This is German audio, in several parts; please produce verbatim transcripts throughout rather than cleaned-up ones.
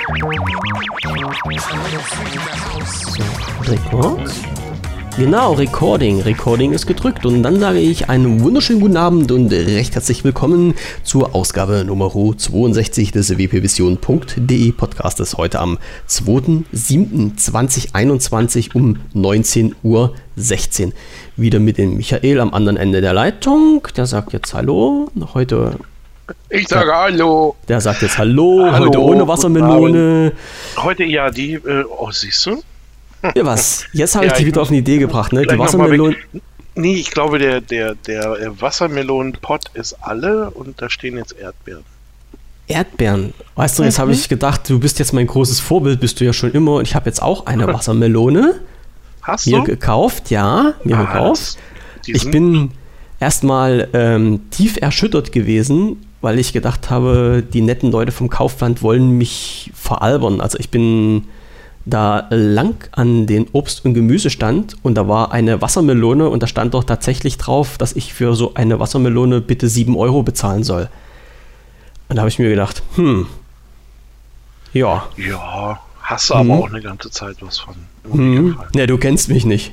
So, Rekord. Genau, Recording. Recording ist gedrückt. Und dann sage ich einen wunderschönen guten Abend und recht herzlich willkommen zur Ausgabe Nummer zweiundsechzig des w p vision punkt d e Podcastes. Heute am zweiter siebter zweitausendeinundzwanzig um neunzehn Uhr sechzehn. Wieder mit dem Michael am anderen Ende der Leitung. Der sagt jetzt Hallo. Heute... Ich sage Hallo. Der sagt jetzt Hallo. Hallo. Heute ohne Wassermelone. Heute ja die... Äh, oh, siehst du? Ja, was? Jetzt habe Ja, ich dich wieder auf eine Idee gebracht, ne? Die Gleich noch mal Wassermelone. weg. Nee, ich glaube, der, der, der Wassermelonenpott ist alle und da stehen jetzt Erdbeeren. Erdbeeren. Weißt du, jetzt Mhm. habe ich gedacht, du bist jetzt mein großes Vorbild, bist du ja schon immer. Und ich habe jetzt auch eine Wassermelone Hast mir du? gekauft, ja, mir Ah, gekauft. das- die Ich sind- bin erstmal ähm, tief erschüttert gewesen, weil ich gedacht habe, die netten Leute vom Kaufland wollen mich veralbern. Also ich bin da lang an den Obst- und Gemüsestand und da war eine Wassermelone und da stand doch tatsächlich drauf, dass ich für so eine Wassermelone bitte sieben Euro bezahlen soll. Und da habe ich mir gedacht, hm, ja, Ja, hast du aber Mhm. auch eine ganze Zeit was von. Immer hm, gefallen. ne, du kennst mich nicht.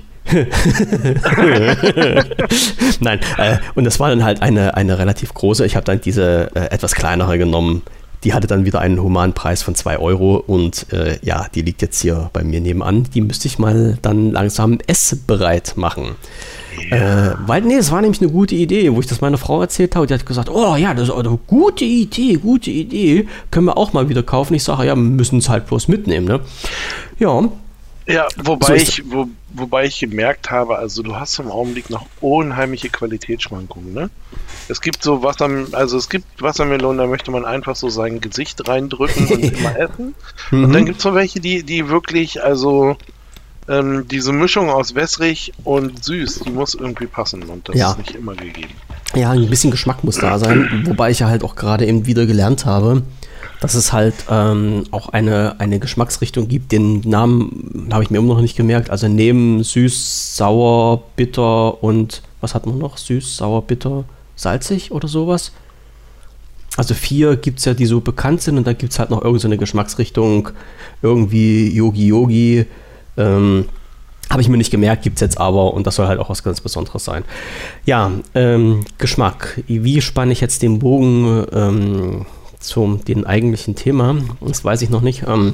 Nein, äh, und das war dann halt eine, eine relativ große. Ich habe dann diese äh, etwas kleinere genommen. Die hatte dann wieder einen Humanpreis von zwei Euro und äh, ja, die liegt jetzt hier bei mir nebenan. Die müsste ich mal dann langsam essbereit machen. Ja. Äh, weil, nee, es war nämlich eine gute Idee, wo ich das meiner Frau erzählt habe. Die hat gesagt, oh ja, das ist eine gute Idee, gute Idee. Können wir auch mal wieder kaufen. Ich sage, ja, wir müssen es halt bloß mitnehmen, ne? Ja, Ja, wobei So ist ich, wo, wobei ich gemerkt habe, also du hast im Augenblick noch unheimliche Qualitätsschwankungen, ne? Es gibt so Wasser, also es gibt Wassermelonen, da möchte man einfach so sein Gesicht reindrücken und immer essen. Und dann gibt es so welche, die, die wirklich, also ähm, diese Mischung aus wässrig und süß, die muss irgendwie passen und das Ja. ist nicht immer gegeben. Ja, ein bisschen Geschmack muss da sein, wobei ich ja halt auch gerade eben wieder gelernt habe, dass es halt ähm, auch eine, eine Geschmacksrichtung gibt. Den Namen habe ich mir immer noch nicht gemerkt. Also neben süß, sauer, bitter und was hat man noch? Süß, sauer, bitter, salzig oder sowas. Also vier gibt es ja, die so bekannt sind und dann gibt es halt noch irgendeine so eine Geschmacksrichtung, irgendwie Yogi Yogi. Ähm, Habe ich mir nicht gemerkt, gibt es jetzt aber und das soll halt auch was ganz Besonderes sein. Ja, ähm, Geschmack. Wie spanne ich jetzt den Bogen ähm, zum dem eigentlichen Thema? Das weiß ich noch nicht. Ähm,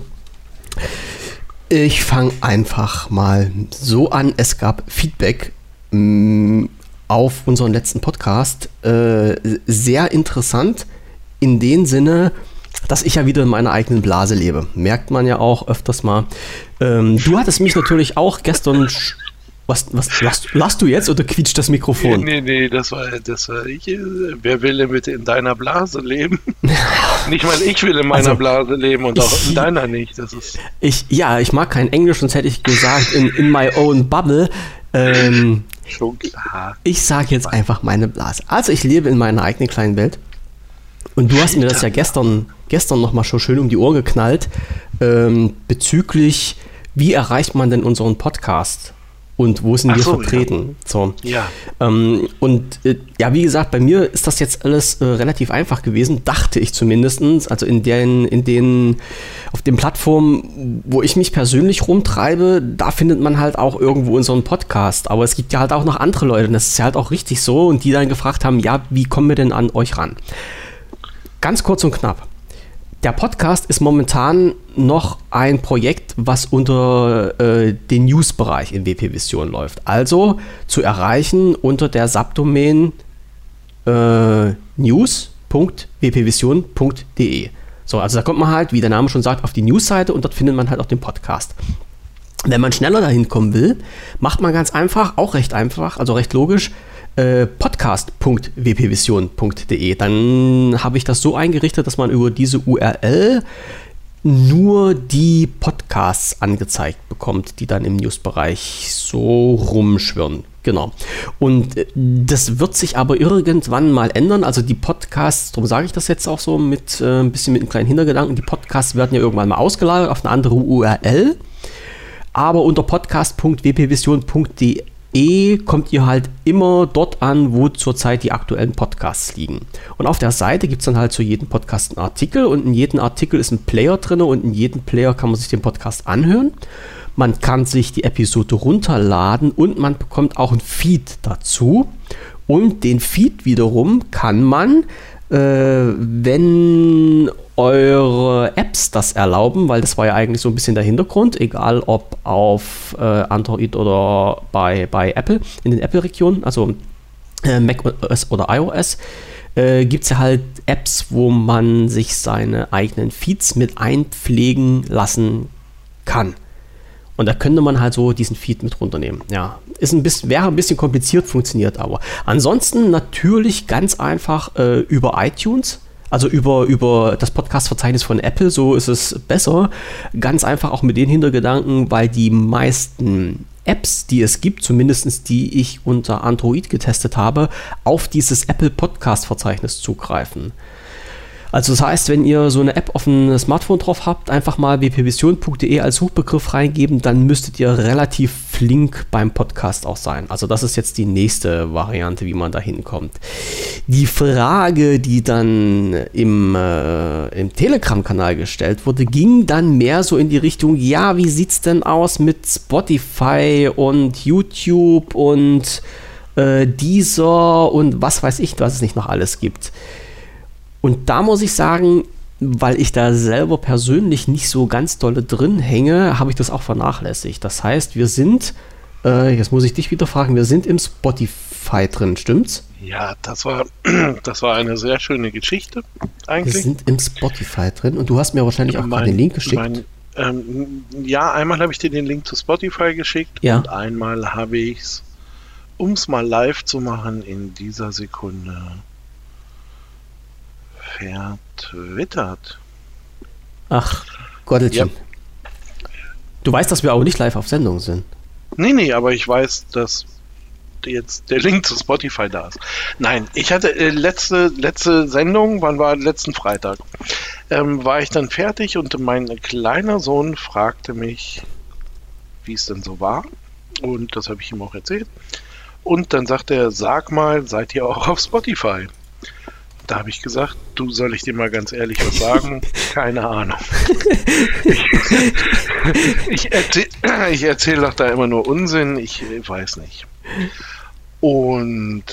ich fange einfach mal so an. Es gab Feedback mh, auf unseren letzten Podcast. Äh, sehr interessant in dem Sinne, dass ich ja wieder in meiner eigenen Blase lebe. Merkt man ja auch öfters mal. Ähm, du hattest mich natürlich auch gestern... Sch- was, was lachst, lachst du jetzt oder quietscht das Mikrofon? Nee, nee, das war, das war ich. äh, Wer will denn bitte in deiner Blase leben? Nicht mal ich will in meiner Also, Blase leben und auch ich- in deiner nicht. Das ist. Ich, ja, ich mag kein Englisch, sonst hätte ich gesagt in, in my own bubble. Ähm, Schon klar. ich sage jetzt einfach meine Blase. Also ich lebe in meiner eigenen kleinen Welt. Und du hast mir das ja gestern, gestern nochmal schon schön um die Ohren geknallt, ähm, bezüglich, wie erreicht man denn unseren Podcast? Und wo sind Ach wir so, vertreten? So. Ja. Ähm, und äh, ja, wie gesagt, bei mir ist das jetzt alles äh, relativ einfach gewesen, dachte ich zumindest. Also in den, in den, auf den Plattformen, wo ich mich persönlich rumtreibe, da findet man halt auch irgendwo unseren Podcast. Aber es gibt ja halt auch noch andere Leute, und das ist ja halt auch richtig so, und die dann gefragt haben, ja, wie kommen wir denn an euch ran? Ganz kurz und knapp. Der Podcast ist momentan noch ein Projekt, was unter äh, den News-Bereich in W P Vision läuft. Also zu erreichen unter der Subdomain äh, news punkt w p vision punkt d e. So, also da kommt man halt, wie der Name schon sagt, auf die News-Seite und dort findet man halt auch den Podcast. Wenn man schneller dahin kommen will, macht man ganz einfach, auch recht einfach, also recht logisch, äh, podcast punkt w p vision punkt d e. Dann habe ich das so eingerichtet, dass man über diese U R L nur die Podcasts angezeigt bekommt, die dann im News-Bereich so rumschwirren. Genau. Und äh, das wird sich aber irgendwann mal ändern. Also die Podcasts, darum sage ich das jetzt auch so mit äh, ein bisschen mit einem kleinen Hintergedanken, die Podcasts werden ja irgendwann mal ausgelagert auf eine andere U R L. Aber unter podcast punkt w p vision punkt d E kommt ihr halt immer dort an, wo zurzeit die aktuellen Podcasts liegen. Und auf der Seite gibt es dann halt zu jedem Podcast einen Artikel und in jedem Artikel ist ein Player drin und in jedem Player kann man sich den Podcast anhören. Man kann sich die Episode runterladen und man bekommt auch ein Feed dazu. Und den Feed wiederum kann man, äh, wenn eure Apps das erlauben, weil das war ja eigentlich so ein bisschen der Hintergrund, egal ob auf äh, Android oder bei, bei Apple, in den Apple-Regionen, also äh, macOS oder iOS, äh, gibt es ja halt Apps, wo man sich seine eigenen Feeds mit einpflegen lassen kann. Und da könnte man halt so diesen Feed mit runternehmen. Ja, ist ein bisschen, wäre ein bisschen kompliziert, funktioniert aber. Ansonsten natürlich ganz einfach äh, über iTunes. Also über, über das Podcast-Verzeichnis von Apple, so ist es besser. Ganz einfach auch mit den Hintergedanken, weil die meisten Apps, die es gibt, zumindest die ich unter Android getestet habe, auf dieses Apple Podcast-Verzeichnis zugreifen. Also das heißt, wenn ihr so eine App auf dem Smartphone drauf habt, einfach mal w p vision punkt d e als Suchbegriff reingeben, dann müsstet ihr relativ flink beim Podcast auch sein. Also das ist jetzt die nächste Variante, wie man da hinkommt. Die Frage, die dann im, äh, im Telegram-Kanal gestellt wurde, ging dann mehr so in die Richtung, ja, wie sieht's denn aus mit Spotify und YouTube und äh, Deezer und was weiß ich, was es nicht noch alles gibt. Und da muss ich sagen, weil ich da selber persönlich nicht so ganz dolle drin hänge, habe ich das auch vernachlässigt. Das heißt, wir sind, äh, jetzt muss ich dich wieder fragen, wir sind im Spotify drin, stimmt's? Ja, das war, das war eine sehr schöne Geschichte eigentlich. Wir sind im Spotify drin und du hast mir wahrscheinlich auch gerade den Link geschickt. Mein, ähm, ja, einmal habe ich dir den Link zu Spotify geschickt ja. Und einmal habe ich es, um es mal live zu machen, in dieser Sekunde vertwittert. Ach, Gottelchen. Ja. Du weißt, dass wir auch nicht live auf Sendung sind. Nee, nee, aber ich weiß, dass jetzt der Link zu Spotify da ist. Nein, ich hatte äh, letzte, letzte Sendung, wann war letzten Freitag, ähm, war ich dann fertig und mein kleiner Sohn fragte mich, wie es denn so war. Und das habe ich ihm auch erzählt. Und dann sagte er, sag mal, seid ihr auch auf Spotify? Da habe ich gesagt, du, soll ich dir mal ganz ehrlich was sagen? Keine Ahnung. ich ich erzähle ich erzähl doch da immer nur Unsinn, ich weiß nicht. Und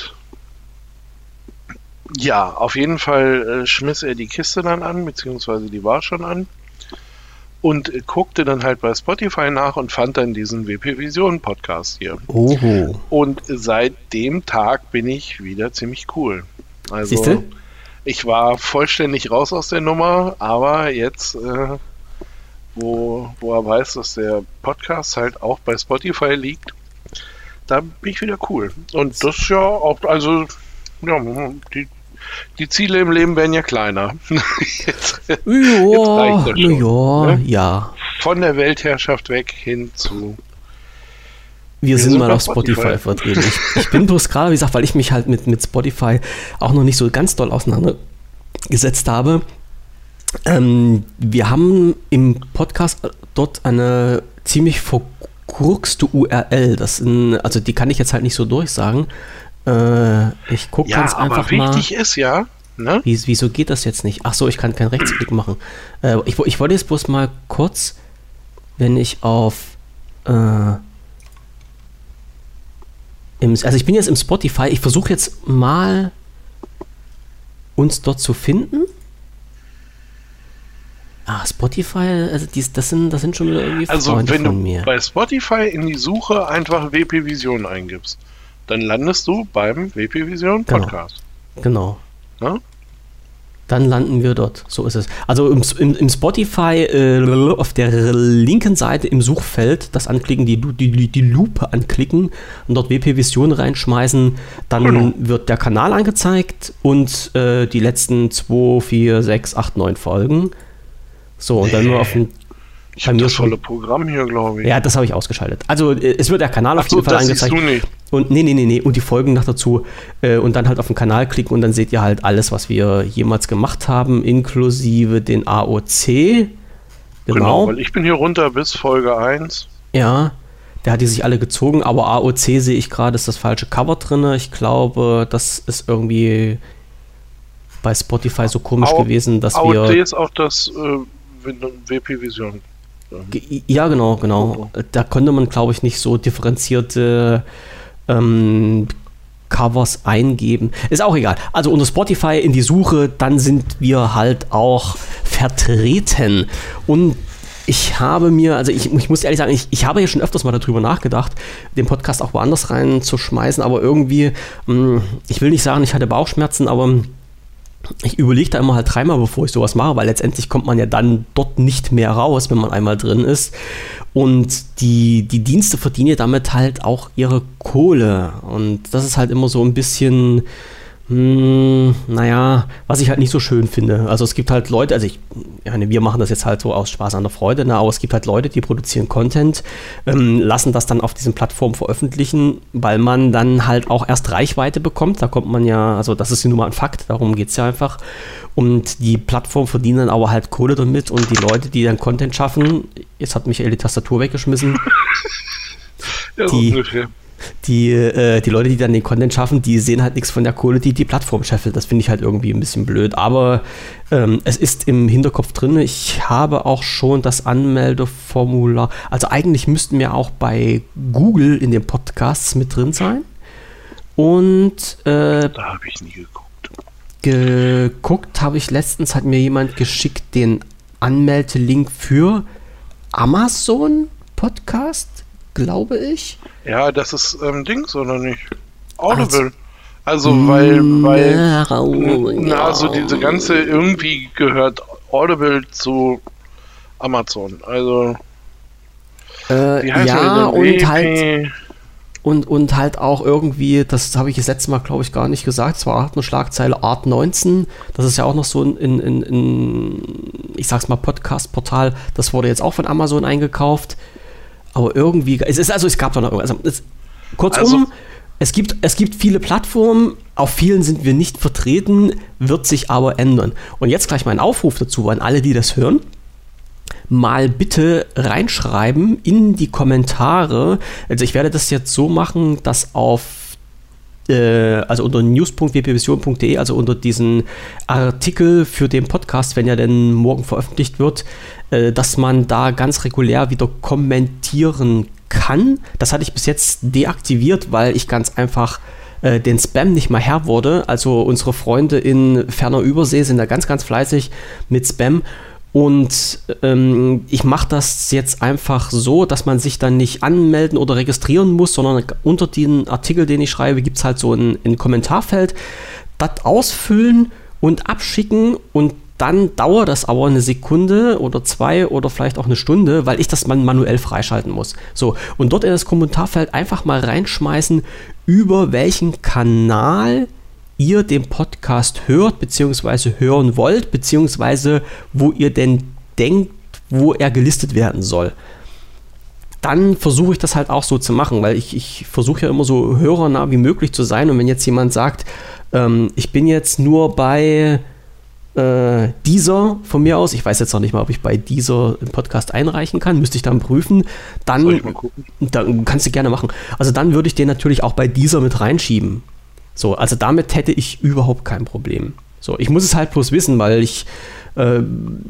ja, auf jeden Fall äh, schmiss er die Kiste dann an, beziehungsweise die war schon an. Und äh, guckte dann halt bei Spotify nach und fand dann diesen W P Vision Podcast hier. Oho. Und seit dem Tag bin ich wieder ziemlich cool. Also, siehste? Ich war vollständig raus aus der Nummer, aber jetzt, äh, wo, wo er weiß, dass der Podcast halt auch bei Spotify liegt, da bin ich wieder cool. Und das ist ja auch, also, ja, die, die Ziele im Leben werden ja kleiner. jetzt, ja, jetzt reicht das schon, ja, ne? ja. Von der Weltherrschaft weg hin zu... Wir, wir sind, sind mal auf Spotify, Spotify vertreten. Ich, ich bin bloß gerade, wie gesagt, weil ich mich halt mit, mit Spotify auch noch nicht so ganz doll auseinandergesetzt habe. Ähm, wir haben im Podcast dort eine ziemlich verkurkste U R L. Das sind, also die kann ich jetzt halt nicht so durchsagen. Äh, ich gucke ja, ganz einfach aber mal. Wichtig ist ja, ne? Wie, wieso geht das jetzt nicht? Ach so, ich kann keinen Rechtsklick machen. Äh, ich, ich wollte jetzt bloß mal kurz, wenn ich auf äh, Im, also ich bin jetzt im Spotify, ich versuche jetzt mal uns dort zu finden. Ah, Spotify, also dies, das, sind, das sind schon irgendwie Also Freunde wenn von du mir. bei Spotify in die Suche einfach W P Vision eingibst, dann landest du beim W P Vision Podcast. Genau. Na? Dann landen wir dort. So ist es. Also im, im, im Spotify äh, auf der linken Seite im Suchfeld das anklicken, die, die, die Lupe anklicken und dort W P Vision reinschmeißen. Dann genau. wird der Kanal angezeigt und äh, die letzten zwei, vier, sechs, acht, neun Folgen. So, und nee. dann nur auf den. Ich habe das volle Programm hier, glaube ich. Ja, das habe ich ausgeschaltet. Also es wird der Kanal Ach auf jeden so, Fall das angezeigt. Siehst du nicht. Und nee, nee, nee, nee. Und die Folgen noch dazu. Äh, und dann halt auf den Kanal klicken und dann seht ihr halt alles, was wir jemals gemacht haben, inklusive den A O C. Genau, genau weil ich bin hier runter bis Folge eins. Ja. Der hat die sich alle gezogen, aber A O C sehe ich gerade, ist das falsche Cover drin. Ich glaube, das ist irgendwie bei Spotify so komisch A- gewesen, dass A O C wir... A O C ist auch das äh, W P Vision. Ja, genau, genau. Da konnte man, glaube ich, nicht so differenzierte ähm, Covers eingeben. Ist auch egal. Also unter Spotify in die Suche, dann sind wir halt auch vertreten. Und ich habe mir, also ich, ich muss ehrlich sagen, ich, ich habe ja schon öfters mal darüber nachgedacht, den Podcast auch woanders reinzuschmeißen, aber irgendwie, mh, ich will nicht sagen, ich hatte Bauchschmerzen, aber ich überlege da immer halt dreimal, bevor ich sowas mache, weil letztendlich kommt man ja dann dort nicht mehr raus, wenn man einmal drin ist. Und die, die Dienste verdienen ja damit halt auch ihre Kohle. Und das ist halt immer so ein bisschen, mh, naja, was ich halt nicht so schön finde. Also es gibt halt Leute, also ich, ja, wir machen das jetzt halt so aus Spaß an der Freude, ne, aber es gibt halt Leute, die produzieren Content, ähm, lassen das dann auf diesen Plattformen veröffentlichen, weil man dann halt auch erst Reichweite bekommt. Da kommt man ja, also das ist ja nun mal ein Fakt, darum geht es ja einfach. Und die Plattform verdienen dann aber halt Kohle damit und die Leute, die dann Content schaffen, jetzt hat Michael die Tastatur weggeschmissen, ja, die, ungefähr. die, äh, die Leute, die dann den Content schaffen, die sehen halt nichts von der Kohle, die die Plattform scheffelt. Das finde ich halt irgendwie ein bisschen blöd, aber ähm, es ist im Hinterkopf drin. Ich habe auch schon das Anmeldeformular, also eigentlich müssten wir auch bei Google in den Podcasts mit drin sein und äh, da habe ich nie geguckt. Geguckt habe ich letztens, hat mir jemand geschickt den Anmeldelink für Amazon Podcast, glaube ich. Ja, das ist ähm, Dings, oder nicht? Audible. Also, also weil, weil na, also diese ganze, irgendwie gehört Audible zu Amazon. Also, äh, wie heißt ja, und W P? halt Und, und halt auch irgendwie, das habe ich das letzte Mal, glaube ich, gar nicht gesagt, es war eine Schlagzeile Art neunzehn, das ist ja auch noch so ein, in, in, in, ich sag's mal, Podcast-Portal, das wurde jetzt auch von Amazon eingekauft, aber irgendwie, es ist also, es gab doch noch irgendwas, also es, kurzum, also, es gibt, es gibt viele Plattformen, auf vielen sind wir nicht vertreten, wird sich aber ändern. Und jetzt gleich mal ein Aufruf dazu an alle, die das hören, mal bitte reinschreiben in die Kommentare. Also ich werde das jetzt so machen, dass auf äh, also unter news punkt w p vision punkt d e, also unter diesen Artikel für den Podcast, wenn er denn morgen veröffentlicht wird, äh, dass man da ganz regulär wieder kommentieren kann. Das hatte ich bis jetzt deaktiviert, weil ich ganz einfach äh, den Spam nicht mal Herr wurde. Also unsere Freunde in ferner Übersee sind da ganz, ganz fleißig mit Spam. Und ähm, ich mache das jetzt einfach so, dass man sich dann nicht anmelden oder registrieren muss, sondern unter den Artikel, den ich schreibe, gibt es halt so ein, ein Kommentarfeld. Das ausfüllen und abschicken und dann dauert das aber eine Sekunde oder zwei oder vielleicht auch eine Stunde, weil ich das man manuell freischalten muss. So, und dort in das Kommentarfeld einfach mal reinschmeißen, über welchen Kanal ihr den Podcast hört, beziehungsweise hören wollt, beziehungsweise wo ihr denn denkt, wo er gelistet werden soll. Dann versuche ich das halt auch so zu machen, weil ich, ich versuche ja immer so hörernah wie möglich zu sein. Und wenn jetzt jemand sagt, ähm, ich bin jetzt nur bei äh, Deezer von mir aus, ich weiß jetzt noch nicht mal, ob ich bei Deezer einen Podcast einreichen kann, müsste ich dann prüfen, dann, Soll ich mal gucken? Dann kannst du gerne machen. Also dann würde ich den natürlich auch bei Deezer mit reinschieben. So, also damit hätte ich überhaupt kein Problem. So, ich muss es halt bloß wissen, weil ich äh,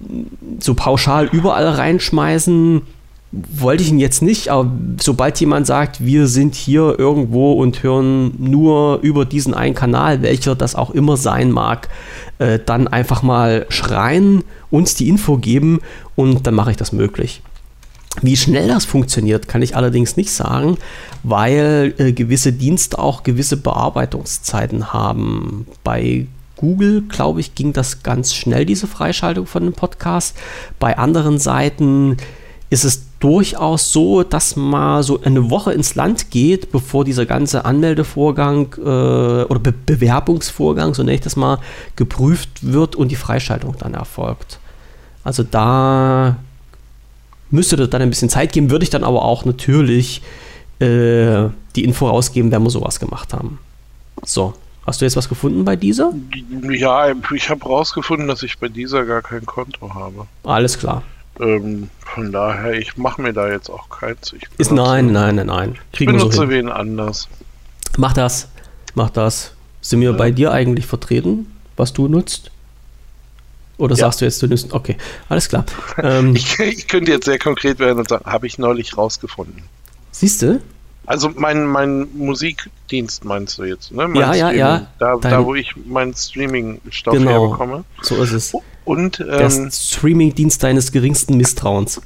so pauschal überall reinschmeißen wollte ich ihn jetzt nicht, aber sobald jemand sagt, wir sind hier irgendwo und hören nur über diesen einen Kanal, welcher das auch immer sein mag, äh, dann einfach mal schreien, uns die Info geben und dann mache ich das möglich. Wie schnell das funktioniert, kann ich allerdings nicht sagen, weil äh, gewisse Dienste auch gewisse Bearbeitungszeiten haben. Bei Google, glaube ich, ging das ganz schnell, diese Freischaltung von einem Podcast. Bei anderen Seiten ist es durchaus so, dass mal so eine Woche ins Land geht, bevor dieser ganze Anmeldevorgang äh, oder Be- Bewerbungsvorgang, so nenne ich das mal, geprüft wird und die Freischaltung dann erfolgt. Also da müsste das dann ein bisschen Zeit geben, würde ich dann aber auch natürlich äh, die Info rausgeben, wenn wir sowas gemacht haben. So, hast du jetzt was gefunden bei dieser? Ja, ich habe rausgefunden, dass ich bei dieser gar kein Konto habe. Alles klar. Ähm, Von daher, ich mache mir da jetzt auch keins. Ich Ist nein, nein, nein, nein. Ich benutze wen anders. Mach das, mach das. Sind wir ja. bei dir eigentlich vertreten, was du nutzt? Oder ja. sagst du jetzt, du nimmst... Okay, alles klar. Ähm, ich, ich könnte jetzt sehr konkret werden und sagen, habe ich neulich rausgefunden. Siehst du? Also mein, mein Musikdienst meinst du jetzt, ne? Mein ja, ja, ja. Da, da, wo ich meinen Streaming-Stoff genau, herbekomme. So ist es. Und, ähm, der Streaming-Dienst deines geringsten Misstrauens.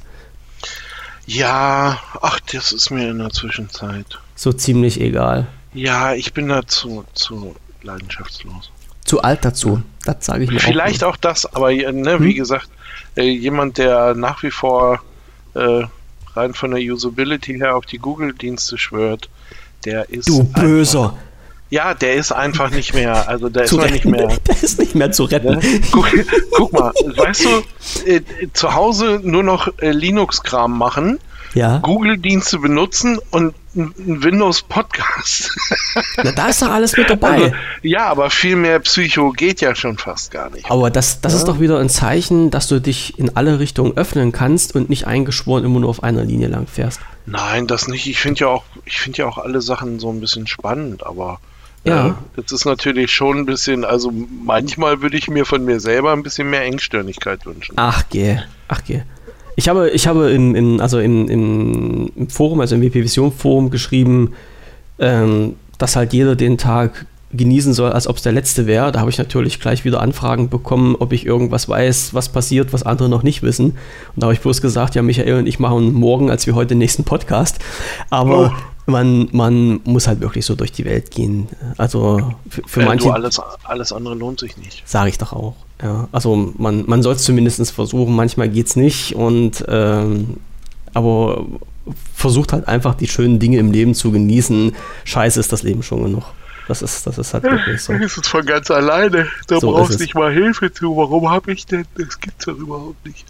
Ja, ach, das ist mir in der Zwischenzeit. So ziemlich egal. Ja, ich bin da zu, zu leidenschaftslos. Zu alt dazu, das sage ich mir Vielleicht auch, auch das, aber ne, wie hm? gesagt, äh, jemand, der nach wie vor äh, rein von der Usability her auf die Google-Dienste schwört, der ist... Du Böser! Einfach, ja, der ist einfach nicht mehr, also der zu ist nicht mehr... Der ist nicht mehr zu retten. Ne? Guck, guck mal, weißt du, äh, zu Hause nur noch äh, Linux-Kram machen, ja. Google-Dienste benutzen und ein Windows-Podcast. Na, da ist doch alles mit dabei. Also, ja, aber viel mehr Psycho geht ja schon fast gar nicht. Aber das, das ja. ist doch wieder ein Zeichen, dass du dich in alle Richtungen öffnen kannst und nicht eingeschworen immer nur auf einer Linie lang fährst. Nein, das nicht. Ich finde ja auch, ich finde ja auch alle Sachen so ein bisschen spannend, aber ja. äh, das ist natürlich schon ein bisschen, also manchmal würde ich mir von mir selber ein bisschen mehr Engstirnigkeit wünschen. Ach geh, ach geh. Ich habe, ich habe im, im, also im, im, im Forum, also im W P Vision Forum geschrieben, ähm, dass halt jeder den Tag genießen soll, als ob es der letzte wäre. Da habe ich natürlich gleich wieder Anfragen bekommen, ob ich irgendwas weiß, was passiert, was andere noch nicht wissen. Und da habe ich bloß gesagt, ja, Michael und ich machen morgen, als wir heute den nächsten Podcast. Aber oh. man, man muss halt wirklich so durch die Welt gehen. Also für, für äh, manche... Du, alles, alles andere lohnt sich nicht. Sage ich doch auch. Ja, also man, man soll es zumindest versuchen, manchmal geht es nicht, und ähm, aber versucht halt einfach die schönen Dinge im Leben zu genießen. Scheiße ist das Leben schon genug. Das ist, das ist halt wirklich so. Das ist von ganz alleine. Da so brauchst du nicht mal Hilfe zu. Warum habe ich denn? Das gibt's doch überhaupt nicht.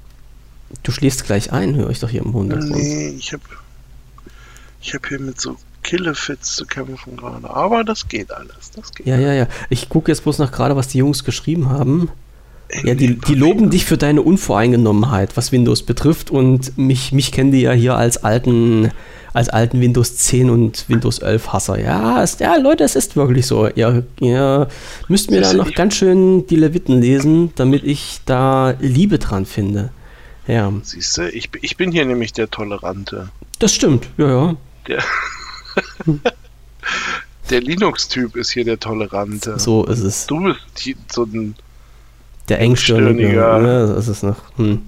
Du schläfst gleich ein, höre ich doch hier im Hintergrund. Nee, ich habe ich hab hier mit so Killefits zu kämpfen gerade. Aber das geht alles. Das geht. Ja, ja, ja. Ich gucke jetzt bloß noch gerade, was die Jungs geschrieben haben. Ja, die, die loben dich für deine Unvoreingenommenheit, was Windows betrifft, und mich, mich kennen die ja hier als alten, als alten Windows zehn und Windows elf Hasser. Ja, es, ja, Leute, es ist wirklich so. Ihr, ihr müsst mir da noch ganz schön die Leviten lesen, damit ich da Liebe dran finde. Ja. Siehst du, ich, ich bin hier nämlich der Tolerante. Das stimmt, ja, ja. Der, der Linux-Typ ist hier der Tolerante. So ist es. Du bist die, so ein der engstirnige, ja, das ist noch hm.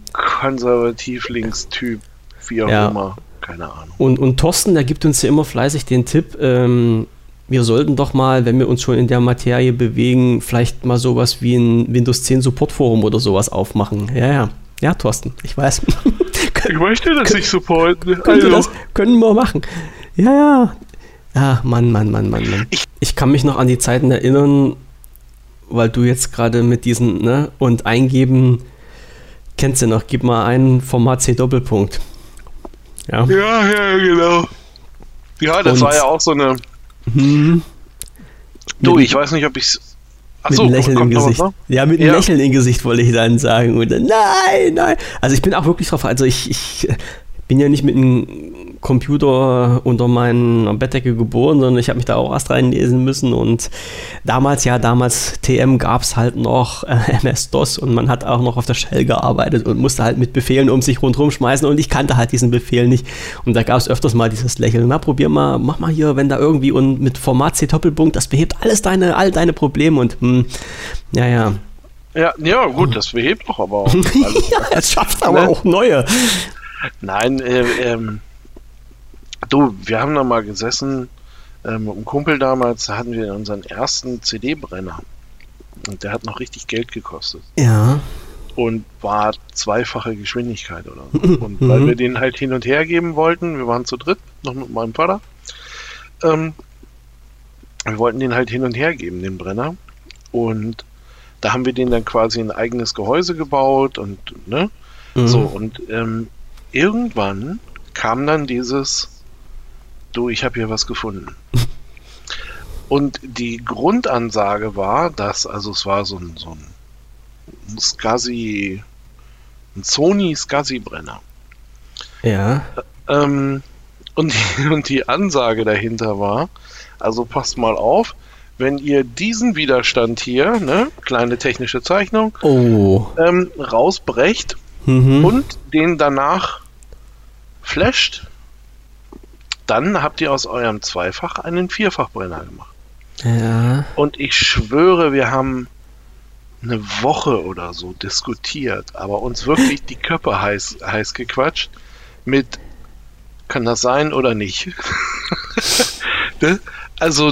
konservativ-links-Typ, wie auch ja. immer. Keine Ahnung. Und, und Thorsten, der gibt uns ja immer fleißig den Tipp, ähm, wir sollten doch mal, wenn wir uns schon in der Materie bewegen, vielleicht mal sowas wie ein Windows zehn Support-Forum oder sowas aufmachen. Ja, ja. Ja, Thorsten, ich weiß. Ich möchte das nicht supporten. Also. Das können wir machen. Ja, ja. Ach, Mann, Mann, Mann, Mann, Mann. Ich, ich kann mich noch an die Zeiten erinnern, weil du jetzt gerade mit diesen, ne, und eingeben, kennst du noch, gib mal ein Format C Doppelpunkt. Ja, ja, ja, genau. Ja, das und, war ja auch so eine... Hm, du, ich weiß nicht, ob ich's... Achso, mit einem Lächeln im Gesicht. Was, ne? Ja, mit einem ja. Lächeln im Gesicht wollte ich dann sagen. Und dann, nein, nein. Also ich bin auch wirklich drauf, also ich, ich bin ja nicht mit einem Computer unter meiner Bettdecke geboren, sondern ich habe mich da auch erst reinlesen müssen, und damals, ja, damals T M gab es halt noch äh, M S-DOS, und man hat auch noch auf der Shell gearbeitet und musste halt mit Befehlen um sich rundherum schmeißen, und ich kannte halt diesen Befehl nicht, und da gab es öfters mal dieses Lächeln, na, probier mal, mach mal hier, wenn da irgendwie, und mit Format C Doppelpunkt, das behebt alles deine, all deine Probleme, und hm, ja, ja. Ja, ja, gut, das behebt doch aber auch. Ja, es schafft aber ne? auch neue. Nein, äh, ähm, du, wir haben da mal gesessen, äh, mit einem Kumpel damals, da hatten wir unseren ersten C D-Brenner. Und der hat noch richtig Geld gekostet. Ja. Und war zweifache Geschwindigkeit oder so. Und weil wir den halt hin und her geben wollten, wir waren zu dritt, noch mit meinem Vater, ähm, wir wollten den halt hin und her geben, den Brenner. Und da haben wir den dann quasi ein eigenes Gehäuse gebaut und, ne? Mhm. So, und ähm, irgendwann kam dann dieses, du, ich habe hier was gefunden. Und die Grundansage war, dass, also es war so ein, so ein SCSI, ein Sony SCSI-Brenner. Ja. Ähm, und, die, und die Ansage dahinter war, also passt mal auf, wenn ihr diesen Widerstand hier, ne, kleine technische Zeichnung, Oh. ähm, rausbrecht Mhm. und den danach flasht, dann habt ihr aus eurem Zweifach einen Vierfachbrenner gemacht. Ja. Und ich schwöre, wir haben eine Woche oder so diskutiert, aber uns wirklich die Köpfe heiß, heiß gequatscht mit, kann das sein oder nicht? Ne? Also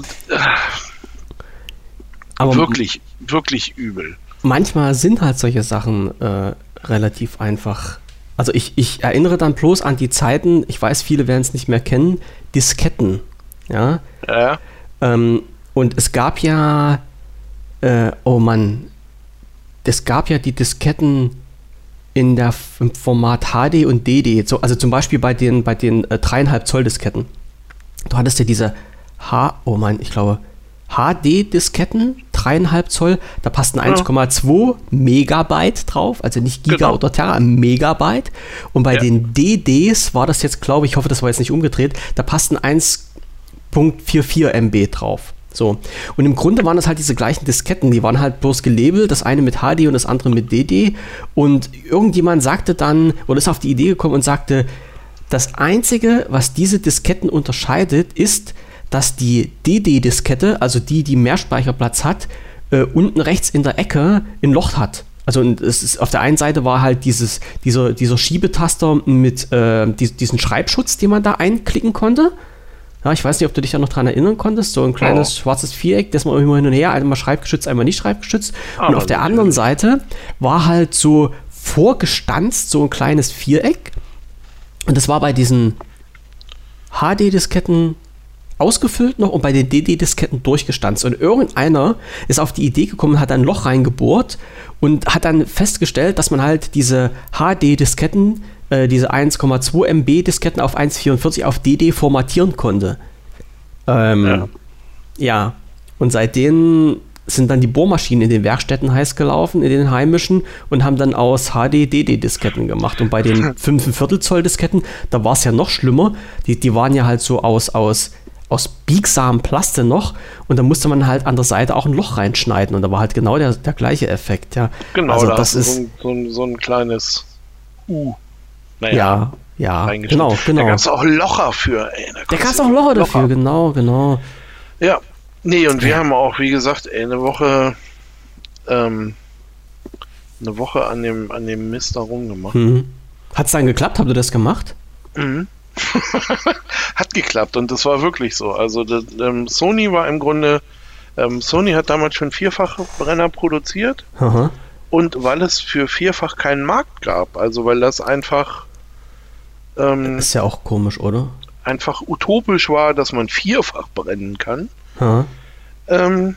Aber wirklich, wirklich übel. manchmal sind halt solche Sachen äh, relativ einfach. Also ich, ich erinnere dann bloß an die Zeiten, ich weiß, viele werden es nicht mehr kennen, Disketten. Ja. Ja, Ähm, und es gab ja, äh, oh Mann, es gab ja die Disketten in der im Format H D und D D. So, also zum Beispiel bei den, bei den äh, dreieinhalb Zoll Disketten. Du hattest ja diese H, oh Mann, ich glaube, H D-Disketten, dreieinhalb Zoll, da passten eins Komma zwei Megabyte drauf, also nicht Giga Genau. oder Terra, Megabyte. Und bei Ja. den D Ds war das jetzt, glaube ich, ich hoffe, das war jetzt nicht umgedreht, da passten eins Komma vierundvierzig Megabyte drauf. So. Und im Grunde waren das halt diese gleichen Disketten, die waren halt bloß gelabelt, das eine mit H D und das andere mit D D. Und irgendjemand sagte dann, oder ist auf die Idee gekommen und sagte, das Einzige, was diese Disketten unterscheidet, ist, dass die D D-Diskette, also die, die mehr Speicherplatz hat, äh, unten rechts in der Ecke ein Loch hat. Also und es ist, auf der einen Seite war halt dieses, dieser, dieser Schiebetaster mit äh, die, diesen Schreibschutz, den man da einklicken konnte. Ja, ich weiß nicht, ob du dich da noch dran erinnern konntest. So ein kleines Oh. schwarzes Viereck, das man immer hin und her, einmal schreibgeschützt, einmal nicht schreibgeschützt. Und Aber auf der natürlich. anderen Seite war halt so vorgestanzt so ein kleines Viereck. Und das war bei diesen H D-Disketten ausgefüllt noch und bei den D D-Disketten durchgestanzt. Und irgendeiner ist auf die Idee gekommen, hat ein Loch reingebohrt und hat dann festgestellt, dass man halt diese H D-Disketten, äh, diese eins Komma zwei Megabyte-Disketten auf eins Komma vierundvierzig auf D D formatieren konnte. Ähm, Ja. ja. Und seitdem sind dann die Bohrmaschinen in den Werkstätten heiß gelaufen, in den heimischen, und haben dann aus H D-D D-Disketten gemacht. Und bei den fünf Komma fünf Zoll Disketten, da war es ja noch schlimmer. Die, die waren ja halt so aus, aus, aus biegsamem Plaste noch. Und da musste man halt an der Seite auch ein Loch reinschneiden. Und da war halt genau der, der gleiche Effekt. Ja. Genau, also da das hast du ist, so, ein, so, ein, so ein kleines U. Naja, ja, ja, reingeschnitten. genau, Da genau. gab es auch Locher für. Ey, da Da konntest gab es du auch Locher dafür, genau, genau. Ja, nee, und wir haben auch, wie gesagt, ey, eine Woche ähm, eine Woche an dem, an dem Mist da rumgemacht. Hm. Hat es dann geklappt? Habt ihr das gemacht? Mhm. Hat geklappt und das war wirklich so. Also das, ähm, Sony war im Grunde, ähm, Sony hat damals schon Vierfachbrenner produziert Aha. und weil es für Vierfach keinen Markt gab, also weil das einfach ähm, Ist ja auch komisch, oder? einfach utopisch war, dass man Vierfach brennen kann. Aha. Ähm,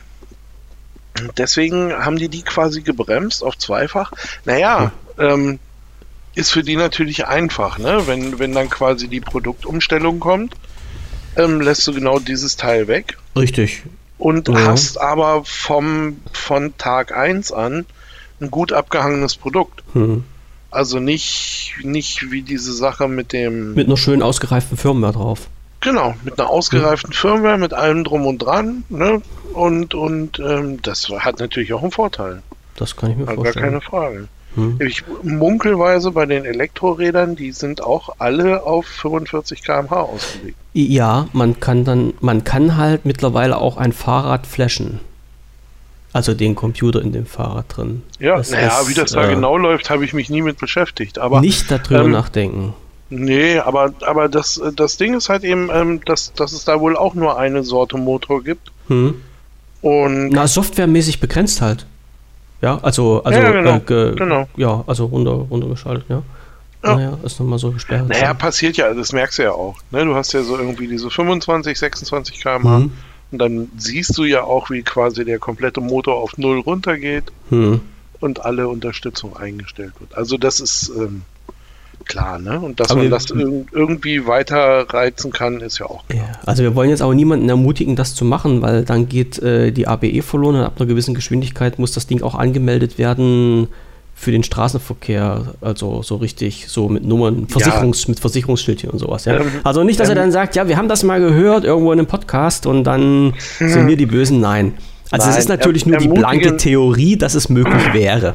deswegen haben die die quasi gebremst auf Zweifach. Naja, ähm, ist für die natürlich einfach, ne? Wenn, wenn dann quasi die Produktumstellung kommt, ähm, lässt du genau dieses Teil weg Richtig. und Ja. hast aber vom, von Tag eins an ein gut abgehangenes Produkt. Hm. Also nicht, nicht wie diese Sache mit dem... Mit einer schön ausgereiften Firmware drauf. Genau, mit einer ausgereiften Firmware, mit allem drum und dran, ne? Und, und ähm, das hat natürlich auch einen Vorteil. Das kann ich mir Gar vorstellen. keine Frage. Hm. Ich munkelweise bei den Elektrorädern, die sind auch alle auf fünfundvierzig Kilometer pro Stunde ausgelegt. Ja, man kann dann, man kann halt mittlerweile auch ein Fahrrad flashen. Also den Computer in dem Fahrrad drin. Ja, Das naja, ist, wie das da äh, genau läuft, habe ich mich nie mit beschäftigt. Aber Nicht darüber ähm, nachdenken. nee, aber, aber das, das Ding ist halt eben, ähm, dass, dass es da wohl auch nur eine Sorte Motor gibt. Hm. Und Na, softwaremäßig begrenzt halt. Ja, also, also, Ja, genau, äh, ge, genau. ja, also runter, runtergeschaltet, ja. Ja. Naja, ist nochmal so gesperrt. naja, passiert ja, das merkst du ja auch. Ne? Du hast ja so irgendwie diese fünfundzwanzig, sechsundzwanzig Kilometer pro Stunde. Hm. Und dann siehst du ja auch, wie quasi der komplette Motor auf Null runtergeht Hm. und alle Unterstützung eingestellt wird. Also das ist ähm, klar, ne? Und dass Aber man wir- das ir- irgendwie weiter reizen kann, ist ja auch klar. Ja, also wir wollen jetzt auch niemanden ermutigen, das zu machen, weil dann geht äh, die A B E verloren und ab einer gewissen Geschwindigkeit muss das Ding auch angemeldet werden für den Straßenverkehr, also so richtig, so mit Nummern, Versicherungs, ja. mit Versicherungsschildchen und sowas. Ja? Ähm, also nicht, dass ähm, er dann sagt, ja, wir haben das mal gehört, irgendwo in einem Podcast und dann hm. sind wir die Bösen. Nein. Also Nein, es ist natürlich nur die blanke Theorie, dass es möglich wäre.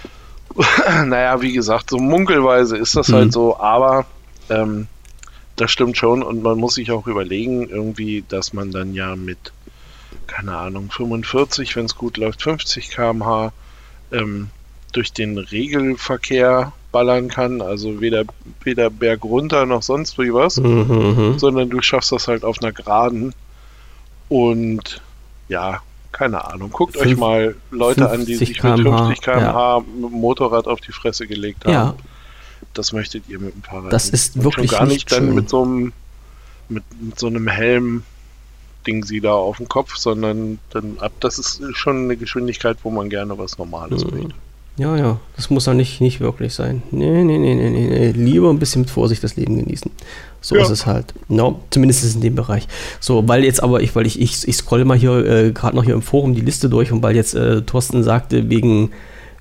Naja, wie gesagt, so munkelweise ist das hm. halt so, aber ähm, das stimmt schon und man muss sich auch überlegen, irgendwie, dass man dann ja mit, keine Ahnung, fünfundvierzig, wenn es gut läuft, fünfzig Kilometer pro Stunde ähm, durch den Regelverkehr ballern kann, also weder, weder Berg runter noch sonst wie was, mhm. sondern du schaffst das halt auf einer Geraden und ja, keine Ahnung, guckt Fünf, euch mal Leute an, die sich mit fünfzig Kilometer pro Stunde ja. mit dem Motorrad auf die Fresse gelegt haben. Ja. Das möchtet ihr mit dem Fahrrad. Das ist und wirklich schon gar nicht, nicht dann schön. mit so einem mit, mit so einem Helm Ding sie da auf dem Kopf, sondern dann ab, das ist schon eine Geschwindigkeit, wo man gerne was Normales mhm. bringt. Ja, ja, das muss ja nicht, nicht wirklich sein. Nee, nee, nee, nee, nee, lieber ein bisschen mit Vorsicht das Leben genießen. So ja. ist es halt. No, zumindest ist es in dem Bereich. So, weil jetzt aber, ich, weil ich, ich, ich scrolle mal hier äh, gerade noch hier im Forum die Liste durch und weil jetzt äh, Thorsten sagte, wegen,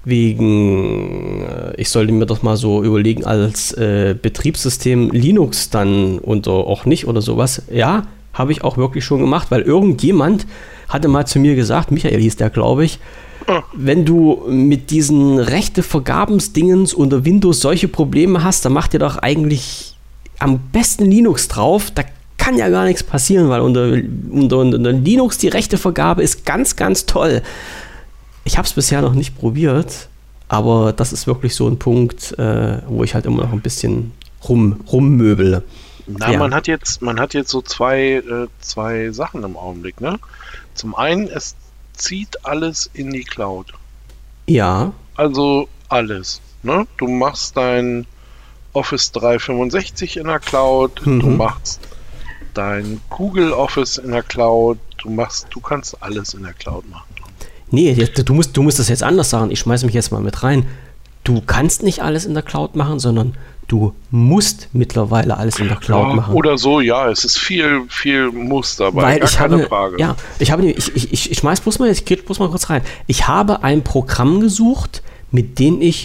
wegen äh, ich sollte mir doch mal so überlegen, als äh, Betriebssystem Linux dann oder auch nicht oder sowas. Ja, habe ich auch wirklich schon gemacht, weil irgendjemand hatte mal zu mir gesagt, Michael hieß der, glaube ich, wenn du mit diesen Rechte-Vergabensdingens unter Windows solche Probleme hast, dann macht ihr doch eigentlich am besten Linux drauf. Da kann ja gar nichts passieren, weil unter, unter, unter Linux die Rechtevergabe ist ganz, ganz toll. Ich habe es bisher noch nicht probiert, aber das ist wirklich so ein Punkt, äh, wo ich halt immer noch ein bisschen rum, rummöbele. Na, ja. man hat jetzt, man hat jetzt so zwei, äh, zwei Sachen im Augenblick, ne? Zum einen, es zieht alles in die Cloud. Ja. Also alles. Ne? Du machst dein Office dreihundertfünfundsechzig in der Cloud, mhm. du machst dein Google Office in der Cloud, du machst, du kannst alles in der Cloud machen. Nee, du musst, du musst das jetzt anders sagen. Ich schmeiße mich jetzt mal mit rein. Du kannst nicht alles in der Cloud machen, sondern du musst mittlerweile alles in der Cloud ja, machen. Oder so, ja, es ist viel, viel Muss dabei, Weil gar ich keine habe, Frage. Ja, ich habe, ich, ich, ich, ich schmeiß bloß mal, ich gehe bloß mal kurz rein. Ich habe ein Programm gesucht, mit dem ich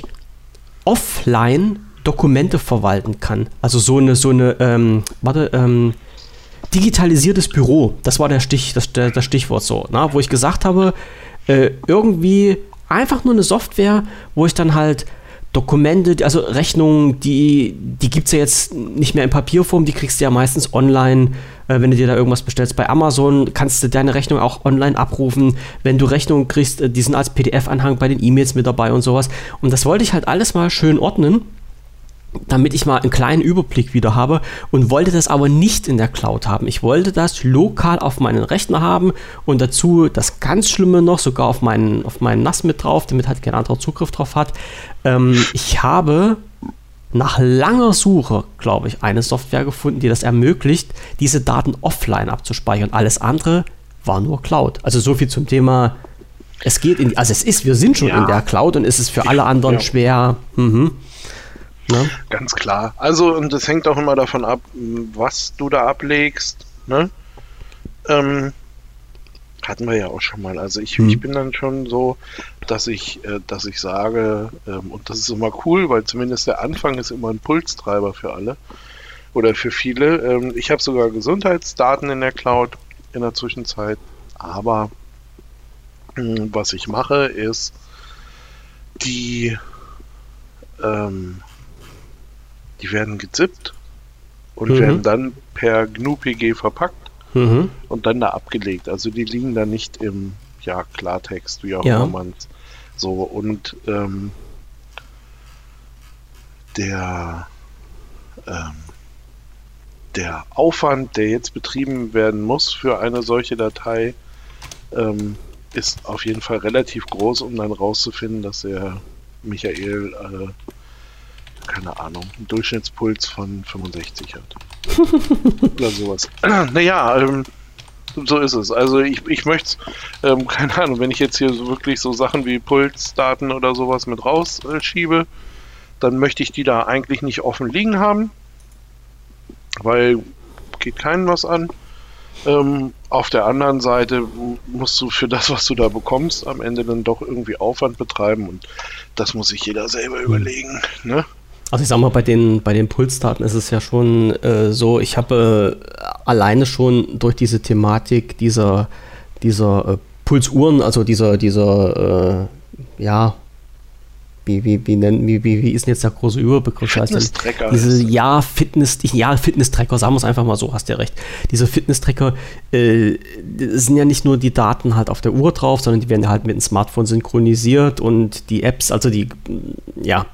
offline Dokumente verwalten kann. Also so eine, so eine, ähm, warte, ähm, digitalisiertes Büro. Das war der Stich, das, der, das Stichwort so, na, wo ich gesagt habe, äh, irgendwie einfach nur eine Software, wo ich dann halt Dokumente, also Rechnungen, die, die gibt es ja jetzt nicht mehr in Papierform, die kriegst du ja meistens online, äh, wenn du dir da irgendwas bestellst. Bei Amazon kannst du deine Rechnung auch online abrufen. Wenn du Rechnungen kriegst, die sind als P D F-Anhang bei den E-Mails mit dabei und sowas. Und das wollte ich halt alles mal schön ordnen, damit ich mal einen kleinen Überblick wieder habe und wollte das aber nicht in der Cloud haben. Ich wollte das lokal auf meinen Rechner haben und dazu das ganz Schlimme noch, sogar auf meinen, auf meinen N A S mit drauf, damit halt kein anderer Zugriff drauf hat. Ähm, ich habe nach langer Suche, glaube ich, eine Software gefunden, die das ermöglicht, diese Daten offline abzuspeichern. Alles andere war nur Cloud. Also so viel zum Thema, es geht in, also es ist, wir sind schon ja. in der Cloud und es ist für alle anderen ja. schwer. Mhm. Ne? Ganz klar. Also, und das hängt auch immer davon ab, was du da ablegst. Ne? Ähm, hatten wir ja auch schon mal. Also ich, hm. ich bin dann schon so, dass ich, äh, dass ich sage, ähm, und das ist immer cool, weil zumindest der Anfang ist immer ein Pulstreiber für alle oder für viele. Ähm, ich habe sogar Gesundheitsdaten in der Cloud in der Zwischenzeit, aber mh, was ich mache ist, die ähm, die werden gezippt und mhm. werden dann per G N U P G verpackt mhm. und dann da abgelegt. Also die liegen da nicht im ja, Klartext, wie auch ja. immer man es so. Und ähm, der, ähm, der Aufwand, der jetzt betrieben werden muss für eine solche Datei, ähm, ist auf jeden Fall relativ groß, um dann rauszufinden, dass der Michael äh, keine Ahnung, einen Durchschnittspuls von fünfundsechzig hat. Oder sowas. Naja, ähm, so ist es. Also ich, ich möchte, ähm, keine Ahnung, wenn ich jetzt hier so wirklich so Sachen wie Pulsdaten oder sowas mit rausschiebe, äh, dann möchte ich die da eigentlich nicht offen liegen haben, weil geht keinem was an. Ähm, auf der anderen Seite musst du für das, was du da bekommst, am Ende dann doch irgendwie Aufwand betreiben und das muss sich jeder selber mhm. überlegen, ne? Also ich sag mal, bei den, bei den Pulsdaten ist es ja schon äh, so, ich habe äh, alleine schon durch diese Thematik dieser, dieser äh, Pulsuhren, also dieser, dieser, äh, ja, wie, wie, wie, nennen, wie, wie, wie ist denn jetzt der große Überbegriff? Fitness-Tracker. Diese, ja, Fitness, ja, Fitness-Tracker, sagen wir es einfach mal so, hast ja recht. Diese Fitness-Tracker äh, sind ja nicht nur die Daten halt auf der Uhr drauf, sondern die werden halt mit dem Smartphone synchronisiert und die Apps, also die, ja,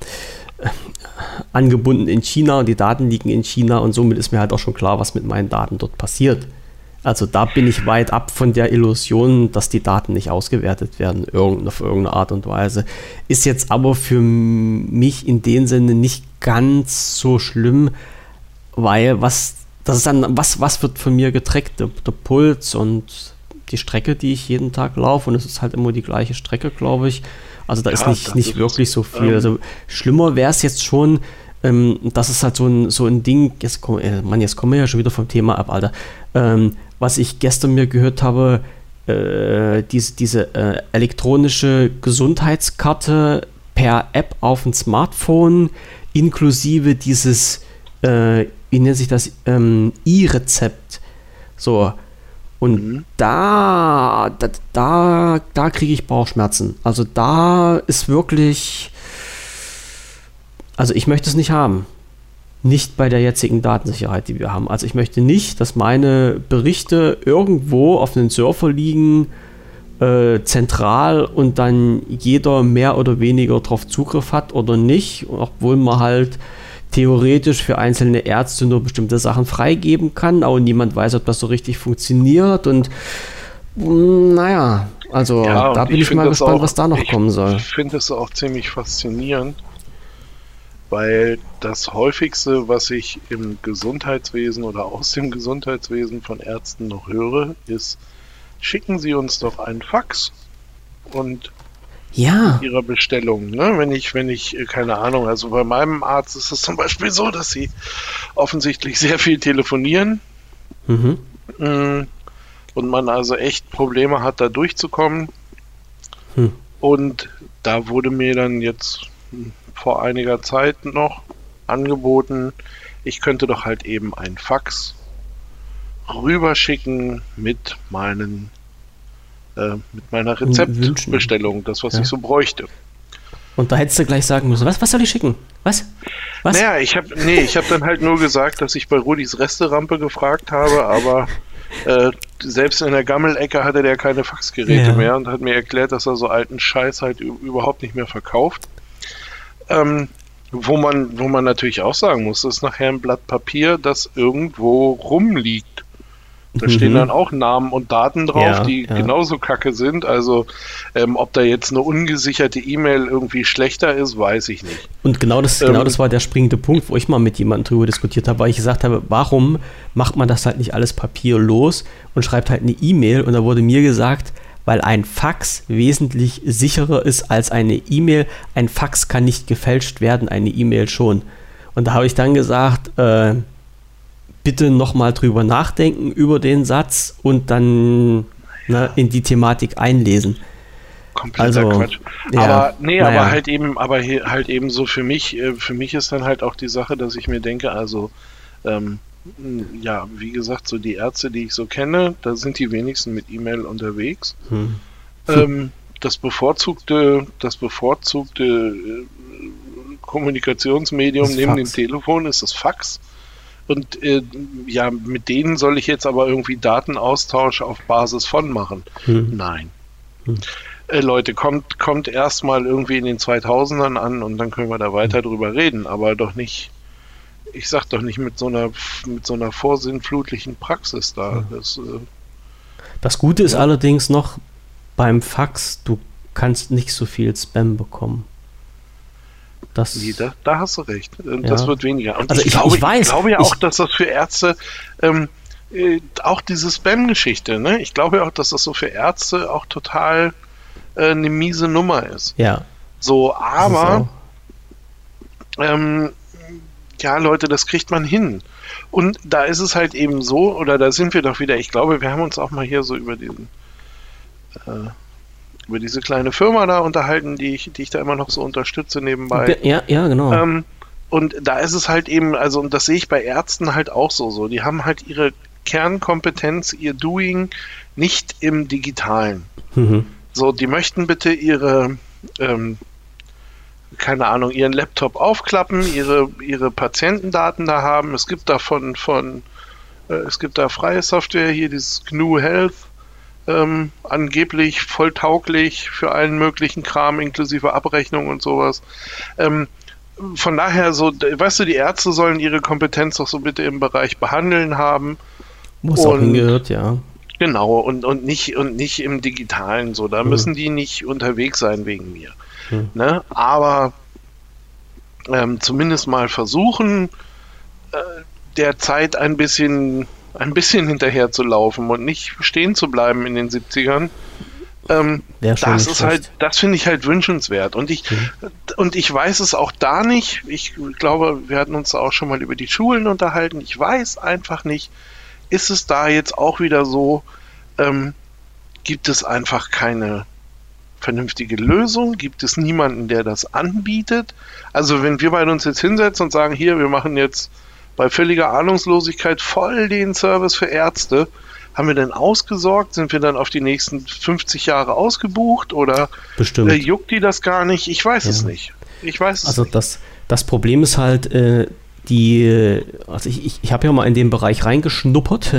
angebunden in China und die Daten liegen in China und somit ist mir halt auch schon klar, was mit meinen Daten dort passiert. Also da bin ich weit ab von der Illusion, dass die Daten nicht ausgewertet werden, irgend, auf irgendeine Art und Weise. Ist jetzt aber für mich in dem Sinne nicht ganz so schlimm, weil was, das ist dann, was, was wird von mir getrackt? Der, der Puls und die Strecke, die ich jeden Tag laufe und es ist halt immer die gleiche Strecke, glaube ich. Also da ja, ist nicht, nicht wirklich so viel. Ähm, also schlimmer wäre es jetzt schon, ähm, das ist halt so ein, so ein Ding, jetzt, komm, äh, Mann, jetzt kommen wir ja schon wieder vom Thema ab, Alter. Ähm, was ich gestern mir gehört habe, äh, diese, diese äh, elektronische Gesundheitskarte per App auf dem Smartphone, inklusive dieses, äh, wie nennt sich das, ähm, E-Rezept. So. Und mhm. da, da, da, da kriege ich Bauchschmerzen. Also da ist wirklich, also ich möchte es nicht haben. Nicht bei der jetzigen Datensicherheit, die wir haben. Also ich möchte nicht, dass meine Berichte irgendwo auf einem Server liegen, äh, zentral und dann jeder mehr oder weniger drauf Zugriff hat oder nicht, obwohl man halt theoretisch für einzelne Ärzte nur bestimmte Sachen freigeben kann, aber niemand weiß, ob das so richtig funktioniert und naja, also ja, da bin ich, ich mal gespannt, auch, was da noch kommen soll. Ich finde es auch ziemlich faszinierend, weil das häufigste, was ich im Gesundheitswesen oder aus dem Gesundheitswesen von Ärzten noch höre, ist, schicken Sie uns doch einen Fax und ja. ihrer Bestellung, ne? Wenn ich, wenn ich, keine Ahnung, also bei meinem Arzt ist es zum Beispiel so, dass sie offensichtlich sehr viel telefonieren mhm. und man also echt Probleme hat, da durchzukommen. Hm. Und da wurde mir dann jetzt vor einiger Zeit noch angeboten, ich könnte doch halt eben ein Fax rüberschicken mit meinen mit meiner Rezeptbestellung, das, was ja. ich so bräuchte. Und da hättest du gleich sagen müssen, was, was soll ich schicken? Was? Was? Naja, ich habe nee, ich hab dann halt nur gesagt, dass ich bei Rudis Resterampe gefragt habe, aber äh, selbst in der Gammelecke hatte der keine Faxgeräte ja. mehr und hat mir erklärt, dass er so alten Scheiß halt überhaupt nicht mehr verkauft. Ähm, wo man, wo man natürlich auch sagen muss, das ist nachher ein Blatt Papier, das irgendwo rumliegt. Da mhm. stehen dann auch Namen und Daten drauf, ja, die ja. genauso kacke sind. Also ähm, ob da jetzt eine ungesicherte E-Mail irgendwie schlechter ist, weiß ich nicht. Und genau das, ähm, genau das war der springende Punkt, wo ich mal mit jemandem drüber diskutiert habe, weil ich gesagt habe, warum macht man das halt nicht alles papierlos und schreibt halt eine E-Mail? Und da wurde mir gesagt, weil ein Fax wesentlich sicherer ist als eine E-Mail. Ein Fax kann nicht gefälscht werden, eine E-Mail schon. Und da habe ich dann gesagt, äh, bitte nochmal drüber nachdenken über den Satz und dann ne, in die Thematik einlesen. Kompletter also, Quatsch. Ja, aber nee, naja. aber halt eben, aber halt eben so für mich, für mich ist dann halt auch die Sache, dass ich mir denke, also ähm, ja, wie gesagt, so die Ärzte, die ich so kenne, da sind die wenigsten mit E-Mail unterwegs. Hm. Ähm, das bevorzugte, das bevorzugte äh, Kommunikationsmedium das neben Fax. Dem Telefon ist das Fax. Und äh, ja, mit denen soll ich jetzt aber irgendwie Datenaustausch auf Basis von machen. Hm. Nein. Hm. Äh, Leute, kommt, kommt erstmal irgendwie in den zweitausendern an und dann können wir da weiter hm. drüber reden, aber doch nicht, ich sag doch nicht mit so einer, mit so einer vorsinnflutlichen Praxis da. Hm. Das, äh, das Gute ist ja. allerdings noch beim Fax, du kannst nicht so viel Spam bekommen. Das, nee, da, da hast du recht. Das ja. wird weniger. Und also ich, ich, glaube, ich, weiß, ich glaube ja auch, ich, dass das für Ärzte ähm, äh, auch diese Spam-Geschichte, ne? Ich glaube ja auch, dass das so für Ärzte auch total äh, eine miese Nummer ist. Ja. So, aber ähm, ja, Leute, das kriegt man hin. Und da ist es halt eben so, oder da sind wir doch wieder, ich glaube, wir haben uns auch mal hier so über diesen, äh, über diese kleine Firma da unterhalten, die ich, die ich da immer noch so unterstütze nebenbei. Ja, ja, genau. Ähm, und da ist es halt eben, also, und das sehe ich bei Ärzten halt auch so, so, die haben halt ihre Kernkompetenz, ihr Doing nicht im Digitalen. Mhm. So, die möchten bitte ihre, ähm, keine Ahnung, ihren Laptop aufklappen, ihre, ihre Patientendaten da haben. Es gibt davon von, äh, es gibt da freie Software, hier dieses G N U Health, ähm, angeblich voll tauglich für allen möglichen Kram, inklusive Abrechnung und sowas. Ähm, von daher so, weißt du, die Ärzte sollen ihre Kompetenz doch so bitte im Bereich Behandeln haben. Wo es auch hingehört, ja. Genau, und, und, nicht, und nicht im Digitalen so. Da Mhm. müssen die nicht unterwegs sein wegen mir. Mhm. Ne? Aber ähm, zumindest mal versuchen, äh, der Zeit ein bisschen, ein bisschen hinterher zu laufen und nicht stehen zu bleiben in den siebzigern. Ähm, das ist halt, das finde ich halt wünschenswert. Und ich, mhm. und ich weiß es auch da nicht. Ich glaube, wir hatten uns auch schon mal über die Schulen unterhalten. Ich weiß einfach nicht, ist es da jetzt auch wieder so, ähm, gibt es einfach keine vernünftige Lösung? Gibt es niemanden, der das anbietet? Also wenn wir beide uns jetzt hinsetzen und sagen, hier, wir machen jetzt bei völliger Ahnungslosigkeit voll den Service für Ärzte, haben wir denn ausgesorgt? Sind wir dann auf die nächsten fünfzig Jahre ausgebucht? Oder äh, juckt die das gar nicht? Ich weiß ja. es nicht. Ich weiß es also nicht. Das, das Problem ist halt, äh, die, also ich, ich, ich habe ja mal in den Bereich reingeschnuppert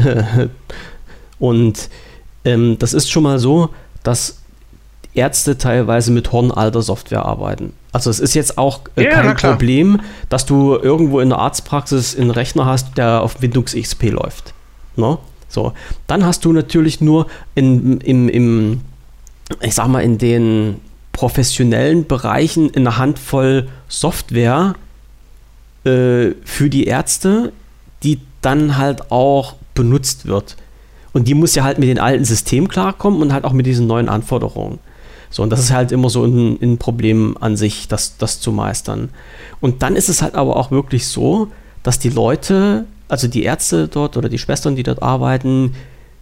und ähm, das ist schon mal so, dass Ärzte teilweise mit hornalter Software arbeiten. Also es ist jetzt auch äh, ja, kein Problem, dass du irgendwo in der Arztpraxis einen Rechner hast, der auf Windows X P läuft. No? So, dann hast du natürlich nur in, im, im, ich sag mal, in den professionellen Bereichen eine Handvoll Software äh, für die Ärzte, die dann halt auch benutzt wird. Und die muss ja halt mit den alten Systemen klarkommen und halt auch mit diesen neuen Anforderungen. So, und das ist halt immer so ein, ein Problem an sich, das, das zu meistern. Und dann ist es halt aber auch wirklich so, dass die Leute, also die Ärzte dort oder die Schwestern, die dort arbeiten,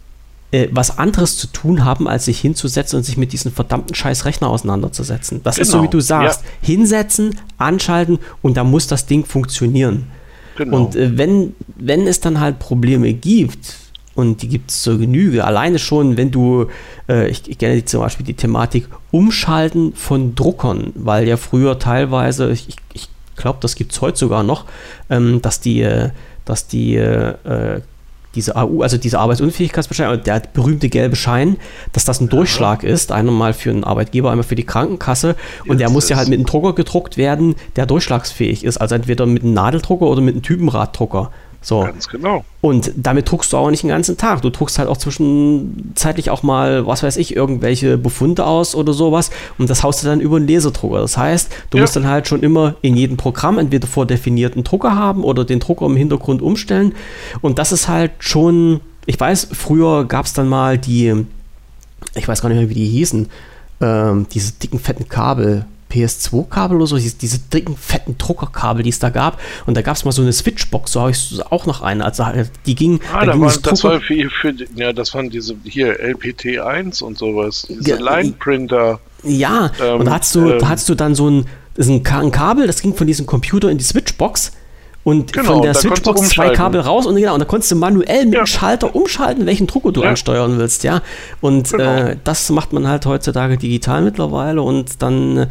äh, was anderes zu tun haben, als sich hinzusetzen und sich mit diesen verdammten scheiß Rechner auseinanderzusetzen. Das genau. ist so, wie du sagst. Ja. Hinsetzen, anschalten und da muss das Ding funktionieren. Genau. Und äh, wenn, wenn es dann halt Probleme gibt, und die gibt es zur Genüge. Alleine schon, wenn du, äh, ich, ich kenne zum Beispiel die Thematik Umschalten von Druckern, weil ja früher teilweise, ich, ich glaube, das gibt es heute sogar noch, ähm, dass die, dass die, äh, diese A U, also diese Arbeitsunfähigkeitsbescheinigung, der berühmte gelbe Schein, dass das ein Durchschlag ja. ist, einmal für einen Arbeitgeber, einmal für die Krankenkasse und yes, der muss ja halt mit einem Drucker gedruckt werden, der durchschlagsfähig ist, also entweder mit einem Nadeldrucker oder mit einem Typenraddrucker. So. Ganz genau. Und damit druckst du auch nicht den ganzen Tag. Du druckst halt auch zwischenzeitlich auch mal, was weiß ich, irgendwelche Befunde aus oder sowas und das haust du dann über einen Laserdrucker. Das heißt, du ja. musst dann halt schon immer in jedem Programm entweder vordefinierten Drucker haben oder den Drucker im Hintergrund umstellen. Und das ist halt schon, ich weiß, früher gab es dann mal die, ich weiß gar nicht mehr, wie die hießen, ähm, diese dicken, fetten Kabel, P S zwei Kabel oder so, diese, diese dicken, fetten Druckerkabel, die es da gab. Und da gab es mal so eine Switchbox, so habe ich auch noch eine. Also die ging. Ah, da, da war, das war für, für, ja, das waren diese hier L P T eins und sowas, diese ja, Line-Printer. Ja, ähm, und da hast du, ähm, da hast du dann so ein, das ist ein Kabel, das ging von diesem Computer in die Switchbox. Und genau, von der Switchbox zwei Kabel raus und genau, und da konntest du manuell mit ja. dem Schalter umschalten, welchen Drucker du ja. ansteuern willst, ja. Und genau. äh, das macht man halt heutzutage digital mittlerweile und dann,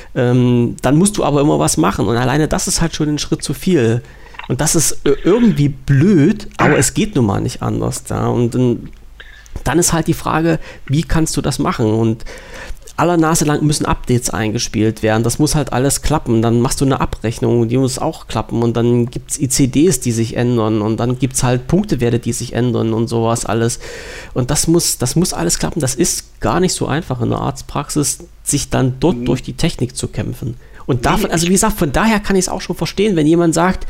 ähm, dann musst du aber immer was machen und alleine das ist halt schon ein Schritt zu viel. Und das ist irgendwie blöd, aber es geht nun mal nicht anders, ja. Und dann, dann ist halt die Frage, wie kannst du das machen? Und aller Nase lang müssen Updates eingespielt werden. Das muss halt alles klappen. Dann machst du eine Abrechnung, die muss auch klappen. Und dann gibt es I C Ds, die sich ändern. Und dann gibt es halt Punktewerte, die sich ändern und sowas alles. Und das muss, das muss alles klappen. Das ist gar nicht so einfach in der Arztpraxis, sich dann dort mhm. durch die Technik zu kämpfen. Und davon, also wie gesagt, von daher kann ich es auch schon verstehen, wenn jemand sagt,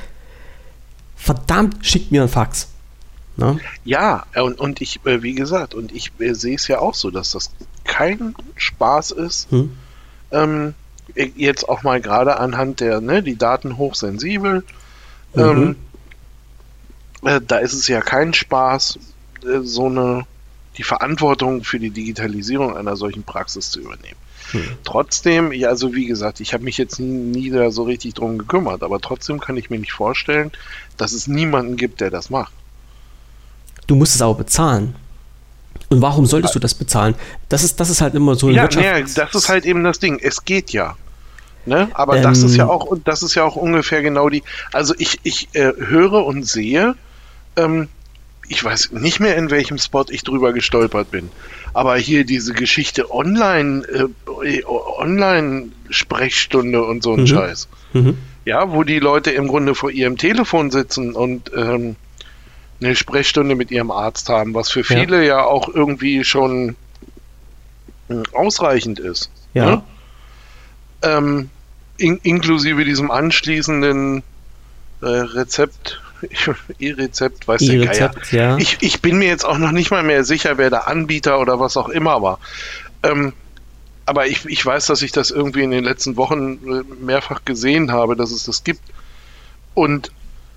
verdammt, schickt mir einen Fax. Na? Ja, und, und ich, wie gesagt, und ich äh, sehe es ja auch so, dass das kein Spaß ist, hm. ähm, jetzt auch mal gerade anhand der, ne, die Daten hochsensibel, mhm. ähm, äh, da ist es ja kein Spaß, äh, so eine, die Verantwortung für die Digitalisierung einer solchen Praxis zu übernehmen. Hm. Trotzdem, ja, also wie gesagt, ich habe mich jetzt nie, nie da so richtig drum gekümmert, aber trotzdem kann ich mir nicht vorstellen, dass es niemanden gibt, der das macht. Du musst es aber bezahlen. Und warum solltest du das bezahlen? Das ist, das ist halt immer so ein Ja, Wirtschafts- nee, das ist halt eben das Ding. Es geht ja. Ne? Aber Ähm, das ist ja auch, das ist ja auch ungefähr genau die. Also ich, ich äh, höre und sehe, ähm, ich weiß nicht mehr, in welchem Spot ich drüber gestolpert bin. Aber hier diese Geschichte online, äh, Online-Sprechstunde und so ein Mhm. Scheiß. Mhm. Ja, wo die Leute im Grunde vor ihrem Telefon sitzen und ähm, eine Sprechstunde mit ihrem Arzt haben, was für viele ja, ja auch irgendwie schon mh, ausreichend ist. Ja. Ne? Ähm, in, inklusive diesem anschließenden äh, Rezept, E-Rezept, weiß der Geier. E-Rezept, ja. Ich, ich bin mir jetzt auch noch nicht mal mehr sicher, wer der Anbieter oder was auch immer war. Ähm, aber ich, ich weiß, dass ich das irgendwie in den letzten Wochen äh, mehrfach gesehen habe, dass es das gibt. Und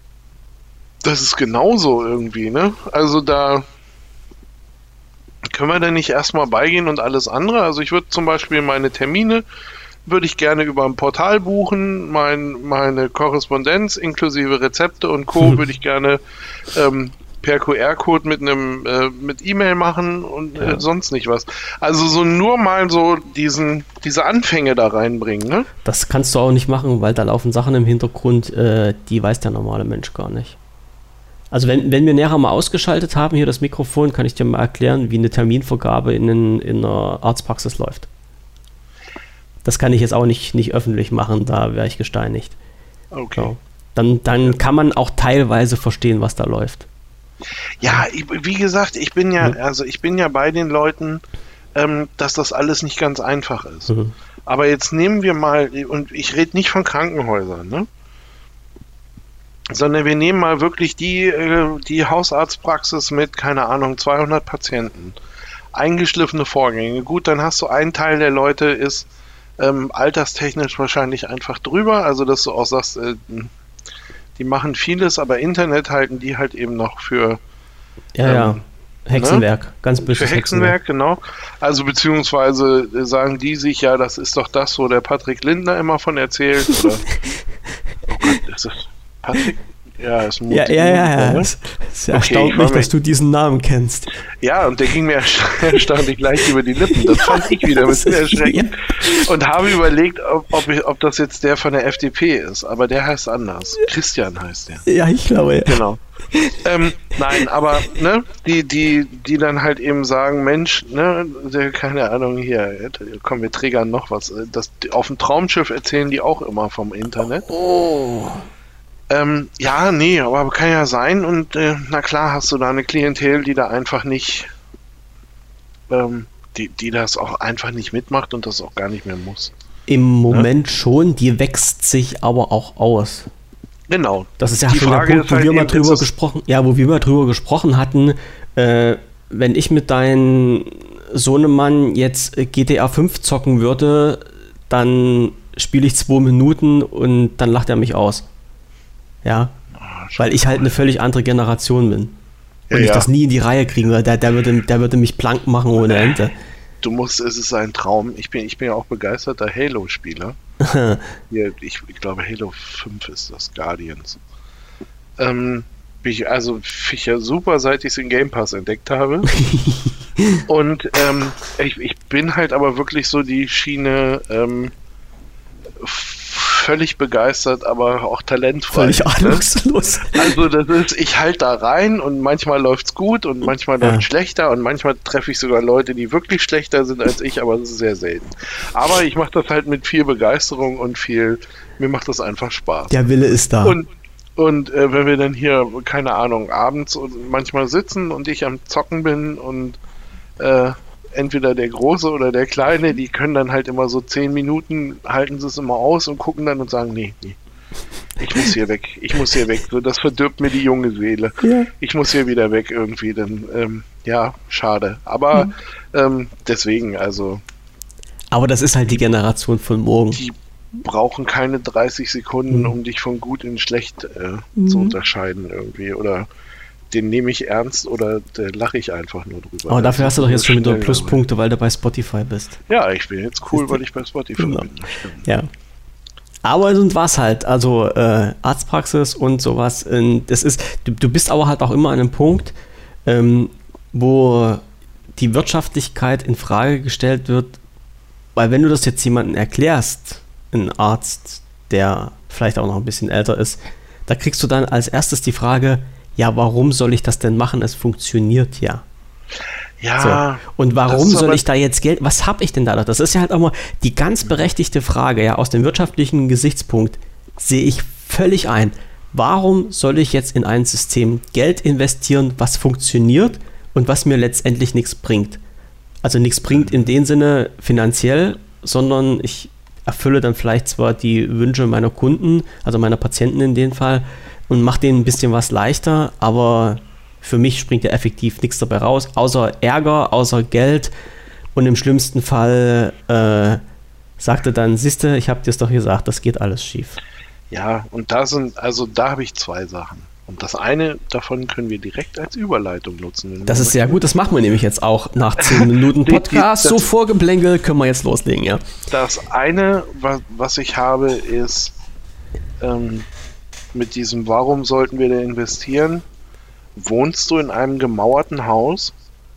das ist genauso irgendwie, ne? Also da können wir denn nicht erstmal beigehen und alles andere? Also ich würde zum Beispiel meine Termine, würde ich gerne über ein Portal buchen, mein, meine Korrespondenz inklusive Rezepte und Co. würde ich gerne ähm, per Q R-Code mit einem äh, mit E-Mail machen und Ja. äh, sonst nicht was. Also so nur mal so diesen diese Anfänge da reinbringen, ne? Das kannst du auch nicht machen, weil da laufen Sachen im Hintergrund, äh, die weiß der normale Mensch gar nicht. Also wenn, wenn wir näher mal ausgeschaltet haben, hier das Mikrofon, kann ich dir mal erklären, wie eine Terminvergabe in, in, in einer Arztpraxis läuft. Das kann ich jetzt auch nicht, nicht öffentlich machen, da wäre ich gesteinigt. Okay. So. Dann, dann kann man auch teilweise verstehen, was da läuft. Ja, ich, wie gesagt, ich bin ja, Mhm. also ich bin ja bei den Leuten, ähm, dass das alles nicht ganz einfach ist. Mhm. Aber jetzt nehmen wir mal, und ich rede nicht von Krankenhäusern, ne? Sondern wir nehmen mal wirklich die, äh, die Hausarztpraxis mit, keine Ahnung, zweihundert Patienten. Eingeschliffene Vorgänge. Gut, dann hast du einen Teil der Leute ist ähm, alterstechnisch wahrscheinlich einfach drüber, also dass du auch sagst, äh, die machen vieles, aber Internet halten die halt eben noch für Ja, Ähm, ja. Hexenwerk, ganz für böses Hexenwerk, genau. Also beziehungsweise äh, sagen die sich, ja, das ist doch das, wo der Patrick Lindner immer von erzählt. Oder oh Gott, ist das Patrick? Ja, ist ein Ja, Mut- ja, ja, ja. ne? Es, es Okay, erstaunt ich war mich, dass mir- du diesen Namen kennst. Ja, und der ging mir ersta- erstaunlich leicht über die Lippen. Das fand ich wieder ein bisschen erschreckend. Und habe überlegt, ob, ob, ich, ob das jetzt der von der F D P ist. Aber der heißt anders. Christian heißt der. Ja, ich glaube, ja. Genau. ähm, nein, aber ne, die, die, die dann halt eben sagen, Mensch, ne, der, keine Ahnung, hier, komm, wir triggern noch was. Das, auf dem Traumschiff erzählen die auch immer vom Internet. Oh. Ähm, ja, nee, aber kann ja sein und äh, na klar hast du da eine Klientel, die da einfach nicht, ähm, die, die das auch einfach nicht mitmacht und das auch gar nicht mehr muss. Im Moment schon, die wächst sich aber auch aus. Genau. Das ist ja Die schon Frage der Punkt, ist wo halt wir mal eben, drüber ist es- gesprochen, ja, wo wir mal drüber gesprochen hatten, äh, wenn ich mit deinem Sohnemann jetzt äh, G T A fünf zocken würde, dann spiele ich zwei Minuten und dann lacht er mich aus. Ja, weil ich halt eine völlig andere Generation bin. Und Ja, ich ja. das nie in die Reihe kriegen würde. Der, der, würde, der würde mich blank machen ohne Ende. Du musst, es ist ein Traum. Ich bin, ich bin ja auch begeisterter Halo-Spieler. Hier, ich, ich glaube, Halo fünf ist das, Guardians. Ähm, bin ich, also finde ich ja super, seit ich es in Game Pass entdeckt habe. Und ähm, ich, ich bin halt aber wirklich so die Schiene ähm, völlig begeistert, aber auch talentfrei. Völlig ne? ahnungslos. Also das ist, ich halte da rein und manchmal läuft's gut und manchmal Ja. läuft schlechter und manchmal treffe ich sogar Leute, die wirklich schlechter sind als ich, aber das ist sehr selten. Aber ich mache das halt mit viel Begeisterung und viel, mir macht das einfach Spaß. Der Wille ist da. Und, und äh, wenn wir dann hier, keine Ahnung, abends und manchmal sitzen und ich am Zocken bin und äh, entweder der Große oder der Kleine, die können dann halt immer so zehn Minuten, halten sie es immer aus und gucken dann und sagen, nee, nee, ich muss hier weg, ich muss hier weg, so, das verdirbt mir die junge Seele. Ja. Ich muss hier wieder weg irgendwie, dann, ähm, ja, schade. Aber Mhm. ähm, deswegen, also, Aber das ist halt die Generation von morgen. die brauchen keine dreißig Sekunden, Mhm. um dich von gut in schlecht äh, Mhm. zu unterscheiden irgendwie. Oder den nehme ich ernst oder da lache ich einfach nur drüber. Aber dafür hast du doch jetzt schon wieder Schnell Pluspunkte, weil du bei Spotify bist. Ja, ich bin jetzt cool, weil ich bei Spotify Genau. bin. Ja. Aber und was halt, also äh, Arztpraxis und sowas, äh, das ist, du, du bist aber halt auch immer an einem Punkt, ähm, wo die Wirtschaftlichkeit in Frage gestellt wird, weil wenn du das jetzt jemandem erklärst, ein Arzt, der vielleicht auch noch ein bisschen älter ist, da kriegst du dann als erstes die Frage, ja, warum soll ich das denn machen? Es funktioniert ja. Ja. So. Und warum das ist soll aber- ich da jetzt Geld, was habe ich denn da? Das ist ja halt auch mal die ganz berechtigte Frage, ja, aus dem wirtschaftlichen Gesichtspunkt sehe ich völlig ein. Warum soll ich jetzt in ein System Geld investieren, was funktioniert und was mir letztendlich nichts bringt? Also nichts bringt in dem Sinne finanziell, sondern ich erfülle dann vielleicht zwar die Wünsche meiner Kunden, also meiner Patienten in dem Fall, und mache denen ein bisschen was leichter, aber für mich springt ja effektiv nichts dabei raus, außer Ärger, außer Geld und im schlimmsten Fall äh, sagte dann, siehste, ich habe dir es doch gesagt, das geht alles schief. Ja, und da sind, also da habe ich zwei Sachen. Und das eine davon können wir direkt als Überleitung nutzen. wenn Das wir ist sehr möchten. gut, das machen wir nämlich jetzt auch nach zehn Minuten Die- die- Podcast, das- so Vorgeplänkel können wir jetzt loslegen, ja. Das eine, was, was ich habe, ist ähm, mit diesem, warum sollten wir da investieren? Wohnst du in einem gemauerten Haus?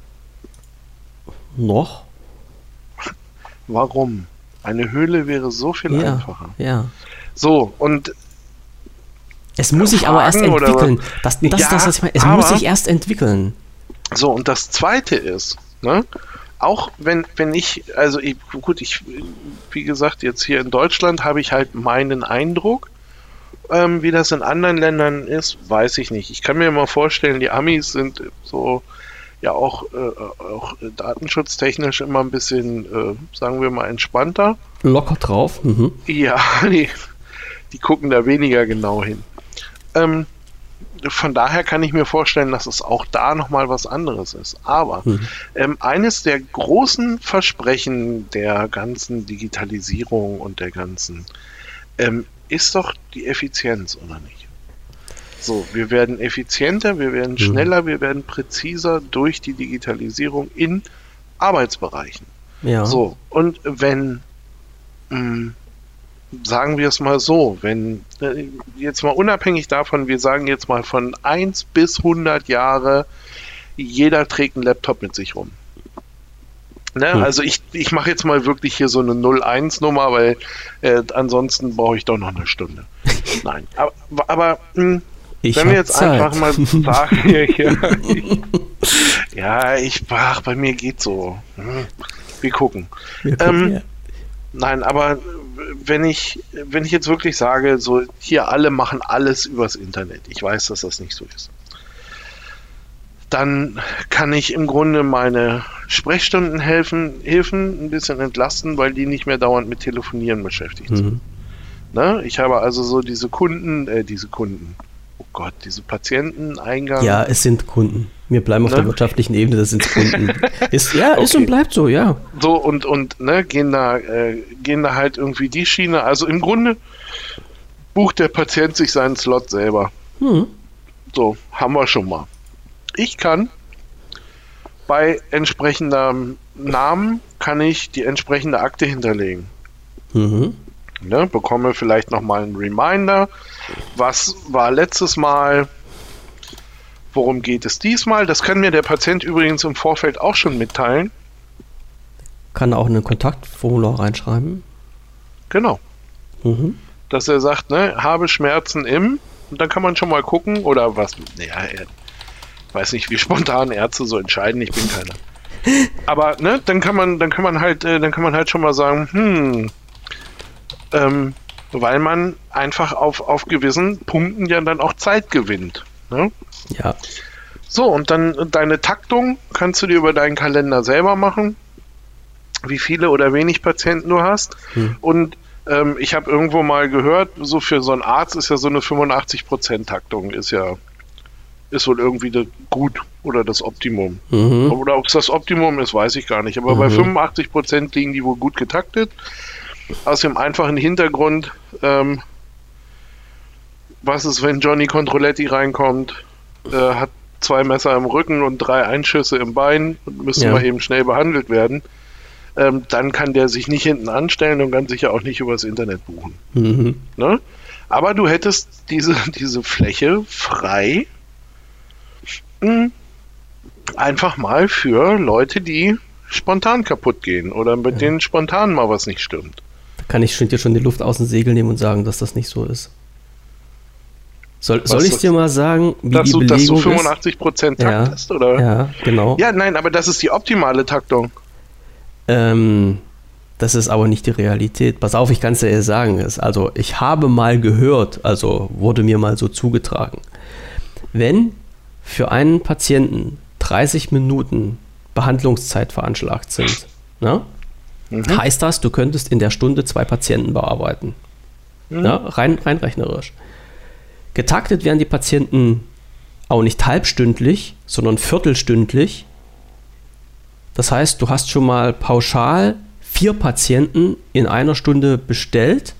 Noch? Warum? Eine Höhle wäre so viel Ja, einfacher. ja. So, und Es muss sich aber erst Fragen oder entwickeln. Das, das Ja, ist das, was ich meine. Es aber- muss sich erst entwickeln. so, und das zweite ist, ne, auch wenn, wenn ich, also ich, gut, ich, wie gesagt, jetzt hier in Deutschland habe ich halt meinen Eindruck, ähm, wie das in anderen Ländern ist, weiß ich nicht. Ich kann mir mal vorstellen, die Amis sind so ja auch, äh, auch datenschutztechnisch immer ein bisschen, äh, sagen wir mal, entspannter. Locker drauf. Mhm. Ja, die, die gucken da weniger genau hin. Ähm, von daher kann ich mir vorstellen, dass es auch da nochmal was anderes ist. Aber Mhm. ähm, eines der großen Versprechen der ganzen Digitalisierung und der ganzen ähm, ist doch die Effizienz, oder nicht? So, wir werden effizienter, wir werden schneller, wir werden präziser durch die Digitalisierung in Arbeitsbereichen. Ja. So, und wenn, mh, sagen wir es mal so, wenn, äh, jetzt mal unabhängig davon, wir sagen jetzt mal von eins bis hundert Jahre, jeder trägt einen Laptop mit sich rum. Ne? Hm. Also ich, ich mache jetzt mal wirklich hier so eine null eins Nummer, weil äh, ansonsten brauche ich doch noch eine Stunde. Nein, aber, aber mh, Ich wenn wir hab jetzt Zeit. einfach mal sagen, hier, hier, ich, ja, ich, ach, bei mir geht's so. Hm, wir gucken. Wir gucken, ähm, ja. Nein, aber wenn ich, wenn ich jetzt wirklich sage, so hier alle machen alles übers Internet, ich weiß, dass das nicht so ist, dann kann ich im Grunde meine Sprechstunden helfen, Hilfen ein bisschen entlasten, weil die nicht mehr dauernd mit Telefonieren beschäftigt sind. Mhm. Ne? Ich habe also so diese Kunden, äh, diese Kunden, oh Gott, diese Patienteneingang. Ja, es sind Kunden. Wir bleiben auf Ne? der wirtschaftlichen Ebene, das sind Kunden. Ist, ja, ist Okay. und bleibt so, ja. So und und ne, gehen da äh, gehen da halt irgendwie die Schiene. Also im Grunde bucht der Patient sich seinen Slot selber. Hm. So, haben wir schon mal. Ich kann bei entsprechendem Namen kann ich die entsprechende Akte hinterlegen. Mhm. Ne, bekomme vielleicht nochmal einen Reminder. Was war letztes Mal? Worum geht es diesmal? Das kann mir der Patient übrigens im Vorfeld auch schon mitteilen. Kann auch ein Kontaktformular reinschreiben. Genau. Mhm. Dass er sagt, ne, habe Schmerzen im, und dann kann man schon mal gucken, oder was, naja, er weiß nicht, wie spontan Ärzte so entscheiden, ich bin keiner. Aber, ne, dann kann man, dann kann man halt, äh, dann kann man halt schon mal sagen, hm, ähm, weil man einfach auf, auf gewissen Punkten ja dann auch Zeit gewinnt, ne? Ja. So, und dann deine Taktung kannst du dir über deinen Kalender selber machen, wie viele oder wenig Patienten du hast. Hm. Und ähm, ich habe irgendwo mal gehört, so für so einen Arzt ist ja so eine fünfundachtzig Prozent Taktung, ist ja ist wohl irgendwie das gut oder das Optimum. Mhm. Oder ob es das Optimum ist, weiß ich gar nicht. Aber Mhm. bei fünfundachtzig Prozent liegen die wohl gut getaktet. Aus dem einfachen Hintergrund, ähm, was ist, wenn Johnny Controletti reinkommt, äh, hat zwei Messer im Rücken und drei Einschüsse im Bein und müssen Ja. mal eben schnell behandelt werden, ähm, dann kann der sich nicht hinten anstellen und kann sicher auch nicht übers Internet buchen. Mhm. Ne? Aber du hättest diese, diese Fläche frei mh, einfach mal für Leute, die spontan kaputt gehen oder mit denen spontan mal was nicht stimmt. Da kann ich schon, dir schon die Luft aus dem Segel nehmen und sagen, dass das nicht so ist. Soll, soll ich das- dir mal sagen, wie Dass die du, dass Belegung du fünfundachtzig Prozent ist? Takt Ja, hast, oder? ja, genau. Ja, nein, aber das ist die optimale Taktung. Ähm, das ist aber nicht die Realität. Pass auf, ich kann es dir eher sagen. Es- Also ich habe mal gehört, also wurde mir mal so zugetragen, wenn für einen Patienten dreißig Minuten Behandlungszeit veranschlagt sind, ne? Mhm. heißt das, du könntest in der Stunde zwei Patienten bearbeiten. Mhm. Ja, rein, rein rechnerisch. Getaktet werden die Patienten auch nicht halbstündlich, sondern viertelstündlich. Das heißt, du hast schon mal pauschal vier Patienten in einer Stunde bestellt,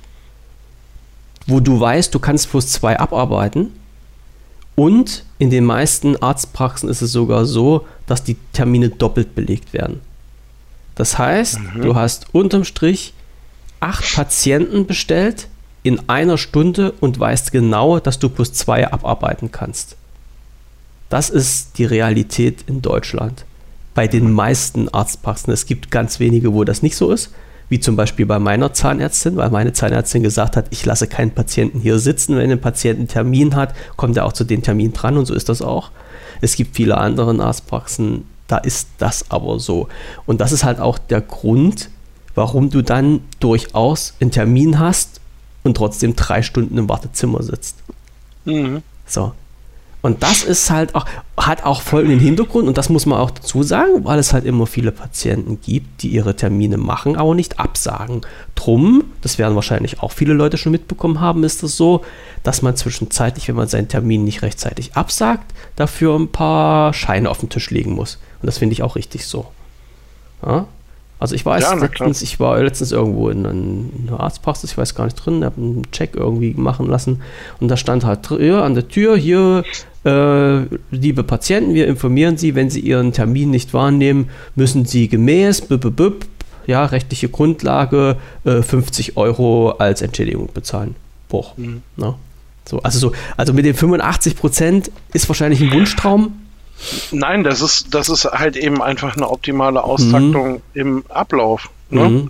wo du weißt, du kannst bloß zwei abarbeiten. Und in den meisten Arztpraxen ist es sogar so, dass die Termine doppelt belegt werden. Das heißt, Mhm. du hast unterm Strich acht Patienten bestellt in einer Stunde und weißt genau, dass du plus zwei abarbeiten kannst. Das ist die Realität in Deutschland. Bei den meisten Arztpraxen. Es gibt ganz wenige, wo das nicht so ist. Wie zum Beispiel bei meiner Zahnärztin, weil meine Zahnärztin gesagt hat, ich lasse keinen Patienten hier sitzen. Wenn ein Patient einen Termin hat, kommt er auch zu dem Termin dran und so ist das auch. Es gibt viele andere Arztpraxen, da ist das aber so. Und das ist halt auch der Grund, warum du dann durchaus einen Termin hast und trotzdem drei Stunden im Wartezimmer sitzt. Mhm. So. Und das ist halt auch, hat auch folgenden Hintergrund, und das muss man auch dazu sagen, weil es halt immer viele Patienten gibt, die ihre Termine machen, aber nicht absagen. Drum, das werden wahrscheinlich auch viele Leute schon mitbekommen haben, ist es so, dass man zwischenzeitlich, wenn man seinen Termin nicht rechtzeitig absagt, dafür ein paar Scheine auf den Tisch legen muss. Und das finde ich auch richtig so. Ja? Also ich weiß, Ja, na klar. letztens, ich war letztens irgendwo in, in einer Arztpraxis, ich weiß gar nicht drin, habe einen Check irgendwie machen lassen und da stand halt dr- an der Tür, hier, äh, liebe Patienten, wir informieren Sie, wenn Sie Ihren Termin nicht wahrnehmen, müssen Sie gemäß, b -b -b, ja, rechtliche Grundlage, äh, fünfzig Euro als Entschädigung bezahlen. Boah, Mhm. ne? So, also, so, also mit den fünfundachtzig Prozent ist wahrscheinlich ein Wunschtraum. Nein, das ist, das ist halt eben einfach eine optimale Austaktung im Ablauf. Ne? Mhm.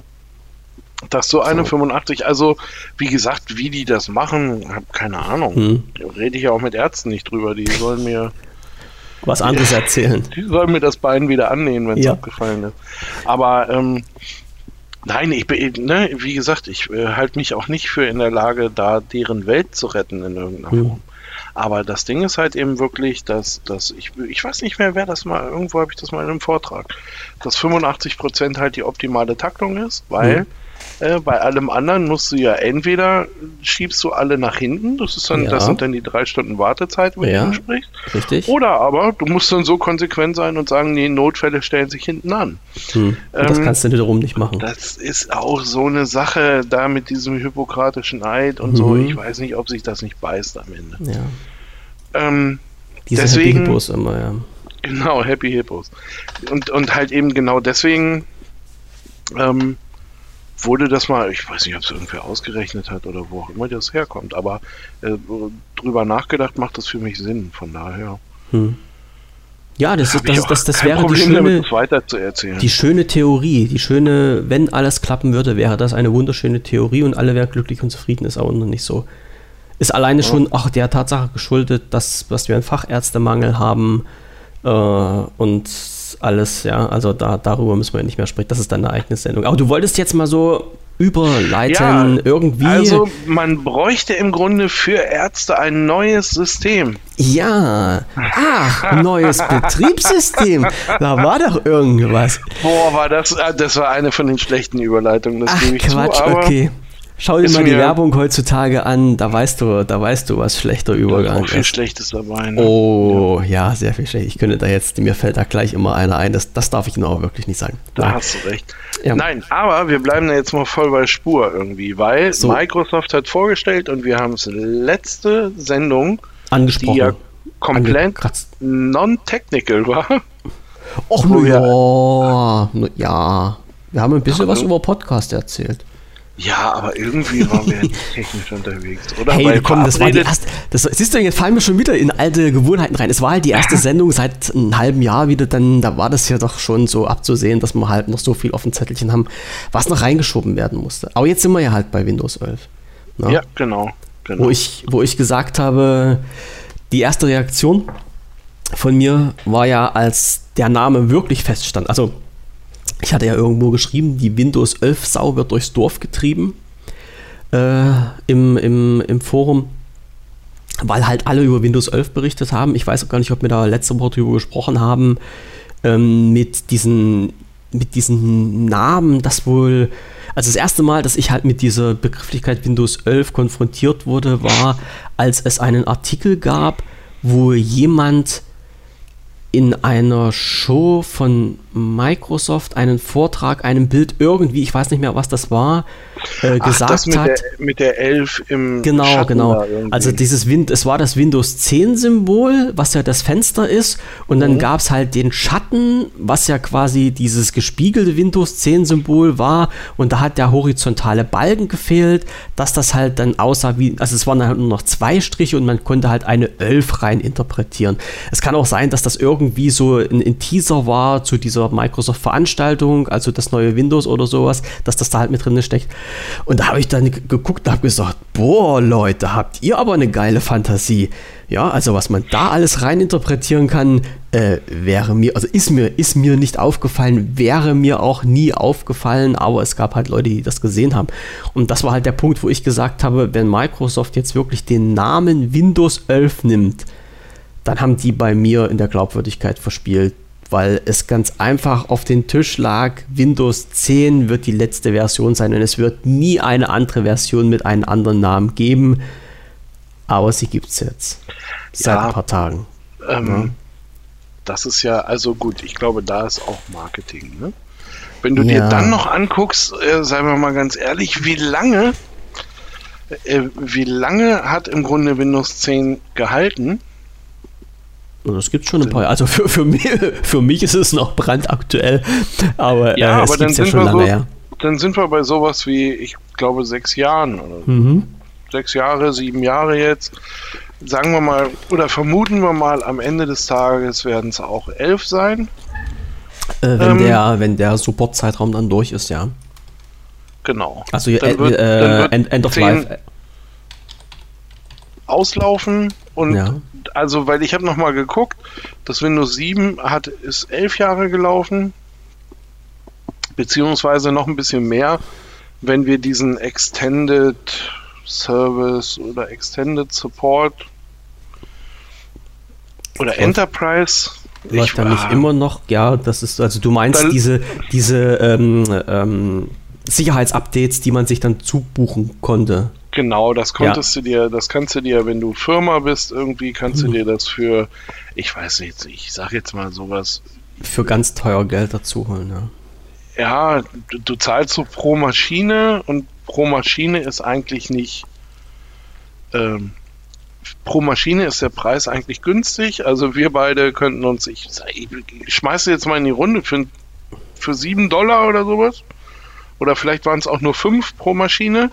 Dass so eine So. fünfundachtzig, also wie gesagt, wie die das machen, hab keine Ahnung. Mhm. Rede ich ja auch mit Ärzten nicht drüber. Die sollen mir, Was anderes erzählen. die sollen mir das Bein wieder annähen, wenn es Ja. abgefallen ist. Aber ähm, nein, ich bin, ne, wie gesagt, ich äh, halte mich auch nicht für in der Lage, da deren Welt zu retten in irgendeiner Mhm. Form. Aber das Ding ist halt eben wirklich, dass, dass ich, ich weiß nicht mehr, wer das mal, irgendwo habe ich das mal in einem Vortrag, dass fünfundachtzig Prozent halt die optimale Taktung ist, weil Mhm. äh, bei allem anderen musst du ja entweder schiebst du alle nach hinten, das ist dann, Ja. das sind dann die drei Stunden Wartezeit, über Ja. die du sprichst, Richtig? oder aber du musst dann so konsequent sein und sagen, nee, Notfälle stellen sich hinten an. Hm. Und das Ähm, kannst du wiederum nicht machen. Das ist auch so eine Sache da mit diesem hippokratischen Eid und so. Mhm. Ich weiß nicht, ob sich das nicht beißt am Ende. Ja. Ähm, Diese Deswegen- Happy Hippos immer, ja. genau, Happy Hippos. Und, und halt eben genau deswegen ähm, wurde das mal, ich weiß nicht, ob es irgendwer ausgerechnet hat oder wo auch immer das herkommt, aber äh, drüber nachgedacht macht das für mich Sinn. Von daher Hm. Ja, das, ist, habe ich das, auch das, das kein wäre die Problem damit, schöne, das weiter zu erzählen. die schöne Theorie. Die schöne, wenn alles klappen würde, wäre das eine wunderschöne Theorie und alle wären glücklich und zufrieden, ist aber noch nicht so. Ist alleine Ja. schon auch der Tatsache geschuldet, dass, dass wir einen Fachärztemangel haben äh, und alles, ja, also da, darüber müssen wir ja nicht mehr sprechen. Das ist dann eine eigene Sendung. Aber du wolltest jetzt mal so überleiten, Ja, irgendwie. Also man bräuchte im Grunde für Ärzte ein neues System. Ja, ach, neues Betriebssystem. Da war doch irgendwas. Boah, war das, ah, das war eine von den schlechten Überleitungen, das Ach, gebe ich Quatsch, zu, aber okay. Schau dir ist mal die mir- Werbung heutzutage an, da weißt du, da weißt du, was schlechter da ist Übergang auch viel ist. Schlechtes dabei. Ne? Oh, ja, sehr viel schlecht. Ich könnte da jetzt, mir fällt da gleich immer einer ein, das, das darf ich Ihnen auch wirklich nicht sagen. Da Nein. hast du recht. Ja. Nein, aber wir bleiben da jetzt mal voll bei Spur irgendwie, weil So. Microsoft hat vorgestellt und wir haben es letzte Sendung, die Angesprochen. ja komplett non-technical war. Och, no, ja. No, ja. Wir haben ein bisschen Ach, was über Podcast erzählt. Ja, aber irgendwie waren wir nicht technisch unterwegs, oder? Hey, komm, das war die erste, das, siehst du, jetzt fallen wir schon wieder in alte Gewohnheiten rein. Es war halt die erste Sendung seit einem halben Jahr wieder, dann, da war das ja doch schon so abzusehen, dass wir halt noch so viel auf dem Zettelchen haben, was noch reingeschoben werden musste. Aber jetzt sind wir ja halt bei Windows elf. Ne? Ja, genau, genau. Wo ich, wo ich gesagt habe, die erste Reaktion von mir war ja, als der Name wirklich feststand, also ich hatte ja irgendwo geschrieben, die Windows elf Sau wird durchs Dorf getrieben äh, im, im, im Forum, weil halt alle über Windows elf berichtet haben. Ich weiß auch gar nicht, ob wir da letzte Woche drüber gesprochen haben, ähm, mit diesen, mit diesen Namen, das wohl, also das erste Mal, dass ich halt mit dieser Begrifflichkeit Windows elf konfrontiert wurde, war, als es einen Artikel gab, wo jemand in einer Show von Microsoft einen Vortrag, einem Bild irgendwie, ich weiß nicht mehr, was das war, äh, Ach, gesagt das mit hat. Der, mit der elf im Genau, Schatten genau. Also dieses Win- es war das Windows zehn Symbol, was ja das Fenster ist, und dann mhm. gab es halt den Schatten, was ja quasi dieses gespiegelte Windows zehn Symbol war, und da hat der horizontale Balken gefehlt, dass das halt dann aussah wie, also es waren halt nur noch zwei Striche und man konnte halt eine elf rein interpretieren. Es kann auch sein, dass das irgendwie wie so ein, ein Teaser war zu dieser Microsoft-Veranstaltung, also das neue Windows oder sowas, dass das da halt mit drin steckt. Und da habe ich dann geguckt und habe gesagt, boah, Leute, habt ihr aber eine geile Fantasie. Ja, also was man da alles reininterpretieren kann, äh, wäre mir, also ist mir, ist mir nicht aufgefallen, wäre mir auch nie aufgefallen, aber es gab halt Leute, die das gesehen haben. Und das war halt der Punkt, wo ich gesagt habe, wenn Microsoft jetzt wirklich den Namen Windows elf nimmt, dann haben die bei mir in der Glaubwürdigkeit verspielt, weil es ganz einfach auf den Tisch lag, Windows zehn wird die letzte Version sein und es wird nie eine andere Version mit einem anderen Namen geben, aber sie gibt es jetzt. Seit ja, ein paar Tagen. Ähm, ja. Das ist ja, also gut, ich glaube, da ist auch Marketing. Ne? Wenn du ja. dir dann noch anguckst, äh, seien wir mal ganz ehrlich, wie lange, äh, wie lange hat im Grunde Windows zehn gehalten? Das gibt schon ein paar. Also für, für, mich, für mich ist es noch brandaktuell, aber ja, äh, es aber dann ja sind schon wir lange so, her. Dann sind wir bei sowas wie, ich glaube, sechs Jahren oder so. Mhm. Sechs Jahre, sieben Jahre jetzt. Sagen wir mal, oder vermuten wir mal, am Ende des Tages werden es auch elf sein. Äh, wenn, ähm, der, wenn der Support-Zeitraum dann durch ist, ja. Genau. Also äh, wird, äh, End, End of Life. Auslaufen und ja. Also, weil ich habe nochmal geguckt, das Windows sieben hat, ist elf Jahre gelaufen, beziehungsweise noch ein bisschen mehr, wenn wir diesen Extended Service oder Extended Support oder Enterprise. Läuft da nicht immer noch? Ja, das ist, also du meinst da, diese, diese ähm, ähm, Sicherheitsupdates, die man sich dann zubuchen konnte. Genau, das konntest ja. du dir, das kannst du dir, wenn du Firma bist, irgendwie kannst mhm. du dir das für, ich weiß nicht, ich sag jetzt mal sowas. Für ganz teuer Geld dazu holen, ja. Ja, du, du zahlst so pro Maschine und pro Maschine ist eigentlich nicht, ähm, pro Maschine ist der Preis eigentlich günstig, also wir beide könnten uns, ich, ich schmeiße jetzt mal in die Runde für, für sieben Dollar oder sowas, oder vielleicht waren es auch nur fünf pro Maschine.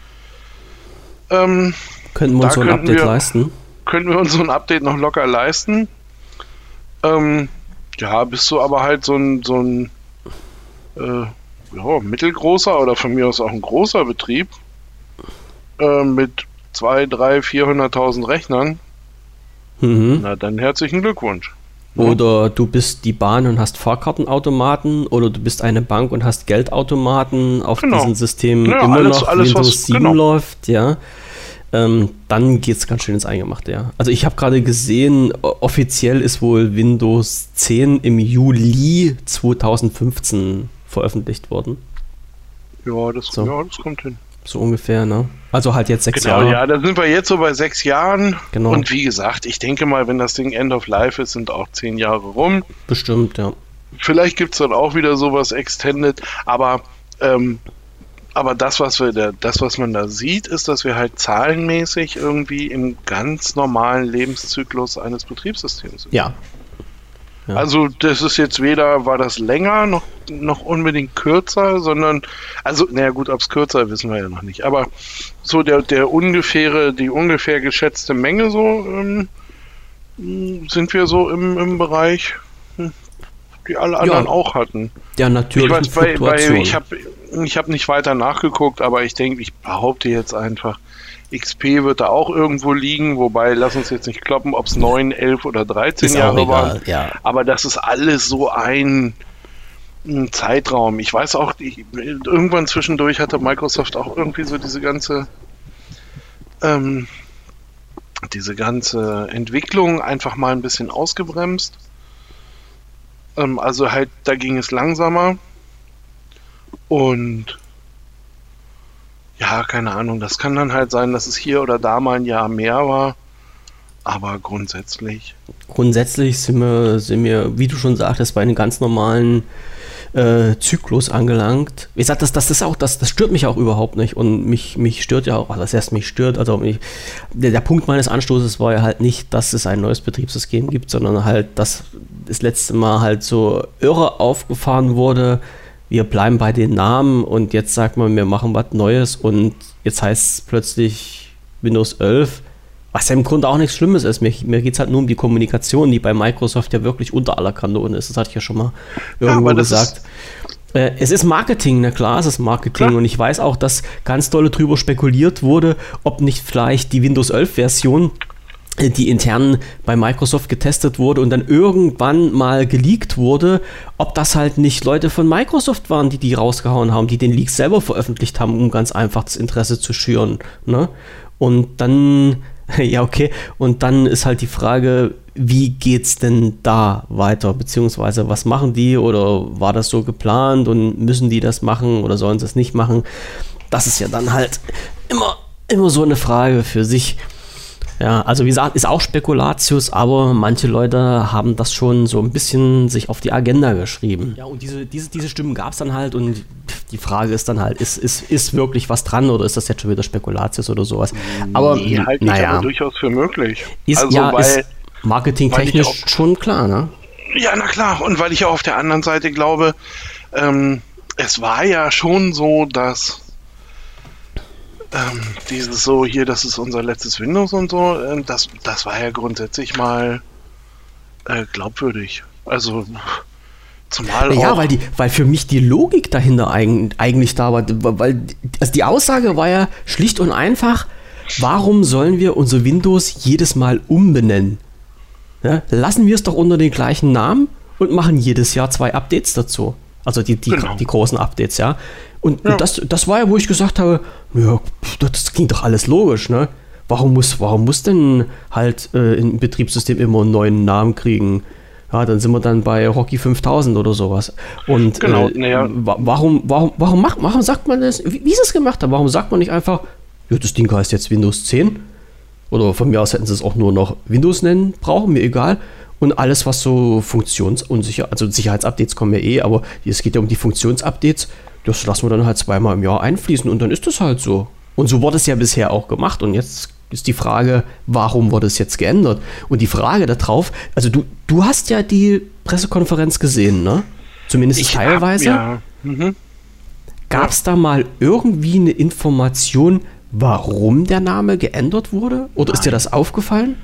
Ähm, könnten wir uns so ein Update wir, leisten? Könnten wir uns so ein Update noch locker leisten. Ähm, ja, bist du aber halt so ein, so ein äh, ja, mittelgroßer oder von mir aus auch ein großer Betrieb äh, mit zwei, drei, vierhunderttausend Rechnern. Mhm. Na, dann herzlichen Glückwunsch. Oder du bist die Bahn und hast Fahrkartenautomaten, oder du bist eine Bank und hast Geldautomaten auf genau. diesem System ja, immer alles, noch alles, Windows was, sieben genau. läuft, ja. Ähm, dann geht es ganz schön ins Eingemachte, ja. Also ich habe gerade gesehen, offiziell ist wohl Windows zehn im Juli zweitausendfünfzehn veröffentlicht worden. Ja, das, so. ja, das kommt hin. So ungefähr, ne? Also halt jetzt sechs genau, Jahre. Ja, da sind wir jetzt so bei sechs Jahren. Genau. Und wie gesagt, ich denke mal, wenn das Ding End of Life ist, sind auch zehn Jahre rum. Bestimmt, ja. Vielleicht gibt es dann auch wieder sowas Extended, aber ähm, aber das, was wir da, das, was man da sieht, ist, dass wir halt zahlenmäßig irgendwie im ganz normalen Lebenszyklus eines Betriebssystems sind. Ja. Ja. Also das ist jetzt weder, war das länger noch, noch unbedingt kürzer, sondern, also, naja gut, ob es kürzer, wissen wir ja noch nicht, aber so der, der ungefähre, die ungefähr geschätzte Menge so, ähm, sind wir so im, im Bereich, die alle anderen ja, auch hatten. Ja, natürlich. Ich weiß, bei, bei, ich habe ich hab nicht weiter nachgeguckt, aber ich denke, ich behaupte jetzt einfach, X P wird da auch irgendwo liegen, wobei, lass uns jetzt nicht kloppen, ob es neun, elf oder dreizehn ist Jahre waren. Ja. Aber das ist alles so ein, ein Zeitraum. Ich weiß auch, ich, irgendwann zwischendurch hatte Microsoft auch irgendwie so diese ganze ähm, diese ganze Entwicklung einfach mal ein bisschen ausgebremst. Ähm, also halt, da ging es langsamer. Und ja, keine Ahnung, das kann dann halt sein, dass es hier oder da mal ein Jahr mehr war, aber grundsätzlich. Grundsätzlich sind wir, sind wir, wie du schon sagtest, bei einem ganz normalen äh, Zyklus angelangt. Wie gesagt, das, das ist auch, das, das stört mich auch überhaupt nicht und mich, mich stört ja auch, also das heißt, mich stört, also mich, der, der Punkt meines Anstoßes war ja halt nicht, dass es ein neues Betriebssystem gibt, sondern halt, dass das letzte Mal halt so irre aufgefahren wurde, wir bleiben bei den Namen und jetzt sagt man, wir machen was Neues und jetzt heißt es plötzlich Windows elf, was ja im Grunde auch nichts Schlimmes ist. Mir, mir geht es halt nur um die Kommunikation, die bei Microsoft ja wirklich unter aller Kanone ist. Das hatte ich ja schon mal irgendwo ja, gesagt. Ist äh, es ist Marketing, na klar, es ist Marketing klar. Und ich weiß auch, dass ganz dolle drüber spekuliert wurde, ob nicht vielleicht die Windows elf Version, die intern bei Microsoft getestet wurde und dann irgendwann mal geleakt wurde, ob das halt nicht Leute von Microsoft waren, die die rausgehauen haben, die den Leak selber veröffentlicht haben, um ganz einfach das Interesse zu schüren. Ne? Und dann, ja okay, und dann ist halt die Frage, wie geht's denn da weiter, beziehungsweise was machen die oder war das so geplant und müssen die das machen oder sollen sie es nicht machen? Das ist ja dann halt immer, immer so eine Frage für sich. Ja, also wie gesagt, ist auch Spekulatius, aber manche Leute haben das schon so ein bisschen sich auf die Agenda geschrieben. Ja, und diese, diese, diese Stimmen gab es dann halt und die Frage ist dann halt, ist, ist, ist wirklich was dran oder ist das jetzt schon wieder Spekulatius oder sowas? Aber nee, halte naja, ich aber durchaus für möglich. Ist, also, ja, weil, ist marketingtechnisch auch, schon klar, ne? Ja, na klar. Und weil ich auch auf der anderen Seite glaube, ähm, es war ja schon so, dass Ähm, dieses so hier, das ist unser letztes Windows und so, äh, das, das war ja grundsätzlich mal äh, glaubwürdig. Also zumal ja, auch... weil, die, weil für mich die Logik dahinter eig- eigentlich da war, weil also die Aussage war ja schlicht und einfach, warum sollen wir unser Windows jedes Mal umbenennen? Ja, lassen wir es doch unter den gleichen Namen und machen jedes Jahr zwei Updates dazu. Also die, die, genau. die großen Updates, ja. Und, ja. und das, das war ja, wo ich gesagt habe, ja, das klingt doch alles logisch, ne? Warum muss, warum muss denn halt äh, ein Betriebssystem immer einen neuen Namen kriegen? Ja, dann sind wir dann bei Rocky fünftausend oder sowas. Und genau, äh, ja. warum, warum, warum, macht, warum sagt man das, wie, wie sie es gemacht haben, warum sagt man nicht einfach, ja, das Ding heißt jetzt Windows zehn? Oder von mir aus hätten sie es auch nur noch Windows nennen, brauchen mir egal. Und alles, was so funktionsunsicher, also Sicherheitsupdates kommen ja eh, aber es geht ja um die Funktionsupdates, das lassen wir dann halt zweimal im Jahr einfließen und dann ist das halt so. Und so wurde es ja bisher auch gemacht und jetzt ist die Frage, warum wurde es jetzt geändert? Und die Frage darauf, also du, du hast ja die Pressekonferenz gesehen, ne? Zumindest ich teilweise. Hab, ja. mhm. Gab es da mal irgendwie eine Information, warum der Name geändert wurde? Oder Nein. ist dir das aufgefallen?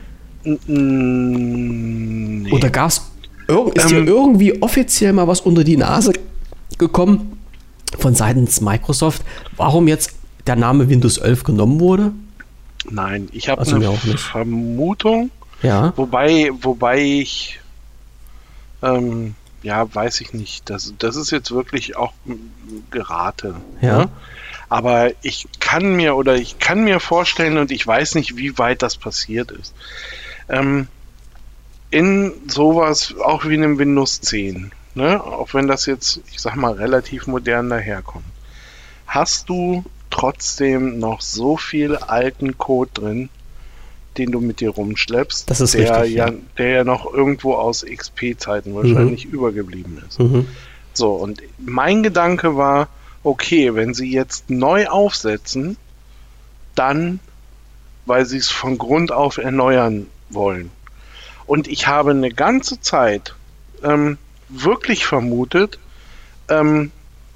Nee. Oder gab's ir- ist ähm, dir irgendwie offiziell mal was unter die Nase gekommen von seitens Microsoft, warum jetzt der Name Windows elf genommen wurde? Nein, ich habe also eine Vermutung, ja. wobei, wobei ich ähm, ja, weiß ich nicht, das, das ist jetzt wirklich auch Gerate. Ja. Ne? Aber ich kann mir oder ich kann mir vorstellen und ich weiß nicht, wie weit das passiert ist. Ähm, in sowas, auch wie in einem Windows zehn, ne? Auch wenn das jetzt, ich sag mal, relativ modern daherkommt, hast du trotzdem noch so viel alten Code drin, den du mit dir rumschleppst, das ist der, richtig, ja, ja. der ja noch irgendwo aus X P-Zeiten wahrscheinlich mhm. übergeblieben ist. Mhm. So, und mein Gedanke war, okay, wenn sie jetzt neu aufsetzen, dann, weil sie es von Grund auf erneuern wollen. Und ich habe eine ganze Zeit ähm, wirklich vermutet, ähm,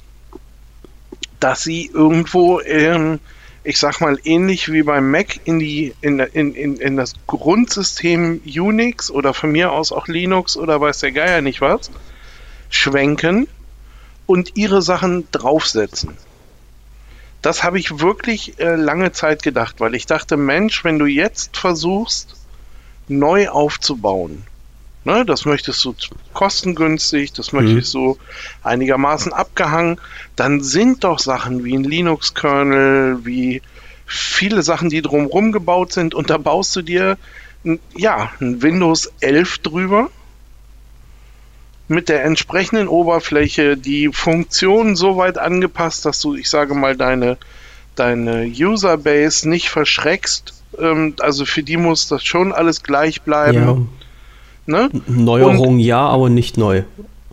dass sie irgendwo, ähm, ich sag mal, ähnlich wie beim Mac in die in, in, in, in das Grundsystem Unix oder von mir aus auch Linux oder weiß der Geier nicht was, schwenken und ihre Sachen draufsetzen. Das habe ich wirklich äh, lange Zeit gedacht, weil ich dachte, Mensch, wenn du jetzt versuchst, neu aufzubauen, ne, das möchtest du kostengünstig, das möchtest du einigermaßen abgehangen, dann sind doch Sachen wie ein Linux-Kernel, wie viele Sachen, die drumherum gebaut sind, und da baust du dir n- ja, ein Windows elf drüber, mit der entsprechenden Oberfläche, die Funktionen so weit angepasst, dass du, ich sage mal, deine, deine Userbase nicht verschreckst. Ähm, also für die muss das schon alles gleich bleiben. Ja. Ne? Neuerung ja, aber nicht neu.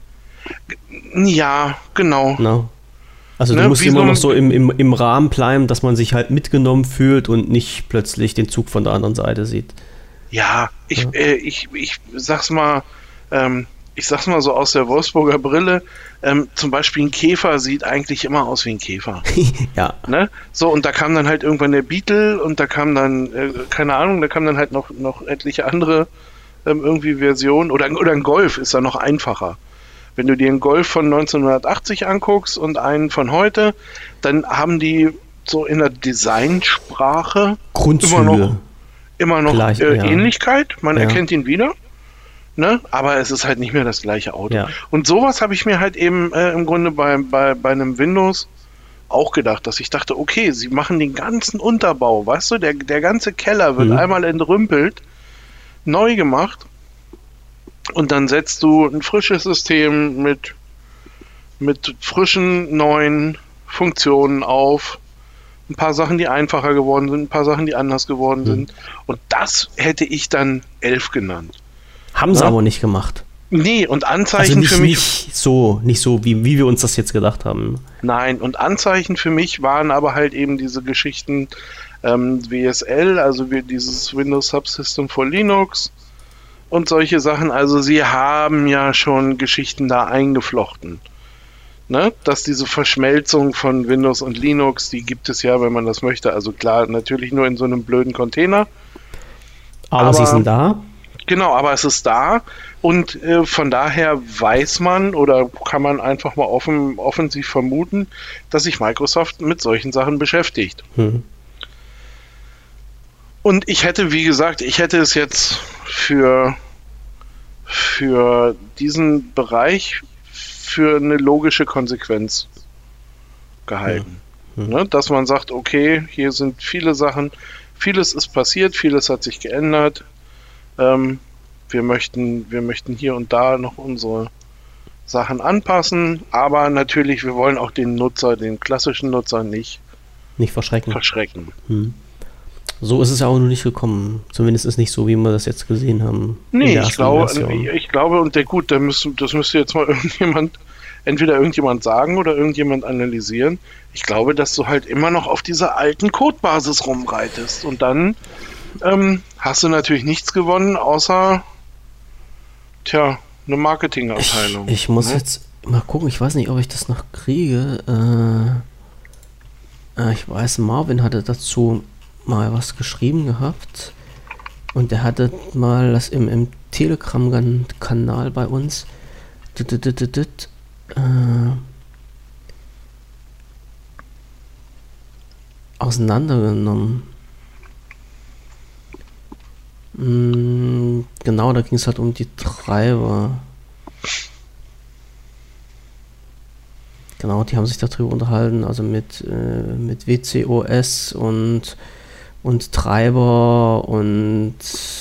Ja, genau. Na? Also du Ne, musst wie immer so ein- noch so im, im, im Rahmen bleiben, dass man sich halt mitgenommen fühlt und nicht plötzlich den Zug von der anderen Seite sieht. Ja, ich, Ja. äh, ich, ich sag's mal, ähm, ich sag's mal so aus der Wolfsburger Brille, ähm, zum Beispiel ein Käfer sieht eigentlich immer aus wie ein Käfer. Ja. Ne? So, und da kam dann halt irgendwann der Beetle und da kam dann, äh, keine Ahnung, da kam dann halt noch, noch etliche andere ähm, irgendwie Versionen. Oder, oder ein Golf ist da noch einfacher. Wenn du dir einen Golf von neunzehnhundertachtzig anguckst und einen von heute, dann haben die so in der Designsprache Grundzüge. immer noch, immer noch Gleich, äh, ja. Ähnlichkeit. Man Ja. erkennt ihn wieder. Ne? Aber es ist halt nicht mehr das gleiche Auto. Ja. Und sowas habe ich mir halt eben äh, im Grunde bei, bei, bei einem Windows auch gedacht, dass ich dachte, okay, sie machen den ganzen Unterbau, weißt du, der, der ganze Keller wird Mhm. einmal entrümpelt, neu gemacht, und dann setzt du ein frisches System mit, mit frischen, neuen Funktionen auf, ein paar Sachen, die einfacher geworden sind, ein paar Sachen, die anders geworden Mhm. sind, und das hätte ich dann elf genannt. Haben sie Ja. aber nicht gemacht. Nee, und Also Anzeichen nicht, für mich... nicht so, nicht so wie, wie wir uns das jetzt gedacht haben. Nein, und Anzeichen für mich waren aber halt eben diese Geschichten ähm, W S L, also wie dieses Windows Subsystem for Linux und solche Sachen. Also sie haben ja schon Geschichten da eingeflochten. Ne? Dass diese Verschmelzung von Windows und Linux, die gibt es ja, wenn man das möchte. Also klar, natürlich nur in so einem blöden Container. Aber, Aber- sie sind da. Genau, aber es ist da, und äh, von daher weiß man oder kann man einfach mal offen, offensiv vermuten, dass sich Microsoft mit solchen Sachen beschäftigt. Hm. Und ich hätte, wie gesagt, ich hätte es jetzt für, für diesen Bereich für eine logische Konsequenz gehalten. Ja. Hm. Ne? Dass man sagt, okay, hier sind viele Sachen, vieles ist passiert, vieles hat sich geändert. Ähm, wir möchten, wir möchten hier und da noch unsere Sachen anpassen, aber natürlich, wir wollen auch den Nutzer, den klassischen Nutzer nicht Nicht verschrecken. verschrecken. Hm. So ist es ja auch noch nicht gekommen. Zumindest ist nicht so, wie wir das jetzt gesehen haben. in Nee, der ich ersten glaube, Version. ich glaube, und der gut, da müsste, das müsste jetzt mal irgendjemand, entweder irgendjemand sagen oder irgendjemand analysieren. Ich glaube, dass du halt immer noch auf dieser alten Codebasis rumreitest, und dann ähm, hast du natürlich nichts gewonnen, außer tja, eine Marketingabteilung. Ich, ich muss ne? jetzt mal gucken, ich weiß nicht, ob ich das noch kriege. Äh, äh, ich weiß, Marvin hatte dazu mal was geschrieben gehabt. Und der hatte mal das im, im Telegram-Kanal bei uns dit, dit, dit, dit, dit, äh, auseinandergenommen. Mm, genau, da ging es halt um die Treiber. Genau, die haben sich darüber unterhalten, also mit, äh, mit W C O S und, und Treiber und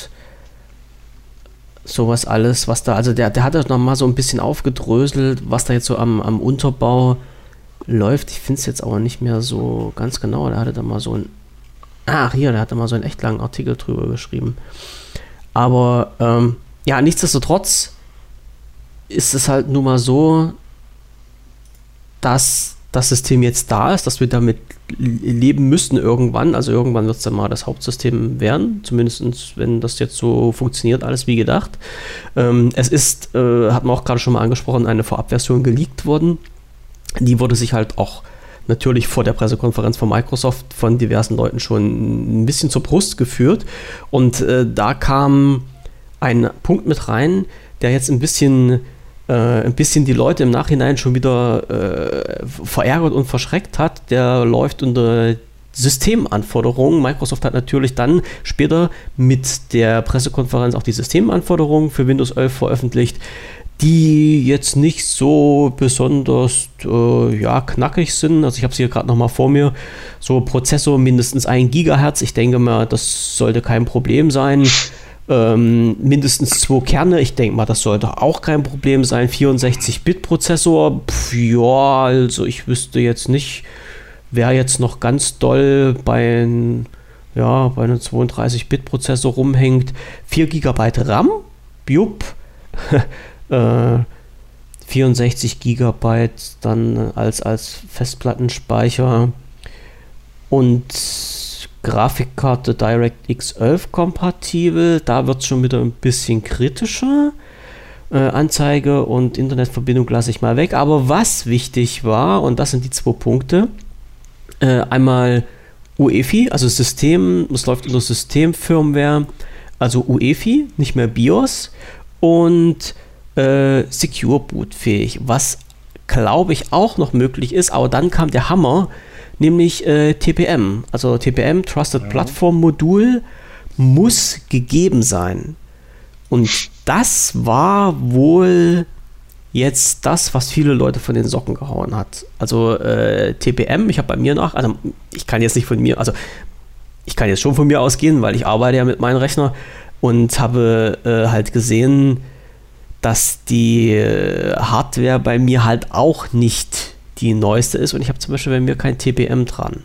sowas alles, was da, also der, der hat das nochmal so ein bisschen aufgedröselt, was da jetzt so am, am Unterbau läuft. Ich finde es jetzt aber nicht mehr so ganz genau. Der hatte da mal so ein, ach hier, der hat da mal so einen echt langen Artikel drüber geschrieben. Aber ähm, ja, nichtsdestotrotz ist es halt nun mal so, dass das System jetzt da ist, dass wir damit leben müssten irgendwann. Also irgendwann wird es dann mal das Hauptsystem werden, zumindest wenn das jetzt so funktioniert, alles wie gedacht. Ähm, es ist, äh, hat man auch gerade schon mal angesprochen, eine Vorabversion geleakt worden. Die wurde sich halt auch natürlich vor der Pressekonferenz von Microsoft von diversen Leuten schon ein bisschen zur Brust geführt. Und äh, da kam ein Punkt mit rein, der jetzt ein bisschen Äh, ein bisschen die Leute im Nachhinein schon wieder äh, verärgert und verschreckt hat. Der läuft unter Systemanforderungen. Microsoft hat natürlich dann später mit der Pressekonferenz auch die Systemanforderungen für Windows elf veröffentlicht, die jetzt nicht so besonders äh, ja, knackig sind. Also ich habe es hier gerade nochmal vor mir. So Prozessor mindestens ein Gigahertz. Ich denke mal, das sollte kein Problem sein. Ähm, mindestens zwei Kerne, ich denke mal, das sollte auch kein Problem sein. vierundsechzig Bit Prozessor, pf, ja, also ich wüsste jetzt nicht, wer jetzt noch ganz doll bei, ein, ja, bei einem zweiunddreißig Bit Prozessor rumhängt. vier Gigabyte RAM, jupp, äh, vierundsechzig Gigabyte dann als, als Festplattenspeicher und Grafikkarte DirectX elf kompatibel, da wird es schon wieder ein bisschen kritischer. Äh, Anzeige und Internetverbindung lasse ich mal weg. Aber was wichtig war, und das sind die zwei Punkte, äh, einmal U E F I, also System, es läuft unter Systemfirmware, also U E F I, nicht mehr BIOS, und äh, Secure Boot fähig, was glaube ich auch noch möglich ist, aber dann kam der Hammer, nämlich äh, T P M, also T P M, Trusted ja. Platform Modul, muss gegeben sein. Und das war wohl jetzt das, was viele Leute von den Socken gehauen hat. Also äh, T P M, ich habe bei mir nach, also ich kann jetzt nicht von mir, also ich kann jetzt schon von mir ausgehen, weil ich arbeite ja mit meinem Rechner und habe äh, halt gesehen, dass die äh, Hardware bei mir halt auch nicht die neueste ist und ich habe zum Beispiel bei mir kein T P M dran.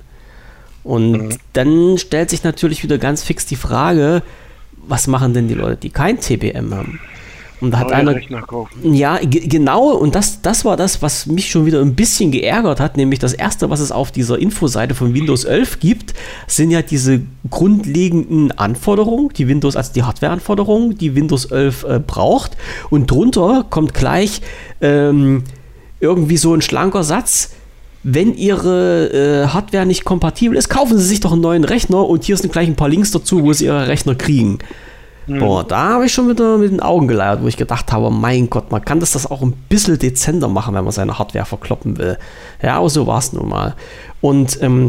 Und mhm. dann stellt sich natürlich wieder ganz fix die Frage, was machen denn die Leute, die kein T P M haben? Und da hat Neue einer, Rechner kaufen. ja, g- genau, und das, das war das, was mich schon wieder ein bisschen geärgert hat, nämlich das erste, was es auf dieser Infoseite von Windows elf gibt, sind ja diese grundlegenden Anforderungen, die Windows, also die Hardware-Anforderungen, die Windows elf äh, braucht, und drunter kommt gleich ähm, irgendwie so ein schlanker Satz: Wenn Ihre äh, Hardware nicht kompatibel ist, kaufen Sie sich doch einen neuen Rechner, und hier sind gleich ein paar Links dazu, wo Sie Ihre Rechner kriegen. Mhm. Boah, da habe ich schon wieder mit den Augen geleiert, wo ich gedacht habe, mein Gott, man kann das, das auch ein bisschen dezenter machen, wenn man seine Hardware verkloppen will. Ja, aber so war es nun mal. Und ähm,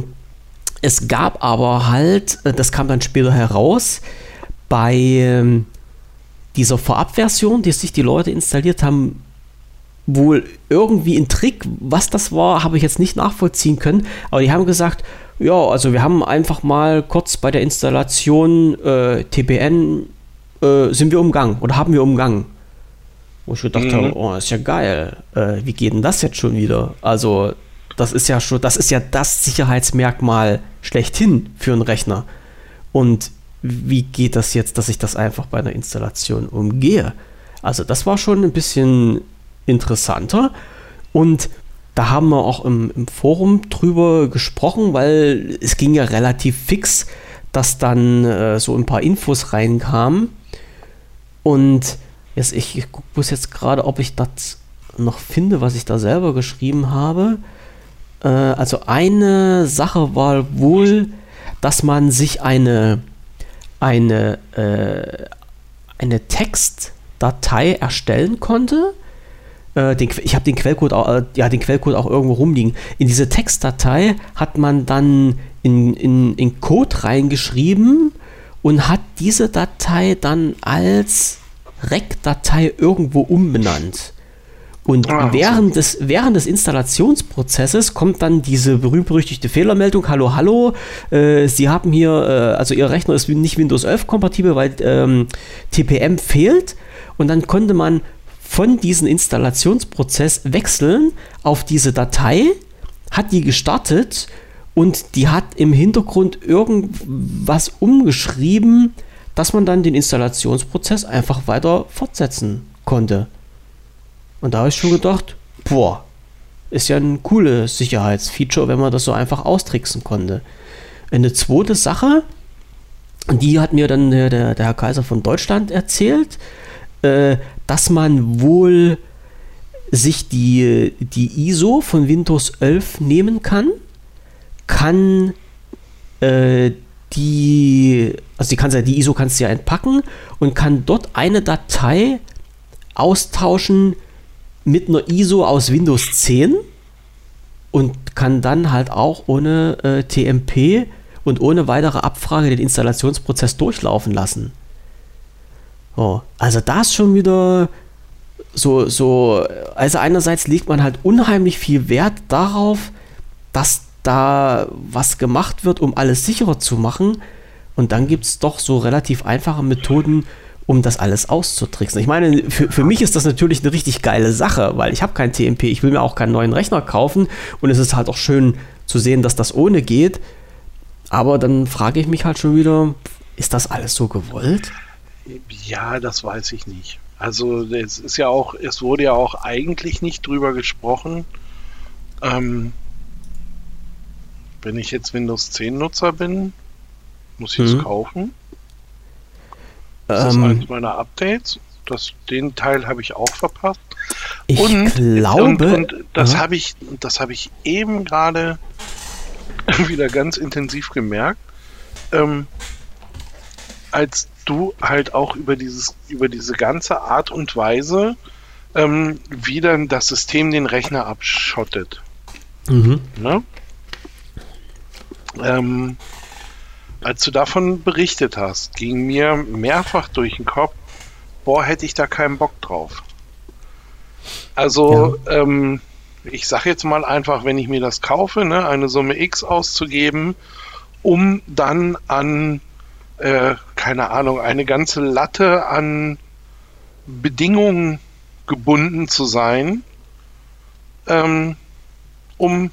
es gab aber halt, das kam dann später heraus, bei ähm, dieser Vorabversion, die sich die Leute installiert haben, wohl irgendwie ein Trick. Was das war, habe ich jetzt nicht nachvollziehen können, aber die haben gesagt, ja, also wir haben einfach mal kurz bei der Installation äh, T P M äh, sind wir umgangen oder haben wir umgangen. Wo ich gedacht mhm. habe, oh, ist ja geil. Äh, wie geht denn das jetzt schon wieder? Also das ist ja schon, das ist ja das Sicherheitsmerkmal schlechthin für einen Rechner. Und wie geht das jetzt, dass ich das einfach bei einer Installation umgehe? Also das war schon ein bisschen interessanter, und da haben wir auch im, im Forum drüber gesprochen, weil es ging ja relativ fix, dass dann äh, so ein paar Infos reinkamen, und jetzt, ich, ich muss jetzt gerade, ob ich das noch finde, was ich da selber geschrieben habe. Äh, also eine Sache war wohl, dass man sich eine eine, äh, eine Textdatei erstellen konnte. Den, ich habe den Quellcode auch, äh, ja, den Quellcode auch irgendwo rumliegen. In diese Textdatei hat man dann in, in, in Code reingeschrieben und hat diese Datei dann als Rec-Datei irgendwo umbenannt. Und ah, während, des, während des Installationsprozesses kommt dann diese berühmt-berüchtigte Fehlermeldung: Hallo, hallo, äh, Sie haben hier, äh, also Ihr Rechner ist nicht Windows elf kompatibel, weil ähm, T P M fehlt. Und dann konnte man von diesem Installationsprozess wechseln auf diese Datei, hat die gestartet, und die hat im Hintergrund irgendwas umgeschrieben, dass man dann den Installationsprozess einfach weiter fortsetzen konnte. Und da habe ich schon gedacht, boah, ist ja ein cooles Sicherheitsfeature, wenn man das so einfach austricksen konnte. Eine zweite Sache, die hat mir dann der, der, der Herr Kaiser von Deutschland erzählt, äh, dass man wohl sich die, die I S O von Windows elf nehmen kann, kann äh, die, also die, kannst ja, die I S O kannst du ja entpacken und kann dort eine Datei austauschen mit einer I S O aus Windows zehn und kann dann halt auch ohne äh, T M P und ohne weitere Abfrage den Installationsprozess durchlaufen lassen. Oh, also da ist schon wieder so, so, also einerseits legt man halt unheimlich viel Wert darauf, dass da was gemacht wird, um alles sicherer zu machen, und dann gibt es doch so relativ einfache Methoden, um das alles auszutricksen. Ich meine, für, für mich ist das natürlich eine richtig geile Sache, weil ich habe kein T M P, ich will mir auch keinen neuen Rechner kaufen, und es ist halt auch schön zu sehen, dass das ohne geht, aber dann frage ich mich halt schon wieder, ist das alles so gewollt? Ja, das weiß ich nicht. Also es ist ja auch, es wurde ja auch eigentlich nicht drüber gesprochen. Ähm, wenn ich jetzt Windows zehn Nutzer bin, muss ich es hm. kaufen. Das ähm, ist eines meiner Updates. Das, den Teil habe ich auch verpasst. Ich und, glaube, und, und das habe ich, das habe ich eben gerade wieder ganz intensiv gemerkt, ähm, als du halt auch über dieses, über diese ganze Art und Weise, ähm, wie dann das System den Rechner abschottet. Mhm. Ne? Ähm, als du davon berichtet hast, ging mir mehrfach durch den Kopf, boah, hätte ich da keinen Bock drauf. Also, ja. ähm, ich sag jetzt mal einfach, wenn ich mir das kaufe, ne, eine Summe X auszugeben, um dann an Äh, keine Ahnung, eine ganze Latte an Bedingungen gebunden zu sein, ähm, um,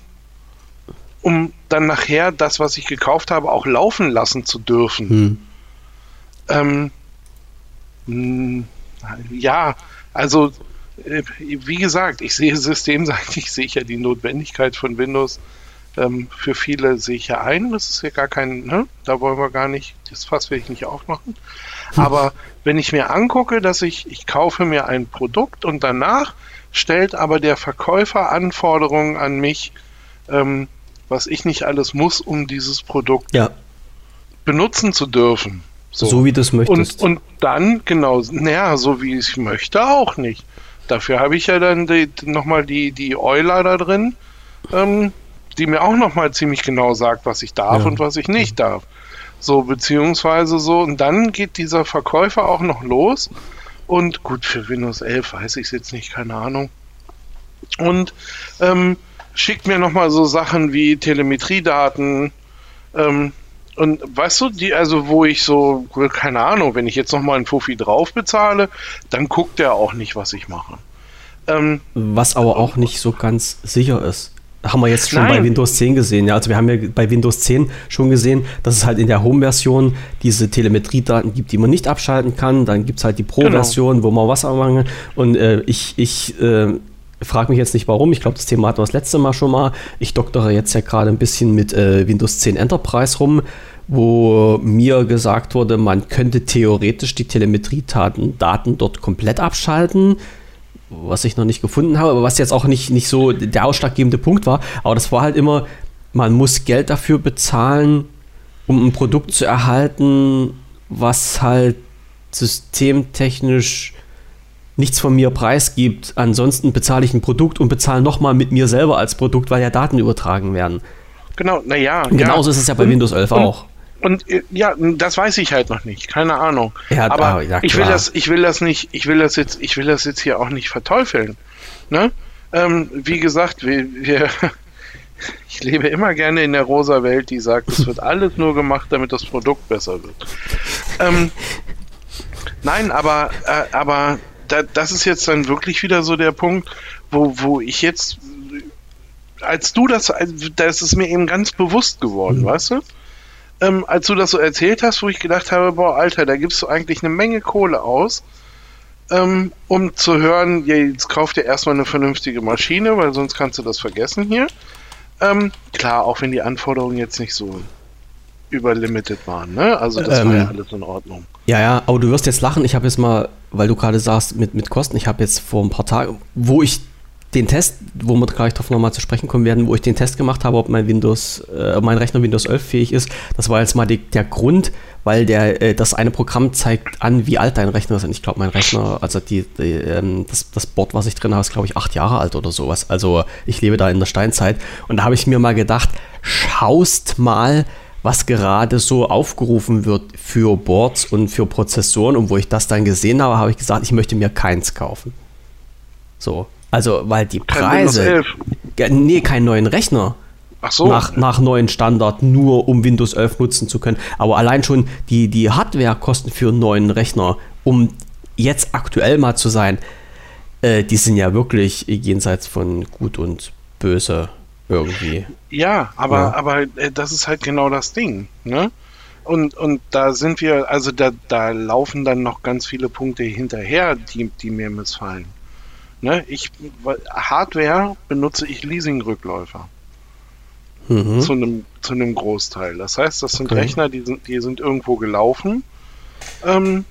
um dann nachher das, was ich gekauft habe, auch laufen lassen zu dürfen. Hm. Ähm, mh, ja, also äh, wie gesagt, ich sehe systemseitig, sehe ich ja die Notwendigkeit von Windows. Ähm, für viele sehe ich ja ein, das ist ja gar kein, ne? Da wollen wir gar nicht, das Fass will ich nicht aufmachen. Hm. Aber wenn ich mir angucke, dass ich, ich kaufe mir ein Produkt und danach stellt aber der Verkäufer Anforderungen an mich, ähm, was ich nicht alles muss, um dieses Produkt ja. benutzen zu dürfen. So, so wie du es möchtest. Und, und dann, genau, naja, so wie ich möchte auch nicht. Dafür habe ich ja dann die, nochmal die, die Euler da drin, ähm, die mir auch nochmal ziemlich genau sagt, was ich darf ja. und was ich nicht darf. So, beziehungsweise so, und dann geht dieser Verkäufer auch noch los und gut, für Windows elf weiß ich es jetzt nicht, keine Ahnung. Und ähm, schickt mir nochmal so Sachen wie Telemetriedaten, ähm, und weißt du, die, also wo ich so, keine Ahnung, wenn ich jetzt nochmal einen Fuffi drauf bezahle, dann guckt er auch nicht, was ich mache. Ähm, was aber auch nicht so ganz sicher ist. Haben wir jetzt schon Nein. bei Windows zehn gesehen. Ja, also wir haben ja bei Windows zehn schon gesehen, dass es halt in der Home-Version diese Telemetriedaten gibt, die man nicht abschalten kann. Dann gibt es halt die Pro-Version, genau. wo man was machen kann. Und äh, ich, ich äh, frage mich jetzt nicht warum. Ich glaube, das Thema hatten wir das letzte Mal schon mal. Ich doktere jetzt ja gerade ein bisschen mit äh, Windows zehn Enterprise rum, wo mir gesagt wurde, man könnte theoretisch die Telemetriedaten Daten dort komplett abschalten, was ich noch nicht gefunden habe, aber was jetzt auch nicht, nicht so der ausschlaggebende Punkt war. Aber das war halt immer, man muss Geld dafür bezahlen, um ein Produkt zu erhalten, was halt systemtechnisch nichts von mir preisgibt. Ansonsten bezahle ich ein Produkt und bezahle nochmal mit mir selber als Produkt, weil ja Daten übertragen werden. Genau, naja. Und genauso ja. ist es ja bei und, Windows elf und, auch. Und ja, das weiß ich halt noch nicht, keine Ahnung. Ja, aber ah, ja, ich will das, ich will das nicht, ich will das jetzt, ich will das jetzt hier auch nicht verteufeln. Ne? Ähm, wie gesagt, wir, wir ich lebe immer gerne in der rosa Welt, die sagt, es wird alles nur gemacht, damit das Produkt besser wird. Ähm, nein, aber, äh, aber da, das ist jetzt dann wirklich wieder so der Punkt, wo, wo ich jetzt, als du das, das ist mir eben ganz bewusst geworden, mhm. weißt du? Ähm, als du das so erzählt hast, wo ich gedacht habe, boah, Alter, da gibst du eigentlich eine Menge Kohle aus, ähm, um zu hören, jetzt kauft ihr erstmal eine vernünftige Maschine, weil sonst kannst du das vergessen hier. Ähm, klar, auch wenn die Anforderungen jetzt nicht so überlimited waren, ne? Also das ähm, war ja alles in Ordnung. Ja, ja, aber du wirst jetzt lachen, ich habe jetzt mal, weil du gerade sagst, mit, mit Kosten, ich habe jetzt vor ein paar Tagen, wo ich den Test, wo wir gleich drauf nochmal zu sprechen kommen werden, wo ich den Test gemacht habe, ob mein Windows, äh, mein Rechner Windows elf fähig ist, das war jetzt mal die, der Grund, weil der äh, das eine Programm zeigt an, wie alt dein Rechner ist. Und ich glaube, mein Rechner, also die, die ähm, das, das Board, was ich drin habe, ist, glaube ich, acht Jahre alt oder sowas. Also ich lebe da in der Steinzeit. Und da habe ich mir mal gedacht, schaust mal, was gerade so aufgerufen wird für Boards und für Prozessoren. Und wo ich das dann gesehen habe, habe ich gesagt, ich möchte mir keins kaufen. So. Also, weil die Preise... Kein nee, keinen neuen Rechner. Ach so. Nach, nach neuen Standard, nur um Windows elf nutzen zu können. Aber allein schon die, die Hardwarekosten für einen neuen Rechner, um jetzt aktuell mal zu sein, äh, die sind ja wirklich jenseits von Gut und Böse irgendwie. Ja, aber, ja. aber äh, das ist halt genau das Ding, ne? Und, und da sind wir, also da, da laufen dann noch ganz viele Punkte hinterher, die, die mir missfallen. Ne, ich, Hardware benutze ich Leasing-Rückläufer. Mhm. Zu einem zu einem Großteil. Das heißt, das sind okay. Rechner, die sind, die sind irgendwo gelaufen, ähm,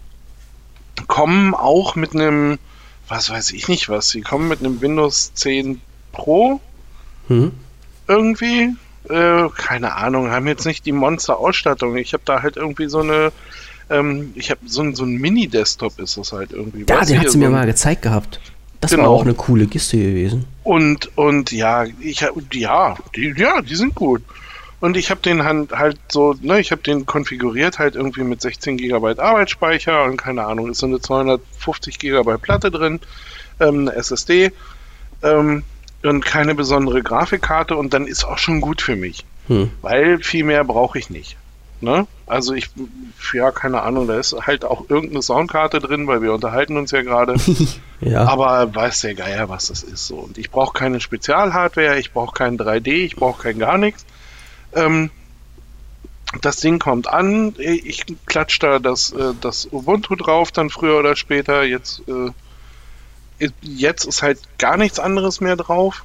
kommen auch mit einem, was weiß ich nicht was, sie kommen mit einem Windows zehn Pro mhm. irgendwie, äh, keine Ahnung, haben jetzt nicht die Monster-Ausstattung. Ich habe da halt irgendwie so eine, ähm, ich habe so, so ein Mini-Desktop ist das halt irgendwie. Ja, den hat sie so mir mal gezeigt gehabt. Das genau. war auch eine coole Kiste gewesen. Und, und ja, ich ja, die, ja, die sind gut. Und ich habe den halt, halt so, ne, ich habe den konfiguriert halt irgendwie mit sechzehn Gigabyte Arbeitsspeicher und keine Ahnung, ist so eine zweihundertfünfzig Gigabyte Platte drin, ähm, eine S S D ähm, und keine besondere Grafikkarte und dann ist auch schon gut für mich. Hm. Weil viel mehr brauche ich nicht. Ne? Also ich, ja, keine Ahnung, da ist halt auch irgendeine Soundkarte drin, weil wir unterhalten uns ja gerade. ja. Aber weiß der Geier, was das ist. So. Und ich brauche keine Spezialhardware, ich brauche kein drei D, ich brauche kein gar nichts. Ähm, das Ding kommt an, ich klatsche da das, äh, das Ubuntu drauf, dann früher oder später. Jetzt, äh, jetzt ist halt gar nichts anderes mehr drauf.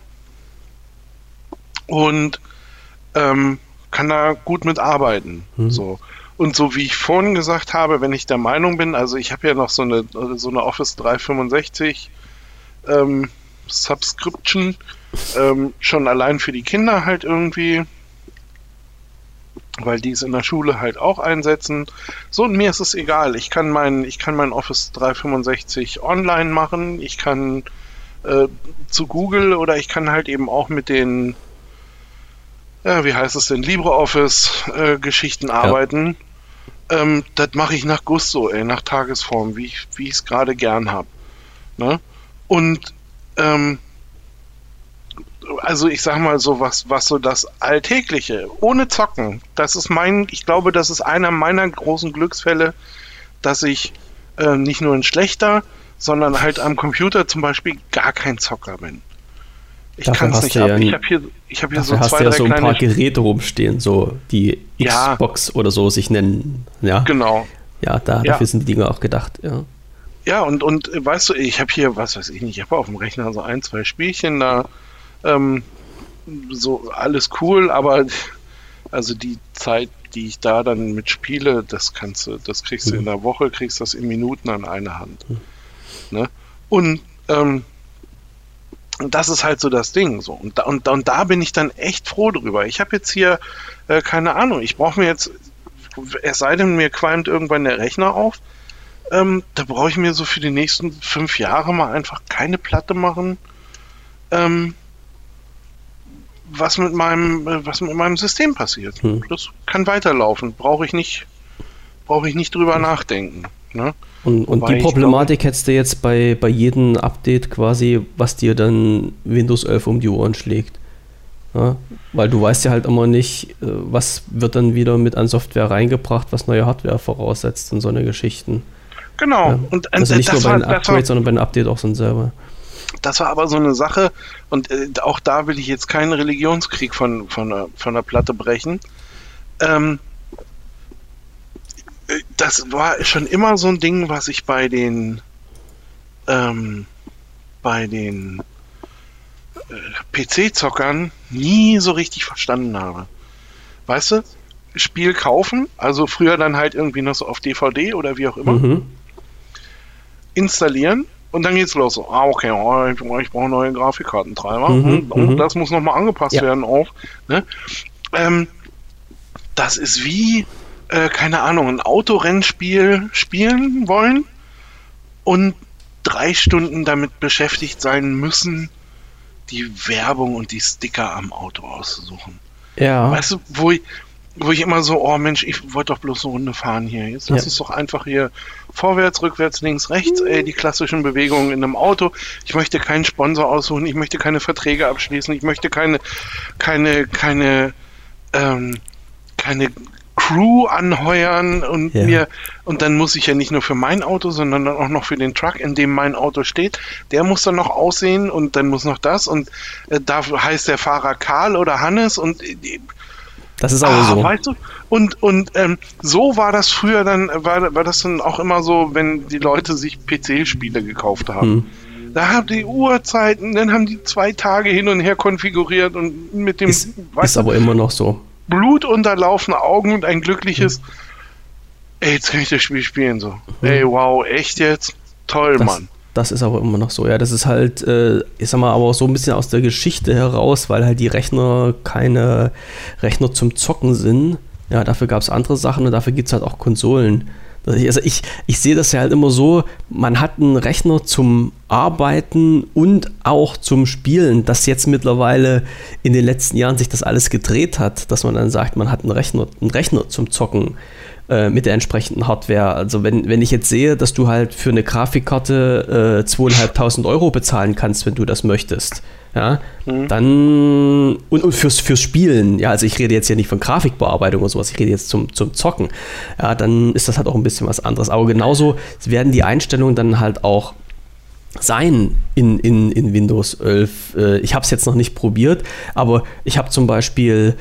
Und ähm, kann da gut mit arbeiten. Hm. So. Und so wie ich vorhin gesagt habe, wenn ich der Meinung bin, also ich habe ja noch so eine, so eine Office dreihundertfünfundsechzig ähm, Subscription, ähm, schon allein für die Kinder halt irgendwie, weil die es in der Schule halt auch einsetzen. So, und mir ist es egal. Ich kann mein, ich kann mein Office dreihundertfünfundsechzig online machen, ich kann äh, zu Google oder ich kann halt eben auch mit den ja, wie heißt es denn, LibreOffice-Geschichten äh, arbeiten. Ja. Ähm, das mache ich nach Gusto, ey, nach Tagesform, wie ich wie ich es gerade gern habe. Ne? Und ähm, also ich sag mal so, was, was so das Alltägliche, ohne Zocken, das ist mein, ich glaube, das ist einer meiner großen Glücksfälle, dass ich äh, nicht nur ein schlechter, sondern halt am Computer zum Beispiel gar kein Zocker bin. Ich kann es nicht ab. Ja, ich habe hier, ich hab hier so hast zwei, du ja drei so ein kleine paar Geräte rumstehen, so die ja. Xbox oder so sich nennen. Ja, genau. Ja, da, ja. dafür sind die Dinge auch gedacht. Ja, ja und, und weißt du, ich habe hier, was weiß ich nicht, ich habe auf dem Rechner so ein, zwei Spielchen da, ähm, so alles cool, aber also die Zeit, die ich da dann mit spiele, das kannst du, das kriegst du mhm. in der Woche, kriegst das in Minuten an eine Hand. Mhm. Ne? Und ähm, das ist halt so das Ding. So. Und, da, und, und da bin ich dann echt froh drüber. Ich habe jetzt hier, äh, keine Ahnung, ich brauche mir jetzt, es sei denn, mir qualmt irgendwann der Rechner auf, ähm, da brauche ich mir so für die nächsten fünf Jahre mal einfach keine Platte machen, ähm, was mit meinem, äh, was mit meinem System passiert. Hm. Das kann weiterlaufen. Brauche ich nicht, brauche ich nicht drüber nachdenken. Ne? Und, und die Problematik glaube, hättest du jetzt bei, bei jedem Update quasi, was dir dann Windows elf um die Ohren schlägt. Ja? Weil du weißt ja halt immer nicht, was wird dann wieder mit an Software reingebracht, was neue Hardware voraussetzt und so eine Geschichten. Genau. Ja? Und, also nicht nur bei war, den Upgrades, sondern bei den Update auch so selber. Das war aber so eine Sache, und äh, auch da will ich jetzt keinen Religionskrieg von, von, der, von der Platte brechen. Ähm, das war schon immer so ein Ding, was ich bei den ähm, bei den äh, P C-Zockern nie so richtig verstanden habe. Weißt du, Spiel kaufen, also früher dann halt irgendwie noch so auf D V D oder wie auch immer, mhm. installieren und dann geht's los. So, ah, okay, oh, ich, ich brauche neue Grafikkartentreiber. Mhm, und mhm. das muss nochmal angepasst ja. werden auch. Ne? Ähm, das ist wie, äh, keine Ahnung, ein Autorennspiel spielen wollen und drei Stunden damit beschäftigt sein müssen, die Werbung und die Sticker am Auto auszusuchen. Ja. Weißt du, wo ich, wo ich immer so, oh Mensch, ich wollte doch bloß eine Runde fahren hier. Jetzt lass ja. uns doch einfach hier vorwärts, rückwärts, links, rechts, ey, die klassischen Bewegungen in einem Auto. Ich möchte keinen Sponsor aussuchen, ich möchte keine Verträge abschließen, ich möchte keine, keine, keine, ähm, keine Crew anheuern und ja. mir, und dann muss ich ja nicht nur für mein Auto, sondern dann auch noch für den Truck, in dem mein Auto steht, der muss dann noch aussehen und dann muss noch das und äh, da heißt der Fahrer Karl oder Hannes und äh, das ist aber ah, so. Weißt du? Und, und ähm, so war das früher dann, war, war das dann auch immer so, wenn die Leute sich P C-Spiele gekauft haben. Hm. Da haben die Uhrzeiten, dann haben die zwei Tage hin und her konfiguriert und mit dem... Ist, ist aber immer noch so. Blutunterlaufene Augen und ein glückliches, hm. ey, jetzt kann ich das Spiel spielen so. Hm. Ey, wow, echt jetzt? Toll, das, Mann. Das ist aber immer noch so, ja, das ist halt, äh, ich sag mal, aber auch so ein bisschen aus der Geschichte heraus, weil halt die Rechner keine Rechner zum Zocken sind. Ja, dafür gab es andere Sachen und dafür gibt es halt auch Konsolen. Also ich, ich sehe das ja halt immer so, man hat einen Rechner zum Arbeiten und auch zum Spielen, dass jetzt mittlerweile in den letzten Jahren sich das alles gedreht hat, dass man dann sagt, man hat einen Rechner, einen Rechner zum Zocken äh, mit der entsprechenden Hardware. Also wenn, wenn ich jetzt sehe, dass du halt für eine Grafikkarte äh, zweitausendfünfhundert Euro bezahlen kannst, wenn du das möchtest, ja, mhm. dann und, und fürs, fürs Spielen, ja, also ich rede jetzt ja nicht von Grafikbearbeitung oder sowas, ich rede jetzt zum, zum Zocken, ja, dann ist das halt auch ein bisschen was anderes. Aber genauso werden die Einstellungen dann halt auch sein in, in, in Windows elf. Ich habe es jetzt noch nicht probiert, aber ich habe zum Beispiel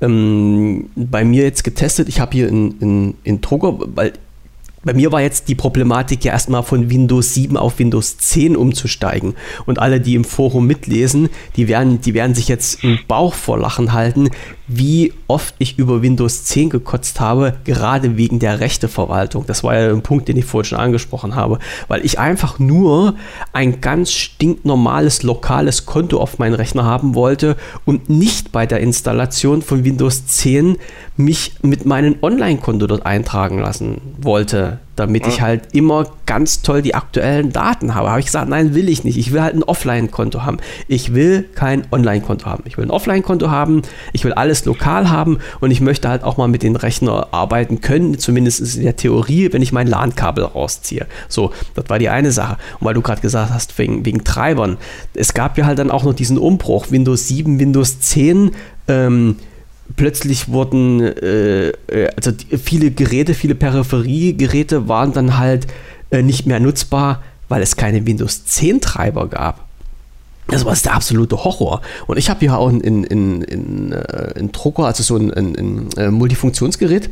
ähm, bei mir jetzt getestet, ich habe hier in, in, in Drucker, weil bei mir war jetzt die Problematik ja erstmal von Windows sieben auf Windows zehn umzusteigen. Und alle, die im Forum mitlesen, die werden, die werden sich jetzt einen Bauch vor Lachen halten, wie oft ich über Windows zehn gekotzt habe, gerade wegen der Rechteverwaltung. Das war ja ein Punkt, den ich vorhin schon angesprochen habe, weil ich einfach nur ein ganz stinknormales lokales Konto auf meinen Rechner haben wollte und nicht bei der Installation von Windows zehn mich mit meinem Online-Konto dort eintragen lassen wollte, damit ich halt immer ganz toll die aktuellen Daten habe. Habe ich gesagt, nein, will ich nicht. Ich will halt ein Offline-Konto haben. Ich will kein Online-Konto haben. Ich will ein Offline-Konto haben. Ich will alles lokal haben und ich möchte halt auch mal mit den Rechner arbeiten können, zumindest in der Theorie, wenn ich mein LAN-Kabel rausziehe. So, das war die eine Sache. Und weil du gerade gesagt hast, wegen, wegen Treibern. Es gab ja halt dann auch noch diesen Umbruch. Windows sieben, Windows zehn, ähm, plötzlich wurden äh, also viele Geräte, viele Peripheriegeräte waren dann halt äh, nicht mehr nutzbar, weil es keine Windows zehn Treiber gab. Das war der absolute Horror. Und ich habe hier auch ein in, in, in, äh, in Drucker, also so ein, ein, ein, ein Multifunktionsgerät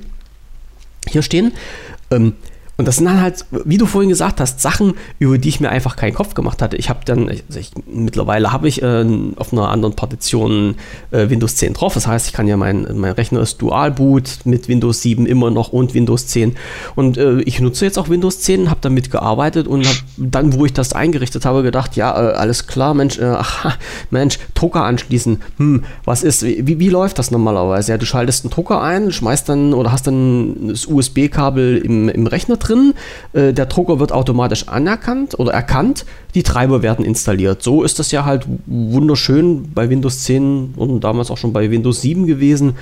hier stehen. Ähm, Und das sind dann halt, wie du vorhin gesagt hast, Sachen, über die ich mir einfach keinen Kopf gemacht hatte. Ich habe dann, also ich, mittlerweile habe ich äh, auf einer anderen Partition äh, Windows zehn drauf. Das heißt, ich kann ja, mein, mein Rechner ist Dual-Boot mit Windows sieben immer noch und Windows zehn. Und äh, ich nutze jetzt auch Windows zehn, habe damit gearbeitet und habe dann, wo ich das eingerichtet habe, gedacht, ja, äh, alles klar, Mensch, äh, ach, Mensch, Drucker anschließen. Hm, was ist, wie, wie läuft das normalerweise? Ja, du schaltest einen Drucker ein, schmeißt dann oder hast dann das U S B-Kabel im, im Rechner drin, äh, der Drucker wird automatisch anerkannt oder erkannt, die Treiber werden installiert. So ist das ja halt wunderschön bei Windows zehn und damals auch schon bei Windows sieben gewesen,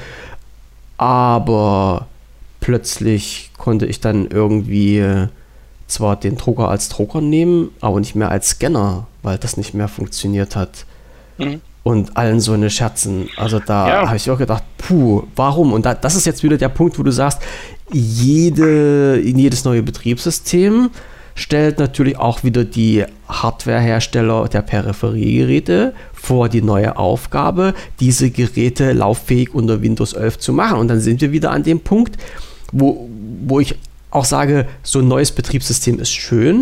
aber plötzlich konnte ich dann irgendwie äh, zwar den Drucker als Drucker nehmen, aber nicht mehr als Scanner, weil das nicht mehr funktioniert hat. Mhm. Und allen so eine Scherzen. Also da ja. habe ich auch gedacht, puh, warum? Und da, das ist jetzt wieder der Punkt, wo du sagst, jede, jedes neue Betriebssystem stellt natürlich auch wieder die Hardwarehersteller der Peripheriegeräte vor die neue Aufgabe, diese Geräte lauffähig unter Windows elf zu machen. Und dann sind wir wieder an dem Punkt, wo, wo ich auch sage, so ein neues Betriebssystem ist schön,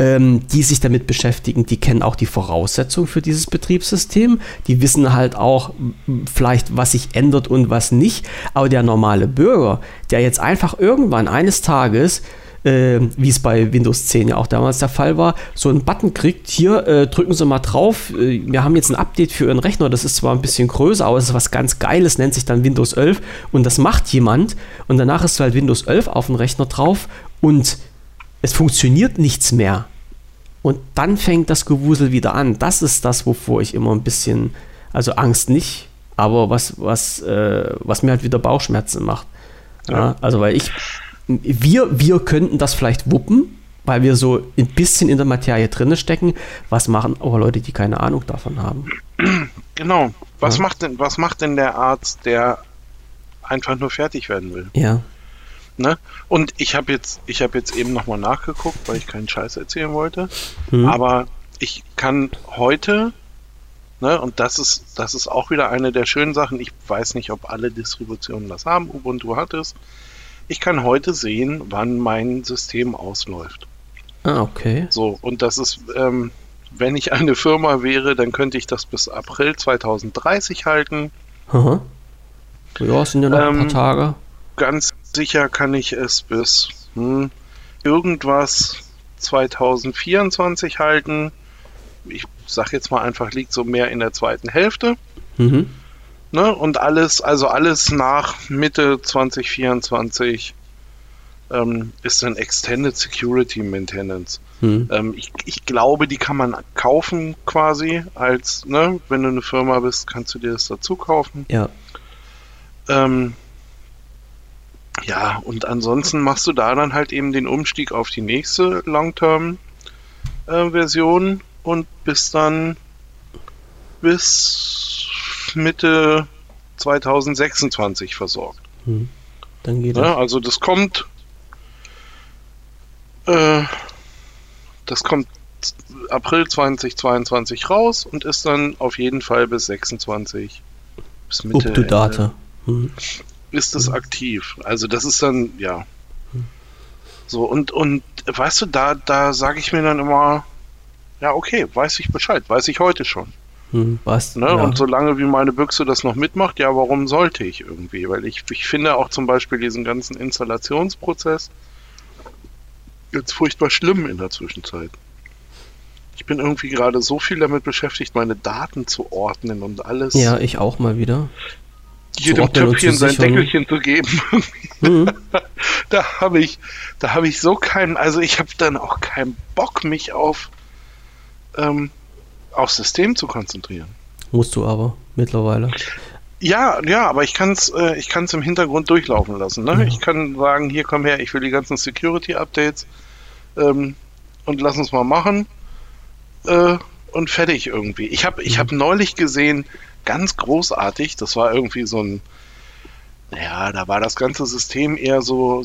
ähm, die sich damit beschäftigen, die kennen auch die Voraussetzungen für dieses Betriebssystem, die wissen halt auch m, vielleicht, was sich ändert und was nicht, aber der normale Bürger, der jetzt einfach irgendwann eines Tages, äh, wie es bei Windows zehn ja auch damals der Fall war, so einen Button kriegt, hier äh, drücken Sie mal drauf, äh, wir haben jetzt ein Update für Ihren Rechner, das ist zwar ein bisschen größer, aber es ist was ganz Geiles, nennt sich dann Windows elf und das macht jemand und danach ist halt Windows elf auf dem Rechner drauf und es funktioniert nichts mehr. Und dann fängt das Gewusel wieder an. Das ist das, wovor ich immer ein bisschen, also Angst nicht, aber was, was, äh, was mir halt wieder Bauchschmerzen macht. Ja, ja. Also weil ich Wir, wir könnten das vielleicht wuppen, weil wir so ein bisschen in der Materie drin stecken. Was machen aber Leute, die keine Ahnung davon haben? Genau. Was, ja. macht denn, was macht denn der Arzt, der einfach nur fertig werden will? Ja. Ne? Und ich habe jetzt, ich habe jetzt eben nochmal nachgeguckt, weil ich keinen Scheiß erzählen wollte. Hm. Aber ich kann heute, ne, und das ist, das ist auch wieder eine der schönen Sachen, ich weiß nicht, ob alle Distributionen das haben, Ubuntu hat es. Ich kann heute sehen, wann mein System ausläuft. Ah, okay. So, und das ist, ähm, wenn ich eine Firma wäre, dann könnte ich das bis April zwanzig dreißig halten. Aha. Ja, es sind ja noch ähm, ein paar Tage. Ganz sicher kann ich es bis hm, irgendwas zwanzig vierundzwanzig halten. Ich sag jetzt mal einfach, liegt so mehr in der zweiten Hälfte. Mhm. Ne, und alles, also alles nach Mitte zwanzig vierundzwanzig ähm, ist dann Extended Security Maintenance. Hm. Ähm, ich, ich glaube, die kann man kaufen quasi als, ne, wenn du eine Firma bist, kannst du dir das dazu kaufen. Ja. Ähm, ja, und ansonsten machst du da dann halt eben den Umstieg auf die nächste Long-Term-Version äh, und bist dann bis Mitte zwanzig sechsundzwanzig versorgt. Hm. Dann geht ja, das. also das kommt äh, das kommt April zwanzig zweiundzwanzig raus und ist dann auf jeden Fall bis sechsundzwanzig bis Mitte Up to date. Hm. ist es hm. aktiv. Also das ist dann, ja. Hm. So, und, und weißt du, da, da sage ich mir dann immer, ja, okay, weiß ich Bescheid, weiß ich heute schon. Hm, was? Ne? Ja. Und solange wie meine Büchse das noch mitmacht, ja, warum sollte ich irgendwie? Weil ich, ich finde auch zum Beispiel diesen ganzen Installationsprozess jetzt furchtbar schlimm in der Zwischenzeit. Ich bin irgendwie gerade so viel damit beschäftigt, meine Daten zu ordnen und alles. Ja, ich auch mal wieder. Jedem Töpfchen sein Deckelchen zu geben. Mhm. Da habe ich, da habe ich so keinen, also ich habe dann auch keinen Bock, mich auf ähm, aufs System zu konzentrieren. Musst du aber mittlerweile. Ja, ja, aber ich kann es äh, ich kann's im Hintergrund durchlaufen lassen. Ne? Ja. Ich kann sagen, hier komm her, ich will die ganzen Security-Updates ähm, und lass uns mal machen äh, und fertig irgendwie. Ich habe ich hab neulich gesehen, ganz großartig, das war irgendwie so ein, naja, da war das ganze System eher so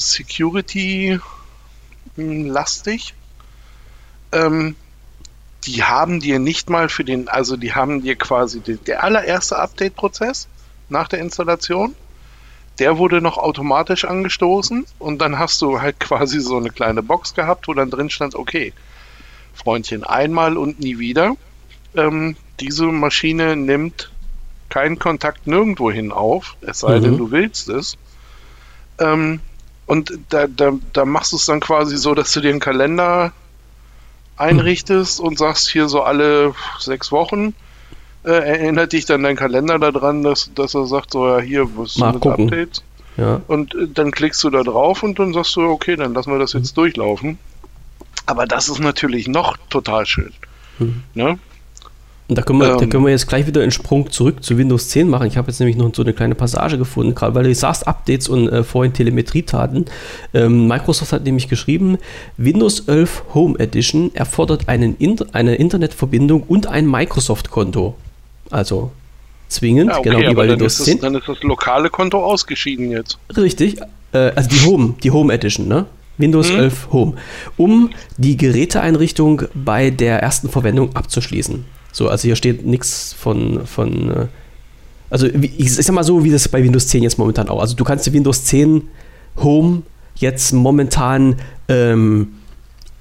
Security-lastig. Ähm, die haben dir nicht mal für den, also die haben dir quasi die, der allererste Update-Prozess nach der Installation, der wurde noch automatisch angestoßen und dann hast du halt quasi so eine kleine Box gehabt, wo dann drin stand, okay, Freundchen, einmal und nie wieder. Ähm, diese Maschine nimmt keinen Kontakt nirgendwo hin auf, es sei mhm. denn, du willst es. Ähm, und da, da, da machst du es dann quasi so, dass du dir einen Kalender einrichtest und sagst hier so alle sechs Wochen, äh, erinnert dich dann dein Kalender daran, dass, dass er sagt, so ja hier, was sind das Updates? Ja. Und äh, dann klickst du da drauf und dann sagst du, okay, dann lassen wir das jetzt mhm. durchlaufen. Aber das ist natürlich noch total schön. Mhm. Ne? Und da können, wir, ähm, da können wir jetzt gleich wieder einen Sprung zurück zu Windows zehn machen. Ich habe jetzt nämlich noch so eine kleine Passage gefunden, gerade weil du sagst, Updates und äh, vorhin Telemetrietaten. Ähm, Microsoft hat nämlich geschrieben, Windows elf Home Edition erfordert einen Inter- eine Internetverbindung und ein Microsoft-Konto. Also zwingend, ja, okay, genau wie bei Windows zehn. Das, dann ist das lokale Konto ausgeschieden jetzt. Richtig, äh, also die Home, die Home Edition, ne? Windows hm. elf Home, um die Geräteeinrichtung bei der ersten Verwendung abzuschließen. So, also hier steht nichts von, von also ich sag mal so, wie das bei Windows zehn jetzt momentan auch. Also du kannst die Windows zehn Home jetzt momentan ähm,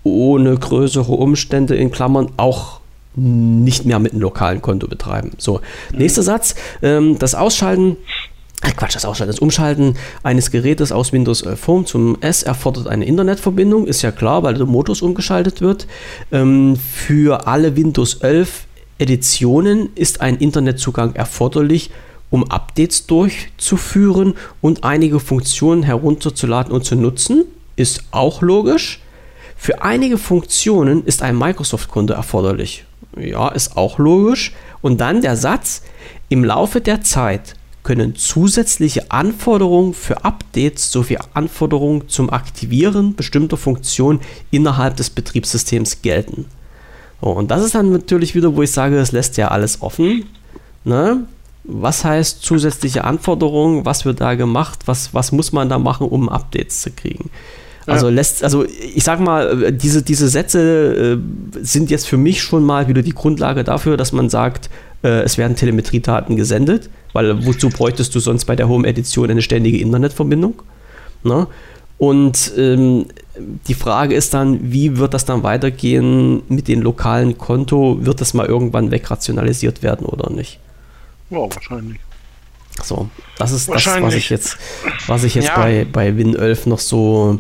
ohne größere Umstände in Klammern auch nicht mehr mit einem lokalen Konto betreiben. So, mhm. nächster Satz, ähm, das Ausschalten Ach Quatsch, das Ausschalten, das Umschalten eines Gerätes aus Windows elf Home zum S erfordert eine Internetverbindung, ist ja klar, weil der Modus umgeschaltet wird. Ähm, für alle Windows elf Editionen ist ein Internetzugang erforderlich, um Updates durchzuführen und einige Funktionen herunterzuladen und zu nutzen. Ist auch logisch. Für einige Funktionen ist ein Microsoft-Konto erforderlich. Ja, ist auch logisch. Und dann der Satz, im Laufe der Zeit können zusätzliche Anforderungen für Updates sowie Anforderungen zum Aktivieren bestimmter Funktionen innerhalb des Betriebssystems gelten. So, und das ist dann natürlich wieder, wo ich sage, es lässt ja alles offen. Ne? Was heißt zusätzliche Anforderungen? Was wird da gemacht? Was, was muss man da machen, um Updates zu kriegen? Also ja. lässt, also ich sag mal, diese, diese Sätze äh, sind jetzt für mich schon mal wieder die Grundlage dafür, dass man sagt, äh, es werden Telemetriedaten gesendet, weil wozu bräuchtest du sonst bei der Home-Edition eine ständige Internetverbindung? Ne? Und ähm, die Frage ist dann, wie wird das dann weitergehen mit dem lokalen Konto? Wird das mal irgendwann wegrationalisiert werden oder nicht? Ja, wahrscheinlich. So, das ist das, was ich jetzt, was ich jetzt ja. bei, bei Win elf noch so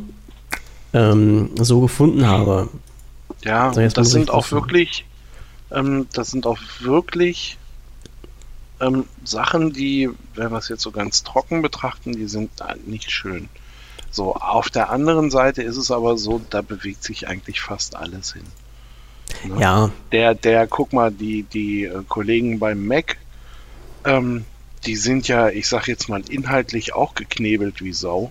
ähm, so gefunden habe. Ja, so, das sind auch wirklich ähm, das sind auch wirklich ähm, Sachen, die, wenn wir es jetzt so ganz trocken betrachten, die sind nicht schön. So, auf der anderen Seite ist es aber so, da bewegt sich eigentlich fast alles hin. Ne? Ja. Der, der, guck mal, die, die äh, Kollegen beim Mac, ähm, die sind ja, ich sag jetzt mal, inhaltlich auch geknebelt wie Sau.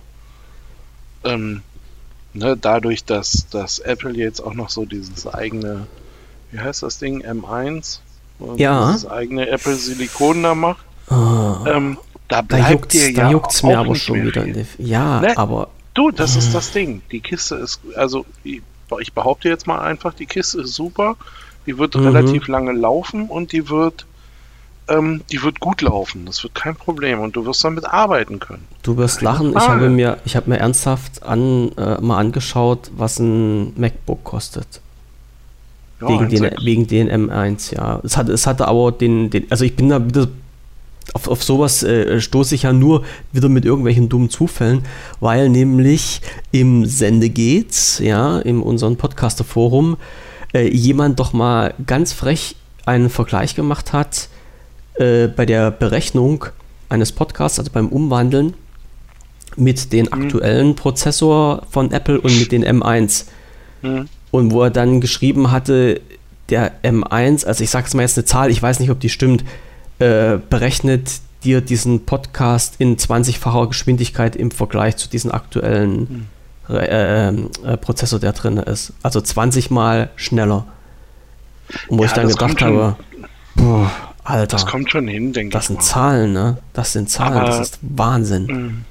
Ähm, ne, dadurch, dass, dass Apple jetzt auch noch so dieses eigene, wie heißt das Ding, M eins? Ja. Dieses eigene Apple Silikon da macht. Oh. Ähm, da bleibt da juckt's, dir da ja juckt's auch mir aber nicht schon mehr wieder. viel. In die, ja, ne? aber... Du, das ist das Ding. Die Kiste ist, also ich, ich behaupte jetzt mal einfach, die Kiste ist super. Die wird Mhm. relativ lange laufen und die wird ähm, die wird gut laufen. Das wird kein Problem und du wirst damit arbeiten können. Du wirst Keine lachen, ich Frage. habe mir, ich habe mir ernsthaft an, äh, mal angeschaut, was ein MacBook kostet. Ja, wegen, ein den, sechs. wegen den M eins, ja. Es hatte, es hatte aber den, den, also ich bin da wieder, auf, auf sowas äh, stoße ich ja nur wieder mit irgendwelchen dummen Zufällen, weil nämlich im Sendegeht, ja, in unserem Podcaster-Forum, äh, jemand doch mal ganz frech einen Vergleich gemacht hat äh, bei der Berechnung eines Podcasts, also beim Umwandeln mit dem Mhm. aktuellen Prozessor von Apple und mit den M eins. Hm. Und wo er dann geschrieben hatte, der M eins, also ich sage es mal jetzt eine Zahl, ich weiß nicht, ob die stimmt, äh, berechnet dir diesen Podcast in zwanzigfacher Geschwindigkeit im Vergleich zu diesem aktuellen Hm. äh, äh, Prozessor, der drin ist. Also zwanzig Mal schneller. Und wo Ja, ich dann das gedacht kommt schon- habe, boah, Alter, Das kommt schon hin, denke ich das sind mal. Zahlen, ne? Das sind Zahlen, Aber- das ist Wahnsinn. Mm.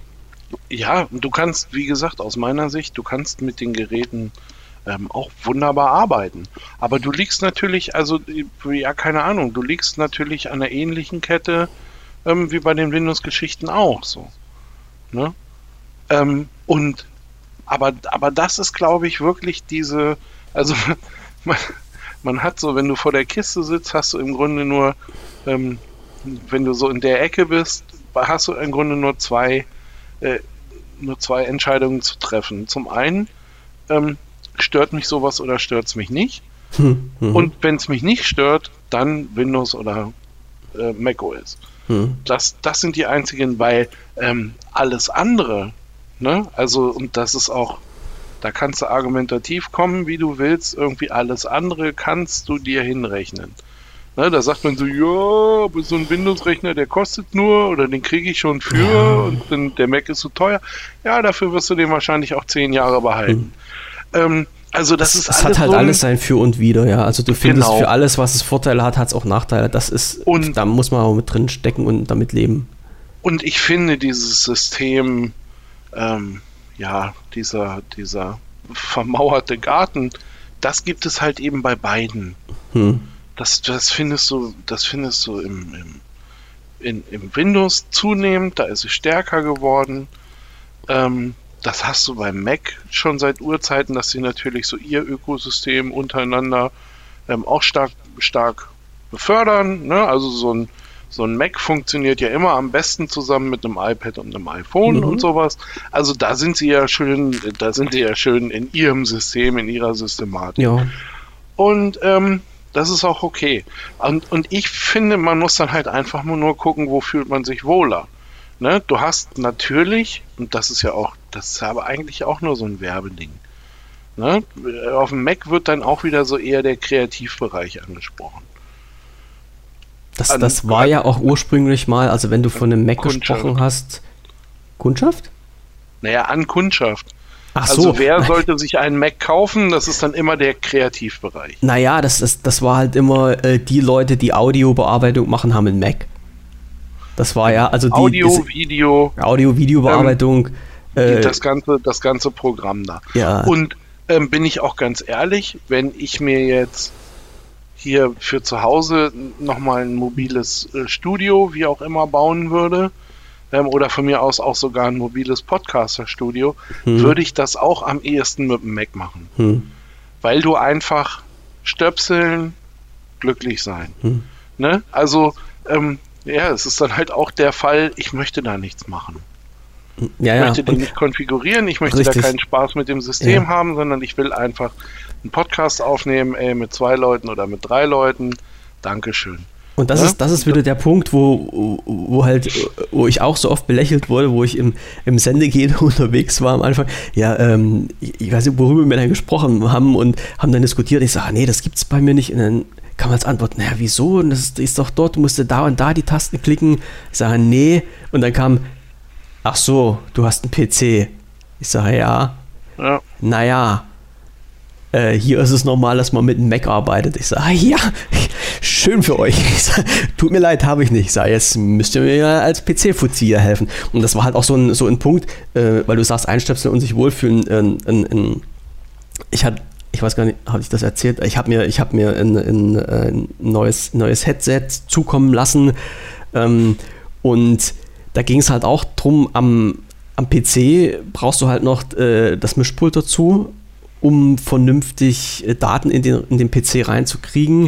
Ja, du kannst, wie gesagt, aus meiner Sicht, du kannst mit den Geräten ähm, auch wunderbar arbeiten. Aber du liegst natürlich, also, ja, keine Ahnung, du liegst natürlich an einer ähnlichen Kette ähm, wie bei den Windows-Geschichten auch so. Ne? Ähm, und, aber, aber das ist, glaube ich, wirklich diese, also, man, man hat so, wenn du vor der Kiste sitzt, hast du im Grunde nur, ähm, wenn du so in der Ecke bist, hast du im Grunde nur zwei Äh, nur zwei Entscheidungen zu treffen. Zum einen, ähm, stört mich sowas oder stört es mich nicht? Hm, hm, Und wenn es mich nicht stört, dann Windows oder äh, macOS. hm. Das, das sind die einzigen, weil ähm, alles andere, ne, also, und das ist auch, da kannst du argumentativ kommen, wie du willst, irgendwie alles andere kannst du dir hinrechnen. Ne, da sagt man so, ja, aber so ein Windows-Rechner, der kostet nur, oder den kriege ich schon für, Ja. und dann, der Mac ist so teuer. Ja, dafür wirst du den wahrscheinlich auch zehn Jahre behalten. Ähm, also das ist Es alles hat halt so ein- alles sein Für und Wider, ja. Also du findest Genau. für alles, was es Vorteile hat, hat es auch Nachteile. Das ist, Und- da muss man auch mit drin stecken und damit leben. Und ich finde dieses System, ähm, ja, dieser, dieser vermauerte Garten, das gibt es halt eben bei beiden. Hm. Das, das findest du, das findest du im, im, in, im Windows zunehmend, da ist es stärker geworden. Ähm, das hast du beim Mac schon seit Urzeiten, dass sie natürlich so ihr Ökosystem untereinander ähm, auch stark, stark befördern. Ne? Also so ein, so ein Mac funktioniert ja immer am besten zusammen mit einem iPad und einem iPhone mhm. und sowas. Also da sind sie ja schön, da sind sie ja schön in ihrem System, in ihrer Systematik. Ja. Und ähm, das ist auch okay. Und, und ich finde, man muss dann halt einfach nur gucken, wo fühlt man sich wohler. Ne? Du hast natürlich, und das ist ja auch, das ist aber eigentlich auch nur so ein Werbeding. Ne? Auf dem Mac wird dann auch wieder so eher der Kreativbereich angesprochen. Das, An, das war ja auch ursprünglich mal, also wenn du von einem Mac Kundschaft. gesprochen hast. Kundschaft? Naja, an Kundschaft. Ach also so. wer sollte sich einen Mac kaufen? Das ist dann immer der Kreativbereich. Naja, das, das, das war halt immer äh, die Leute, die Audiobearbeitung machen, haben einen Mac. Das war ja, also die Audio, ist, Video. Audio, Videobearbeitung. Ähm, äh, das ganze, das ganze Programm da. Ja. Und ähm, bin ich auch ganz ehrlich, wenn ich mir jetzt hier für zu Hause nochmal ein mobiles äh, Studio, wie auch immer, bauen würde, ähm, oder von mir aus auch sogar ein mobiles Podcaster-Studio, hm. würde ich das auch am ehesten mit dem Mac machen. Hm. Weil du einfach stöpseln, glücklich sein. Hm. Ne? Also, ähm, ja, es ist dann halt auch der Fall, ich möchte da nichts machen. Ja, ich ja. möchte den nicht konfigurieren, ich möchte Richtig. da keinen Spaß mit dem System ja. haben, sondern ich will einfach einen Podcast aufnehmen, ey, mit zwei Leuten oder mit drei Leuten. Dankeschön. Und das ja? ist, das ist wieder der Punkt, wo, wo halt, wo ich auch so oft belächelt wurde, wo ich im, im Sendegehen unterwegs war am Anfang. Ja, ähm, ich weiß nicht, worüber wir dann gesprochen haben und haben dann diskutiert. Ich sage, nee, das gibt's bei mir nicht. Und dann kann man als Antwort, naja, wieso? Und das ist doch dort, du musst da und da die Tasten klicken. Ich sage, nee. Und dann kam, ach so, du hast einen P C. Ich sage, ja. ja. Naja, äh, hier ist es normal, dass man mit einem Mac arbeitet. Ich sage, ja, schön für euch. Ich sag, tut mir leid, habe ich nicht. Ich sage, jetzt müsst ihr mir ja als P C-Fuzzi hier helfen. Und das war halt auch so ein, so ein Punkt, äh, weil du sagst, einstöpseln und sich wohlfühlen. Äh, in, in, ich hatte Ich weiß gar nicht, habe ich das erzählt? Ich habe mir, ich hab mir ein, ein, ein neues, neues Headset zukommen lassen ähm, und da ging es halt auch drum, am, am P C brauchst du halt noch äh, das Mischpult dazu, um vernünftig äh, Daten in den, in den P C reinzukriegen.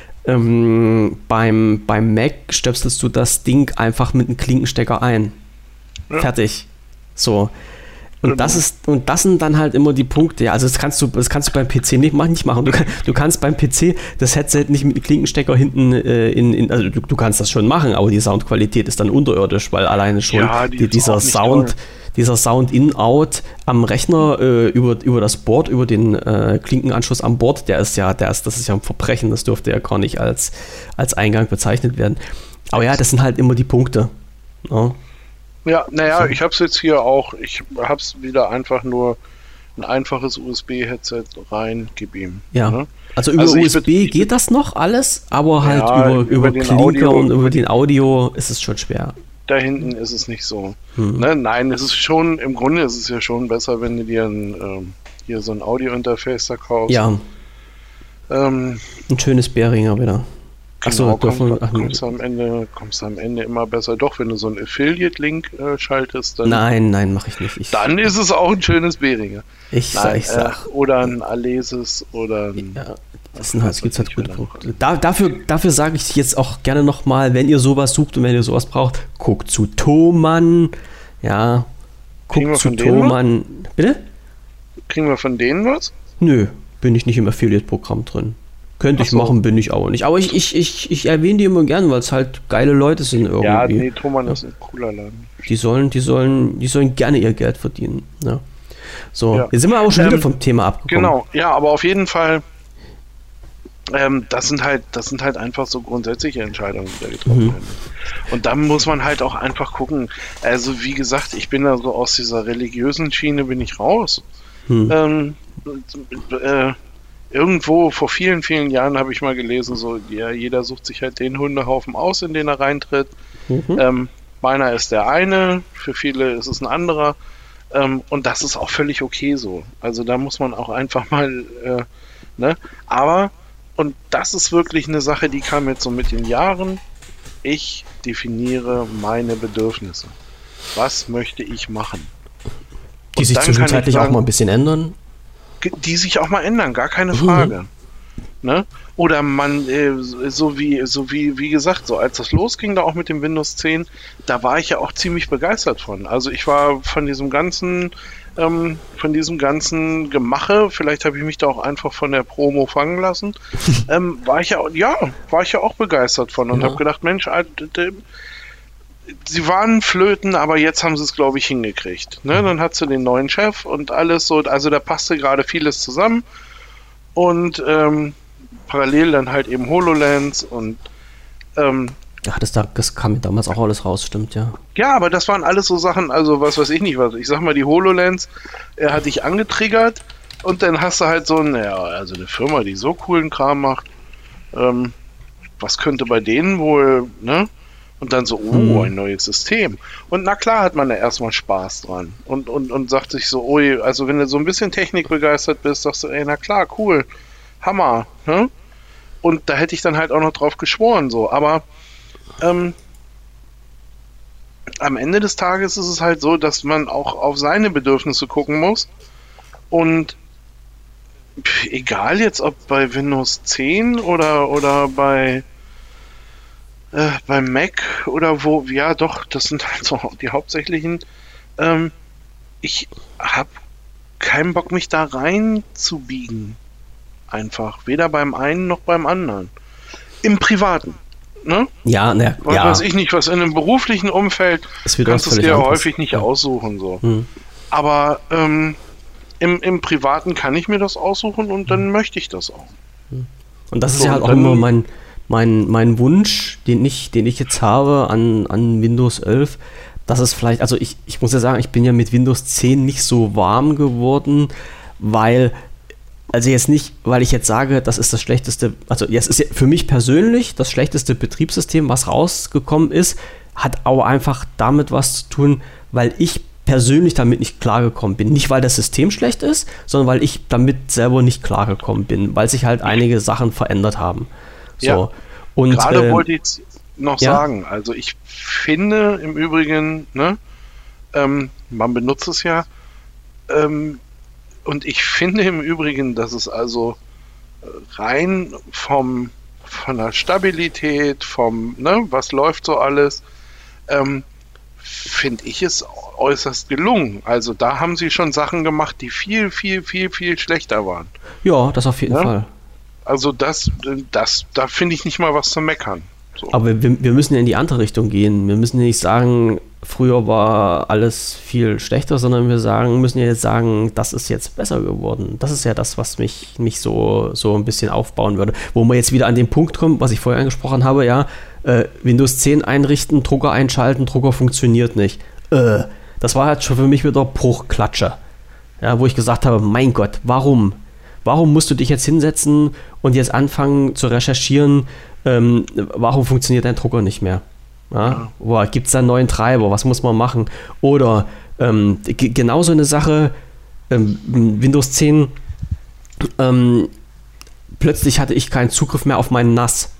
Ähm, beim, beim Mac stöpselst du das Ding einfach mit einem Klinkenstecker ein. Ja. Fertig. So. Und das ist, und das sind dann halt immer die Punkte. Ja, also das kannst du, das kannst du beim P C nicht machen. Nicht machen. Du, kann, du kannst beim P C das Headset nicht mit einem Klinkenstecker hinten äh, in, in, also du, du kannst das schon machen, aber die Soundqualität ist dann unterirdisch, weil alleine schon ja, die die, dieser Sound, toll. dieser Sound in-out am Rechner äh, über, über das Board, über den äh, Klinkenanschluss am Board, der ist ja, der ist, das ist ja ein Verbrechen. Das dürfte ja gar nicht als, als Eingang bezeichnet werden. Aber ja, das sind halt immer die Punkte. Ja. Ja, naja, ich habe es jetzt hier auch, ich habe es wieder einfach nur ein einfaches U S B-Headset rein, gib ihm. Ja, ne? also über also U S B geht das noch alles, aber halt ja, über, über, über Klinker Audio, und über den Audio ist es schon schwer. Da hinten ist es nicht so. Hm. Ne? Nein, es ist schon, im Grunde ist es ja schon besser, wenn du dir ein, ähm, hier so ein Audio-Interface da kaufst. Ja, ähm, ein schönes Behringer wieder. Achso, genau, komm, ach, kommst, du am Ende, kommst du am Ende immer besser. Doch, wenn du so einen Affiliate-Link äh, schaltest, dann... Nein, nein, mache ich nicht. Ich, dann ist es auch ein schönes Behringer. Ich nein, sag, ich sag. Äh, oder ein Alesis oder ein... Ja, das sind halt, gibt's halt gute Produkte. Da, dafür dafür sage ich jetzt auch gerne nochmal, wenn ihr sowas sucht und wenn ihr sowas braucht, guckt zu Thomann. Ja, guckt zu Thomann. Bitte? Kriegen wir von denen was? Nö, bin ich nicht im Affiliate-Programm drin. Könnte ich so. machen, bin ich aber nicht. Aber ich, ich, ich, ich erwähne die immer gern, weil es halt geile Leute sind irgendwie. Ja, nee, Thomann ja. ist ein cooler Laden. Die sollen, die sollen, die sollen gerne ihr Geld verdienen. Ja. So, ja. Jetzt sind wir aber schon ähm, wieder vom Thema abgekommen. Genau, ja, aber auf jeden Fall, ähm, das sind halt, das sind halt einfach so grundsätzliche Entscheidungen, die da getroffen mhm. werden. Und dann muss man halt auch einfach gucken. Also wie gesagt, ich bin da so aus dieser religiösen Schiene bin ich raus. Mhm. Ähm, äh, Irgendwo vor vielen, vielen Jahren habe ich mal gelesen, so ja, jeder sucht sich halt den Hundehaufen aus, in den er reintritt. Mhm. Ähm, meiner ist der eine, für viele ist es ein anderer. Ähm, und das ist auch völlig okay so. Also da muss man auch einfach mal, äh, ne? Aber, und das ist wirklich eine Sache, die kam jetzt so mit den Jahren. Ich definiere meine Bedürfnisse. Was möchte ich machen? Die sich zwischenzeitlich auch mal ein bisschen ändern. Die sich auch mal ändern, gar keine Frage. Mhm. Ne? Oder man, äh, so wie, so wie, wie gesagt, so als das losging, da auch mit dem Windows zehn, da war ich ja auch ziemlich begeistert von. Also ich war von diesem ganzen, ähm, von diesem ganzen Gemache, vielleicht habe ich mich da auch einfach von der Promo fangen lassen, ähm, war ich ja, ja, war ich ja auch begeistert von und ja. habe gedacht, Mensch, sie waren Flöten, aber jetzt haben sie es, glaube ich, hingekriegt. Ne? Dann hat sie den neuen Chef und alles so, also da passte gerade vieles zusammen und ähm, parallel dann halt eben HoloLens und ähm, ja, das, das kam mir damals auch alles raus, stimmt, ja. Ja, aber das waren alles so Sachen, also was weiß ich nicht, was ich sag mal, die HoloLens, er hat dich angetriggert und dann hast du halt so ein, ja, also eine Firma, die so coolen Kram macht, ähm, was könnte bei denen wohl, ne? Und dann so, oh, ein neues System. Und na klar hat man da erstmal Spaß dran. Und, und, und sagt sich so, oh, also wenn du so ein bisschen technikbegeistert bist, sagst du, ey, na klar, cool, Hammer, ne? Und da hätte ich dann halt auch noch drauf geschworen, so. Aber ähm, am Ende des Tages ist es halt so, dass man auch auf seine Bedürfnisse gucken muss. Und pff, egal jetzt, ob bei Windows zehn oder, oder bei äh, beim Mac oder wo, ja doch, das sind halt so die hauptsächlichen. Ähm, ich habe keinen Bock, mich da rein zu biegen. Einfach. Weder beim einen noch beim anderen. Im Privaten. Ne? Ja, ne, was ja. weiß ich nicht, was in einem beruflichen Umfeld kannst du es dir anderes. häufig nicht ja. aussuchen. So. Hm. Aber ähm, im, im Privaten kann ich mir das aussuchen und dann hm. möchte ich das auch. Und das ist so, ja halt auch immer mein, mein, mein Wunsch, den ich, den ich jetzt habe an, an Windows elf. Das ist vielleicht, also ich, ich muss ja sagen, ich bin ja mit Windows zehn nicht so warm geworden, weil Also jetzt nicht, weil ich jetzt sage, das ist das schlechteste, also jetzt ist ja für mich persönlich das schlechteste Betriebssystem, was rausgekommen ist, hat auch einfach damit was zu tun, weil ich persönlich damit nicht klargekommen bin. Nicht, weil das System schlecht ist, sondern weil ich damit selber nicht klargekommen bin, weil sich halt einige Sachen verändert haben. So. Ja, und gerade äh, wollte ich noch ja? sagen, also ich finde im Übrigen, ne, ähm, man benutzt es ja, ähm, und ich finde im Übrigen, dass es also rein vom von der Stabilität, vom, ne, was läuft so alles, ähm, finde ich es äußerst gelungen. Also da haben sie schon Sachen gemacht, die viel, viel, viel, viel schlechter waren. Ja, das auf jeden ja? Fall. Also das, das, da finde ich nicht mal was zu meckern. So. Aber wir, wir müssen ja in die andere Richtung gehen. Wir müssen nicht sagen, früher war alles viel schlechter, sondern wir sagen, müssen ja jetzt sagen, das ist jetzt besser geworden. Das ist ja das, was mich, mich so, so ein bisschen aufbauen würde. Wo man jetzt wieder an den Punkt kommt, was ich vorher angesprochen habe, ja, äh, Windows zehn einrichten, Drucker einschalten, Drucker funktioniert nicht. Äh, das war halt schon für mich wieder Bruchklatsche. Ja, wo ich gesagt habe, mein Gott, warum? Warum musst du dich jetzt hinsetzen und jetzt anfangen zu recherchieren, ähm, warum funktioniert dein Drucker nicht mehr? Ja? Ja. Gibt es da einen neuen Treiber? Was muss man machen? Oder ähm, g- genauso eine Sache, ähm, Windows zehn, ähm, plötzlich hatte ich keinen Zugriff mehr auf meinen N A S,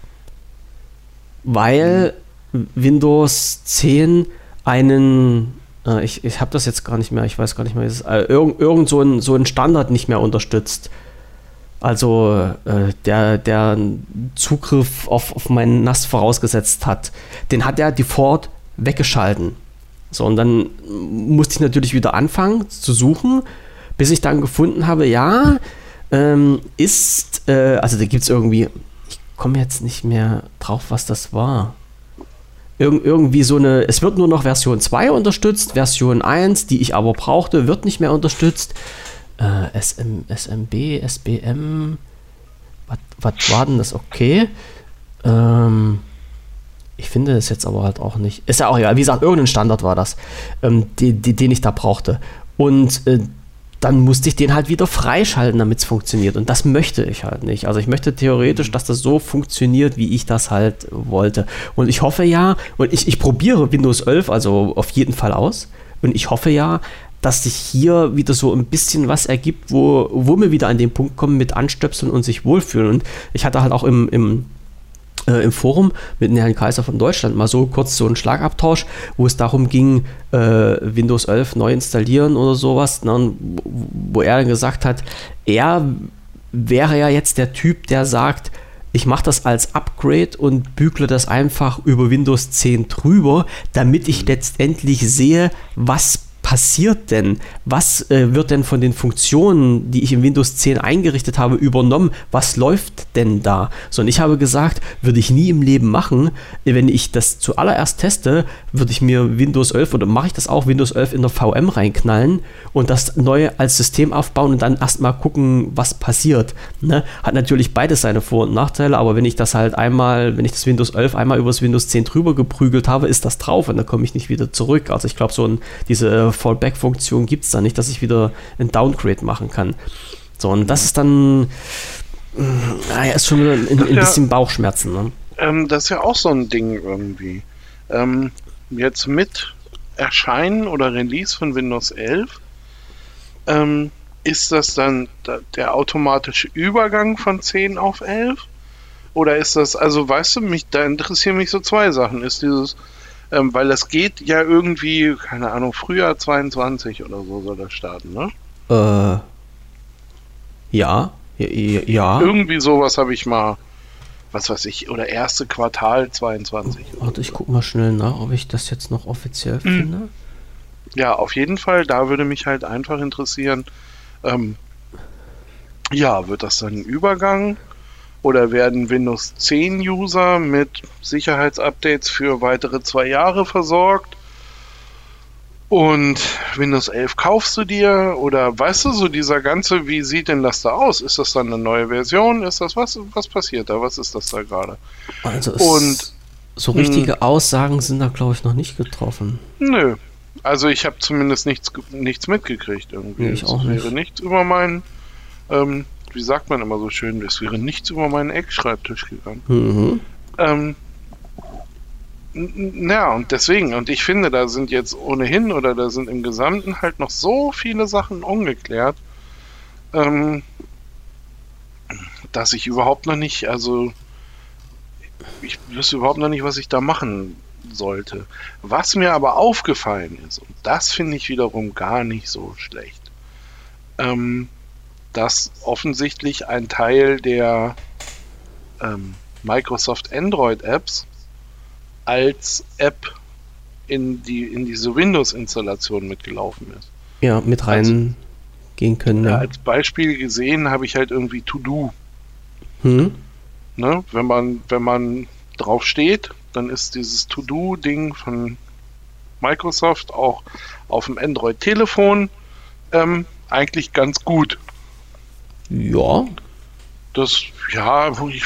weil mhm. Windows zehn einen, äh, ich, ich habe das jetzt gar nicht mehr, ich weiß gar nicht mehr, ist, äh, irgend, irgend so ein, so ein Standard nicht mehr unterstützt. Also äh, der, der Zugriff auf, auf meinen N A S vorausgesetzt hat, den hat er default weggeschalten. So, und dann musste ich natürlich wieder anfangen zu suchen, bis ich dann gefunden habe, ja, ähm, ist, äh, also da gibt es irgendwie, ich komme jetzt nicht mehr drauf, was das war. Irg- irgendwie so eine, es wird nur noch Version zwei unterstützt, Version eins, die ich aber brauchte, wird nicht mehr unterstützt. Äh, S M, S M B, S B M, was war denn das? Okay. Ähm, ich finde es jetzt aber halt auch nicht. Ist ja auch egal. Wie gesagt, irgendein Standard war das, ähm, die, die, den ich da brauchte. Und äh, dann musste ich den halt wieder freischalten, damit es funktioniert. Und das möchte ich halt nicht. Also ich möchte theoretisch, dass das so funktioniert, wie ich das halt wollte. Und ich hoffe ja, und ich, ich probiere Windows elf also auf jeden Fall aus. Und ich hoffe ja, dass sich hier wieder so ein bisschen was ergibt, wo, wo wir wieder an den Punkt kommen mit Anstöpseln und sich wohlfühlen. Und ich hatte halt auch im, im äh, im Forum mit dem Herrn Kaiser von Deutschland mal so kurz so einen Schlagabtausch, wo es darum ging, äh, Windows elf neu installieren oder sowas, ne, wo, wo er dann gesagt hat, er wäre ja jetzt der Typ, der sagt, ich mache das als Upgrade und bügle das einfach über Windows zehn drüber, damit ich letztendlich sehe, was passiert denn? Was äh, wird denn von den Funktionen, die ich in Windows zehn eingerichtet habe, übernommen? Was läuft denn da? So, und ich habe gesagt, würde ich nie im Leben machen. Wenn ich das zuallererst teste, würde ich mir Windows elf oder mache ich das auch, Windows elf in der V M reinknallen und das neu als System aufbauen und dann erstmal gucken, was passiert. Ne? Hat natürlich beides seine Vor- und Nachteile, aber wenn ich das halt einmal, wenn ich das Windows elf einmal über das Windows zehn drüber geprügelt habe, ist das drauf und dann komme ich nicht wieder zurück. Also ich glaube, so ein, diese Fallback-Funktion gibt es da nicht, dass ich wieder ein Downgrade machen kann. So, und das ist dann, naja, ist schon wieder ein, ein ja, bisschen Bauchschmerzen. Ne? Ähm, das ist ja auch so ein Ding irgendwie. Ähm, jetzt mit Erscheinen oder Release von Windows elf, ähm, ist das dann da, der automatische Übergang von zehn auf elf? Oder ist das, also weißt du, mich, da interessieren mich so zwei Sachen. Ist dieses, ähm, weil das geht ja irgendwie, keine Ahnung, Frühjahr zweiundzwanzig oder so soll das starten, ne? Äh, ja, ja, ja. Irgendwie sowas habe ich mal, was weiß ich, oder erste Quartal zweiundzwanzig. Warte, ich guck mal schnell nach, ob ich das jetzt noch offiziell finde. Mhm. Ja, auf jeden Fall, da würde mich halt einfach interessieren, ähm, ja, wird das dann ein Übergang? Oder werden Windows zehn User mit Sicherheitsupdates für weitere zwei Jahre versorgt? Und Windows elf kaufst du dir? Oder weißt du, so dieser ganze, wie sieht denn das da aus? Ist das dann eine neue Version? Ist das was? Was passiert da? Was ist das da gerade? Also Und so richtige Aussagen sind da, glaube ich, noch nicht getroffen. Nö. Also ich habe zumindest nichts, nichts mitgekriegt irgendwie. Nee, ich auch es nicht. wäre nichts über meinen, ähm, wie sagt man immer so schön, es wäre nichts über meinen Eckschreibtisch gegangen. Mhm. Ähm, ja, und deswegen, und ich finde, da sind jetzt ohnehin oder da sind im Gesamten halt noch so viele Sachen ungeklärt, ähm, dass ich überhaupt noch nicht, also ich wüsste überhaupt noch nicht, was ich da machen sollte. Was mir aber aufgefallen ist, und das finde ich wiederum gar nicht so schlecht, ähm, dass offensichtlich ein Teil der ähm, Microsoft Android Apps als App in die in diese Windows-Installation mitgelaufen ist. Ja, mit rein also, gehen können. Ja, Ja. als Beispiel gesehen habe ich halt irgendwie To-Do. Hm? Ne? Wenn man, wenn man drauf steht, dann ist dieses To-Do-Ding von Microsoft auch auf dem Android-Telefon ähm, eigentlich ganz gut. Ja. Das, ja, wo ich,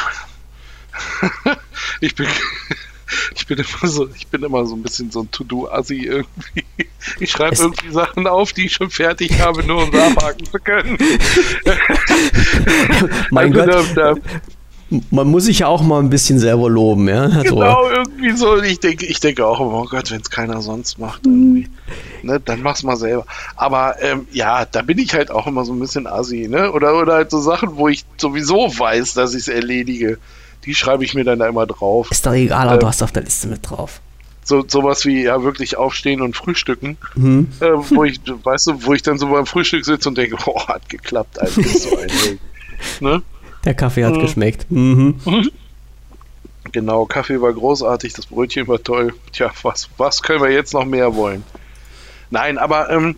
ich bin, ich bin immer so, ich bin immer so ein bisschen so ein To-Do-Assi irgendwie. Ich schreibe irgendwie Sachen auf, die ich schon fertig habe, nur um sie abhaken zu können. Mein also Gott. Da, da, Man muss sich ja auch mal ein bisschen selber loben, ja. Also, genau, irgendwie so. Ich denke, ich denke auch, oh Gott, wenn es keiner sonst macht, irgendwie, ne, dann mach's mal selber. Aber ähm, ja, da bin ich halt auch immer so ein bisschen assi, ne? Oder, oder halt so Sachen, wo ich sowieso weiß, dass ich es erledige. Die schreibe ich mir dann da immer drauf. ist doch egal, aber ähm, du hast auf der Liste mit drauf. So sowas wie ja wirklich aufstehen und frühstücken, Mhm. äh, wo ich, weißt du, wo ich dann so beim Frühstück sitze und denke, oh, hat geklappt, eigentlich so ein Ding. Ne? Der Kaffee hat Mhm. geschmeckt. Mhm. Genau, Kaffee war großartig, das Brötchen war toll. Tja, was, was können wir jetzt noch mehr wollen? Nein, aber ähm,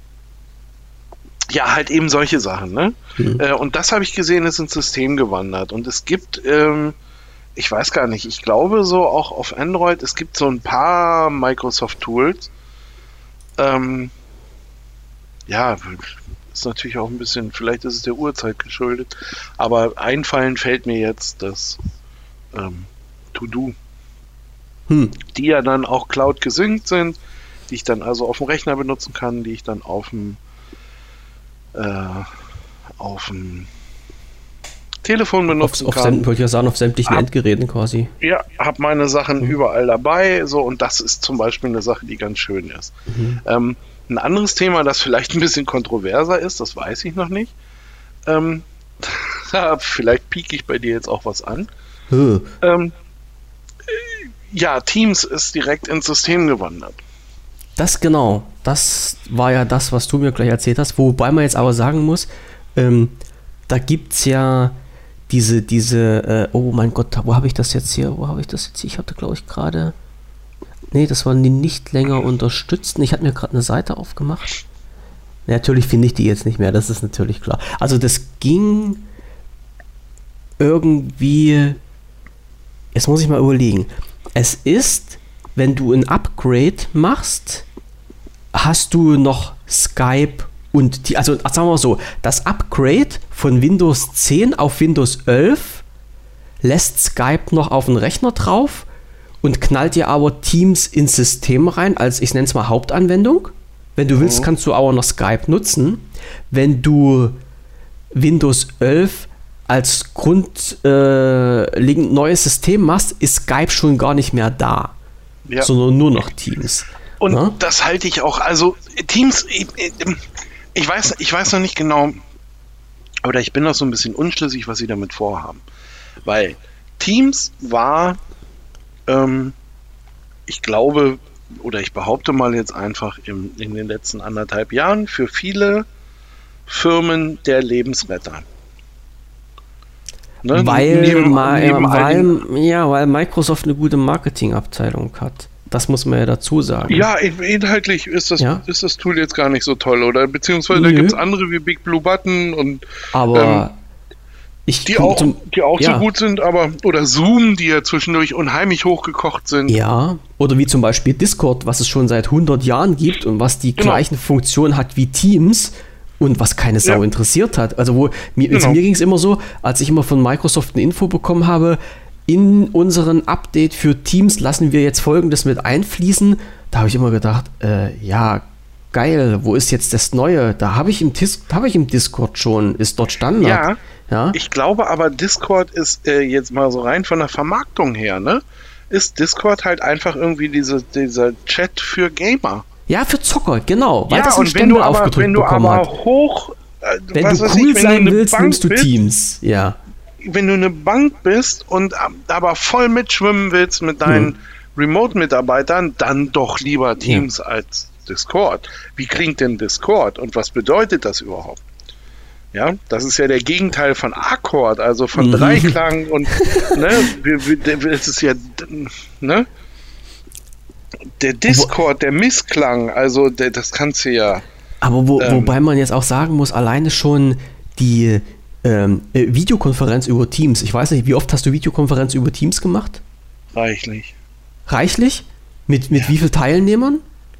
ja, halt eben solche Sachen, ne? Mhm. Äh, und das habe ich gesehen, ist ins System gewandert. Und es gibt, ähm, ich weiß gar nicht, ich glaube so auch auf Android, es gibt so ein paar Microsoft-Tools. Ähm, ja, ist natürlich auch ein bisschen, vielleicht ist es der Uhrzeit geschuldet, aber einfallen fällt mir jetzt das ähm, To-Do, Hm. die ja dann auch Cloud gesynkt sind, die ich dann also auf dem Rechner benutzen kann, die ich dann auf dem äh, auf dem Telefon Auf, benutzen auf, kann. sämt, wollte ich ja sagen, auf sämtlichen Ab- Endgeräten quasi. Ja, habe meine Sachen Mhm. überall dabei, so, und das ist zum Beispiel eine Sache, die ganz schön ist. Mhm. Ähm, ein anderes Thema, das vielleicht ein bisschen kontroverser ist, das weiß ich noch nicht. Ähm, vielleicht pieke ich bei dir jetzt auch was an. Huh. Ähm, ja, Teams ist direkt ins System gewandert. Das genau, das war ja das, was du mir gleich erzählt hast, wobei man jetzt aber sagen muss, ähm, da gibt es ja diese, diese, äh, oh mein Gott, wo habe ich das jetzt hier, wo habe ich das jetzt hier, ich hatte glaube ich gerade, nee, das waren die nicht länger unterstützten, ich hatte mir gerade eine Seite aufgemacht, ja, natürlich finde ich die jetzt nicht mehr, das ist natürlich klar, also das ging irgendwie, jetzt muss ich mal überlegen, es ist, wenn du ein Upgrade machst, hast du noch Skype und die, also sagen wir mal so, das Upgrade von Windows zehn auf Windows elf lässt Skype noch auf den Rechner drauf und knallt dir aber Teams ins System rein, als ich nenne es mal Hauptanwendung. Wenn du willst, kannst du aber noch Skype nutzen. Wenn du Windows elf als grundlegend neues System machst, ist Skype schon gar nicht mehr da. Ja. Sondern nur noch Teams. Und Na? das halte ich auch, also Teams, ich, ich, weiß, ich weiß noch nicht genau, oder ich bin noch so ein bisschen unschlüssig, was sie damit vorhaben. Weil Teams war, ähm, ich glaube, oder ich behaupte mal jetzt einfach im, in den letzten anderthalb Jahren für viele Firmen der Lebensretter. Ne? Weil, neben, ma, neben weil, ja, weil Microsoft eine gute Marketingabteilung hat. Das muss man ja dazu sagen. Ja, inhaltlich ist das, ja? ist das Tool jetzt gar nicht so toll, oder? Beziehungsweise Nö. da gibt es andere wie Big Blue Button und aber ähm, ich die auch, zum, die auch ja. so gut sind, aber oder Zoom, die ja zwischendurch unheimlich hochgekocht sind. Ja, oder wie zum Beispiel Discord, was es schon seit hundert Jahren gibt und was die genau. gleichen Funktionen hat wie Teams. Und was keine Sau ja. interessiert hat. Also wo mir, genau. mir ging es immer so, als ich immer von Microsoft eine Info bekommen habe, in unseren Update für Teams lassen wir jetzt Folgendes mit einfließen. Da habe ich immer gedacht, äh, ja, geil, wo ist jetzt das Neue? Da habe ich, hab ich im Discord schon, ist dort Standard. Ja, ja? Ich glaube aber, Discord ist äh, jetzt mal so rein von der Vermarktung her, ne? Ist Discord halt einfach irgendwie diese, dieser Chat für Gamer. Ja, für Zocker, genau. Weil ja, das und wenn du aber, wenn du aber hat. hoch... Äh, wenn du cool ich, wenn sein du willst, nimmst du bist, Teams. Ja. Wenn du eine Bank bist und aber voll mitschwimmen willst mit deinen hm. Remote-Mitarbeitern, dann doch lieber Teams ja. als Discord. Wie klingt denn Discord und was bedeutet das überhaupt? Ja, das ist ja der Gegenteil von Akkord, also von mhm. Dreiklang und ne, es ist ja, ne? Der Discord, der Missklang, also der, das kannst du ja... Aber wo, ähm, wobei man jetzt auch sagen muss, alleine schon die ähm, Videokonferenz über Teams. Ich weiß nicht, wie oft hast du Videokonferenz über Teams gemacht? Reichlich. Reichlich? Mit, mit ja. wie vielen Teilnehmern?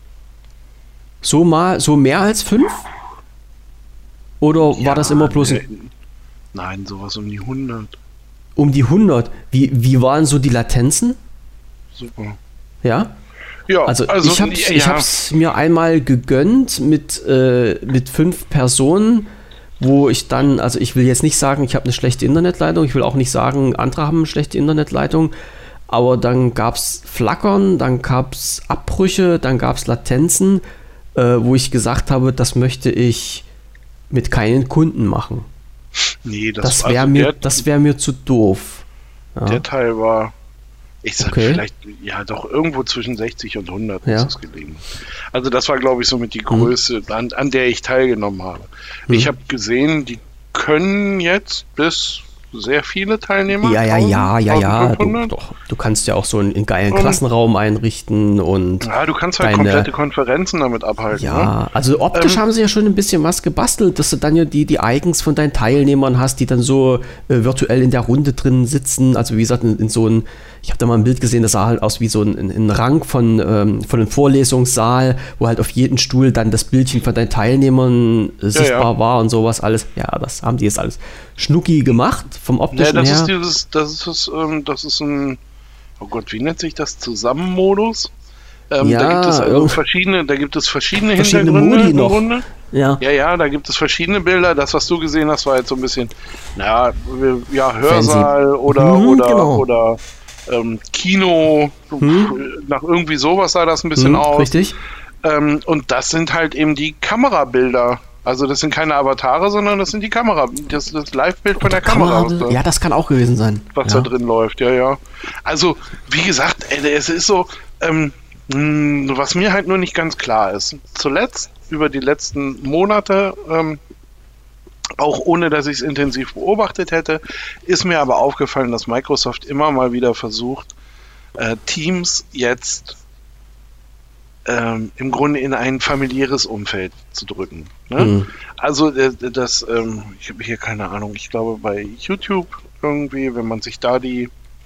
So mal, so mehr als fünf? Oder ja, war das immer bloß... Ein, nein, sowas um die hundert. Um die hundert? Wie, wie waren so die Latenzen? Super. Ja? Ja, also, also ich habe ja. ich hab's mir einmal gegönnt mit, äh, mit fünf Personen, wo ich dann, also ich will jetzt nicht sagen, ich habe eine schlechte Internetleitung, ich will auch nicht sagen, andere haben eine schlechte Internetleitung, aber dann gab es Flackern, dann gab es Abbrüche, dann gab es Latenzen, äh, wo ich gesagt habe, das möchte ich mit keinen Kunden machen. Nee, das, das wäre also mir, das wär mir zu doof. Ja. Der Teil war... Ich sag okay. vielleicht, ja doch, irgendwo zwischen sechzig und hundert ja. muss es gelegen. Also das war, glaube ich, somit die Größe, hm. an, an der ich teilgenommen habe. Hm. Ich habe gesehen, die können jetzt bis sehr viele Teilnehmer. Ja, ja, ja, ja, ja. Du, doch, du kannst ja auch so einen, einen geilen und, Klassenraum einrichten und. Ja, du kannst halt deine, komplette Konferenzen damit abhalten. Ja, ne? Also optisch ähm, haben sie ja schon ein bisschen was gebastelt, dass du dann ja die, die Icons von deinen Teilnehmern hast, die dann so äh, virtuell in der Runde drin sitzen. Also wie gesagt, in, in so ein, ich habe da mal ein Bild gesehen, das sah halt aus wie so ein, ein Rang von, ähm, von einem Vorlesungssaal, wo halt auf jedem Stuhl dann das Bildchen von deinen Teilnehmern äh, sichtbar ja, ja. war und sowas alles. Ja, das haben die jetzt alles schnucki gemacht. Vom optischen ja, das her. Ist dieses, das ist das, ähm, das ist ein, oh Gott, wie nennt sich das? Zusammenmodus? Ähm, ja, da gibt es also verschiedene, da gibt es verschiedene, verschiedene Hintergründe Modi noch. Runde. Ja. ja, ja, da gibt es verschiedene Bilder. Das, was du gesehen hast, war jetzt so ein bisschen, naja, ja, Hörsaal Fancy. oder mhm, oder genau. oder ähm, Kino, hm. nach irgendwie sowas sah das ein bisschen hm, aus. Richtig. Ähm, und das sind halt eben die Kamerabilder Also das sind keine Avatare, sondern das sind die Kamera, das, das Live-Bild von der Kamera. Kamera da, ja, das kann auch gewesen sein. Was ja. da drin läuft, ja, ja. Also, wie gesagt, ey, es ist so, ähm, mh, was mir halt nur nicht ganz klar ist. Zuletzt, über die letzten Monate, ähm, auch ohne, dass ich es intensiv beobachtet hätte, ist mir aber aufgefallen, dass Microsoft immer mal wieder versucht, äh, Teams jetzt ähm, im Grunde in ein familiäres Umfeld zu drücken. Ne? Mhm. Also äh, das, ähm, ich habe hier keine Ahnung, ich glaube bei YouTube irgendwie, wenn man sich da die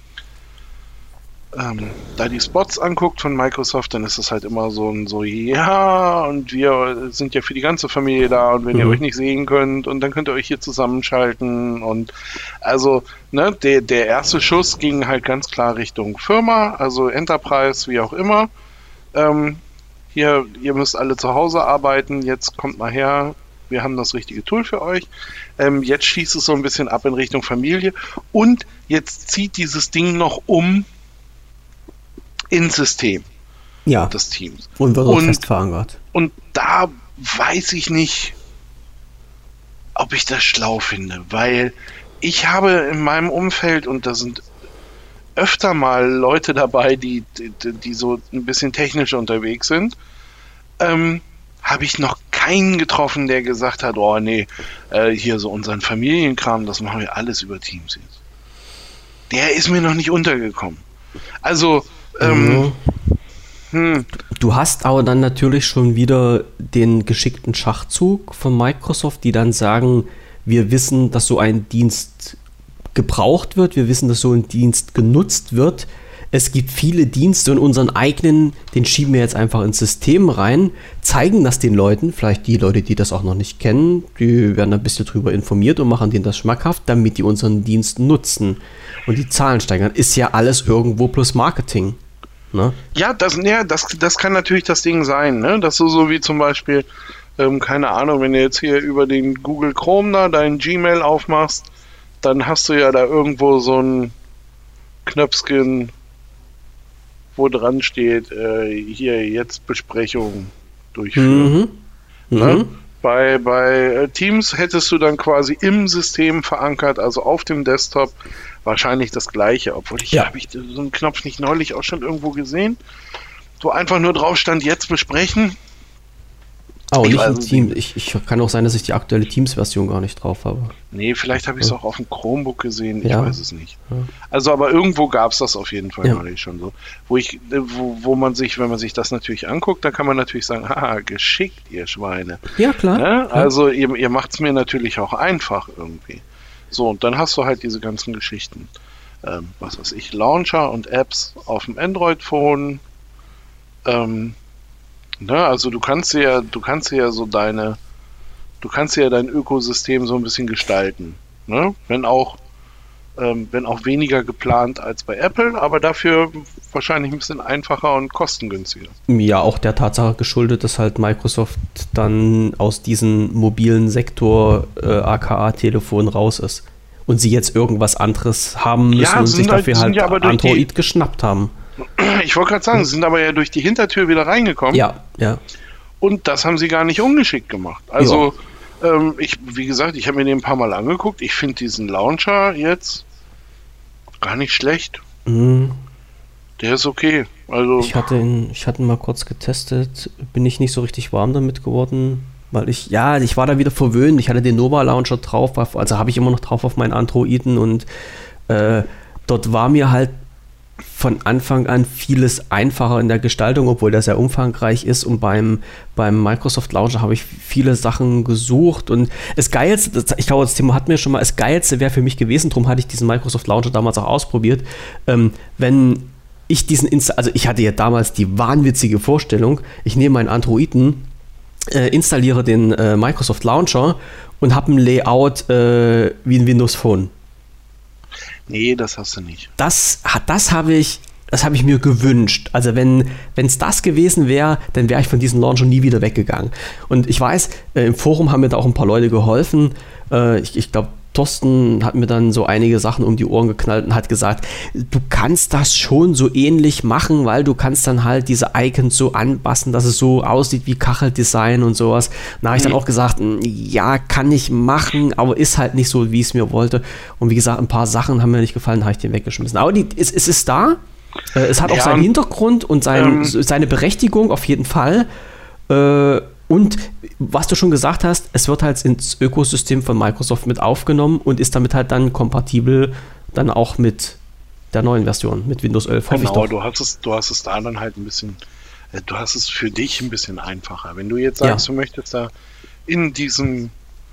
ähm, da die Spots anguckt von Microsoft, dann ist es halt immer so ein so, ja, und wir sind ja für die ganze Familie da und wenn mhm. ihr euch nicht sehen könnt und dann könnt ihr euch hier zusammenschalten und also, ne, der, der erste Schuss ging halt ganz klar Richtung Firma, also Enterprise, wie auch immer. Ähm, hier, ihr müsst alle zu Hause arbeiten, jetzt kommt mal her, wir haben das richtige Tool für euch. Ähm, jetzt schießt es so ein bisschen ab in Richtung Familie und jetzt zieht dieses Ding noch um ins System ja. des Teams. Und wird auch fest verankert. Und da weiß ich nicht, ob ich das schlau finde, weil ich habe in meinem Umfeld, und da sind öfter mal Leute dabei, die, die, die so ein bisschen technisch unterwegs sind, ähm, habe ich noch keinen getroffen, der gesagt hat, oh nee, äh, hier so unseren Familienkram, das machen wir alles über Teams jetzt. Der ist mir noch nicht untergekommen. Also Ähm, hm. Du hast aber dann natürlich schon wieder den geschickten Schachzug von Microsoft, die dann sagen, wir wissen, dass so ein Dienst gebraucht wird, wir wissen, dass so ein Dienst genutzt wird. Es gibt viele Dienste und unseren eigenen, den schieben wir jetzt einfach ins System rein, zeigen das den Leuten, vielleicht die Leute, die das auch noch nicht kennen, die werden ein bisschen drüber informiert und machen denen das schmackhaft, damit die unseren Dienst nutzen und die Zahlen steigern. Ist ja alles irgendwo plus Marketing. Ne? Ja, das, ja das, das kann natürlich das Ding sein, ne? Dass du so wie zum Beispiel, ähm, keine Ahnung, wenn du jetzt hier über den Google Chrome da dein Gmail aufmachst, dann hast du ja da irgendwo so ein Knöpfchen, wo dran steht, äh, hier jetzt Besprechung durchführen. Mhm. Ne? Mhm. Bei, bei Teams hättest du dann quasi im System verankert, also auf dem Desktop, wahrscheinlich das gleiche, obwohl ich, ja. habe ich so einen Knopf nicht neulich auch schon irgendwo gesehen, wo einfach nur drauf stand, jetzt besprechen. Oh, ich nicht ein Team. Ich, ich kann auch sein, dass ich die aktuelle Teams-Version gar nicht drauf habe. Nee, vielleicht habe ich es ja. auch auf dem Chromebook gesehen, ich ja. weiß es nicht. Ja. Also, aber irgendwo gab es das auf jeden Fall ja. neulich schon so. Wo ich, wo, wo man sich, wenn man sich das natürlich anguckt, dann kann man natürlich sagen, haha, geschickt, ihr Schweine. Ja, klar. Ne? Also, ihr, ihr macht es mir natürlich auch einfach irgendwie. So, und dann hast du halt diese ganzen Geschichten. Ähm, was weiß ich, Launcher und Apps auf dem Android-Phone. Ähm, ne, also du kannst ja, du kannst ja so deine, du kannst ja dein Ökosystem so ein bisschen gestalten. Ne? Wenn auch, ähm, wenn auch weniger geplant als bei Apple, aber dafür wahrscheinlich ein bisschen einfacher und kostengünstiger. Ja, auch der Tatsache geschuldet, dass halt Microsoft dann aus diesem mobilen Sektor äh, aka Telefon raus ist. Und sie jetzt irgendwas anderes haben müssen ja, und sich halt, dafür halt ja Android die, geschnappt haben. Ich wollte gerade sagen, sie sind aber ja durch die Hintertür wieder reingekommen. Ja, ja. Und das haben sie gar nicht ungeschickt gemacht. Also, ähm, ich, wie gesagt, ich habe mir den ein paar Mal angeguckt. Ich finde diesen Launcher jetzt gar nicht schlecht. Mhm. Der ist okay. Also ich hatte ihn, ich hatte ihn mal kurz getestet, bin ich nicht so richtig warm damit geworden. Weil ich, ja, ich war da wieder verwöhnt. Ich hatte den Nova Launcher drauf, also habe ich immer noch drauf auf meinen Androiden und äh, dort war mir halt von Anfang an vieles einfacher in der Gestaltung, obwohl der sehr umfangreich ist und beim, beim Microsoft Launcher habe ich viele Sachen gesucht und das Geilste, das, ich glaube, das Thema hatten wir schon mal, das Geilste wäre für mich gewesen, darum hatte ich diesen Microsoft Launcher damals auch ausprobiert, ähm, wenn ich diesen, Insta- also ich hatte ja damals die wahnwitzige Vorstellung, ich nehme meinen Androiden, Äh, installiere den äh, Microsoft Launcher und habe ein Layout äh, wie ein Windows Phone. Nee, das hast du nicht. Das, das habe ich, das habe ich mir gewünscht. Also wenn es das gewesen wäre, dann wäre ich von diesem Launcher nie wieder weggegangen. Und ich weiß, äh, im Forum haben mir da auch ein paar Leute geholfen. Äh, ich ich glaube, Thorsten hat mir dann so einige Sachen um die Ohren geknallt und hat gesagt, du kannst das schon so ähnlich machen, weil du kannst dann halt diese Icons so anpassen, dass es so aussieht wie Kacheldesign und sowas. Da habe ich dann auch gesagt, ja, kann ich machen, aber ist halt nicht so, wie ich es mir wollte. Und wie gesagt, ein paar Sachen haben mir nicht gefallen, habe ich den weggeschmissen. Aber die, es, es ist da. Es hat auch ja, seinen Hintergrund und sein, ähm, seine Berechtigung auf jeden Fall. Äh, Und was du schon gesagt hast, es wird halt ins Ökosystem von Microsoft mit aufgenommen und ist damit halt dann kompatibel dann auch mit der neuen Version, mit Windows elf, hoffe genau, ich doch. Du hast es, du hast es da dann halt ein bisschen, du hast es für dich ein bisschen einfacher. Wenn du jetzt sagst, ja. du möchtest da in diesem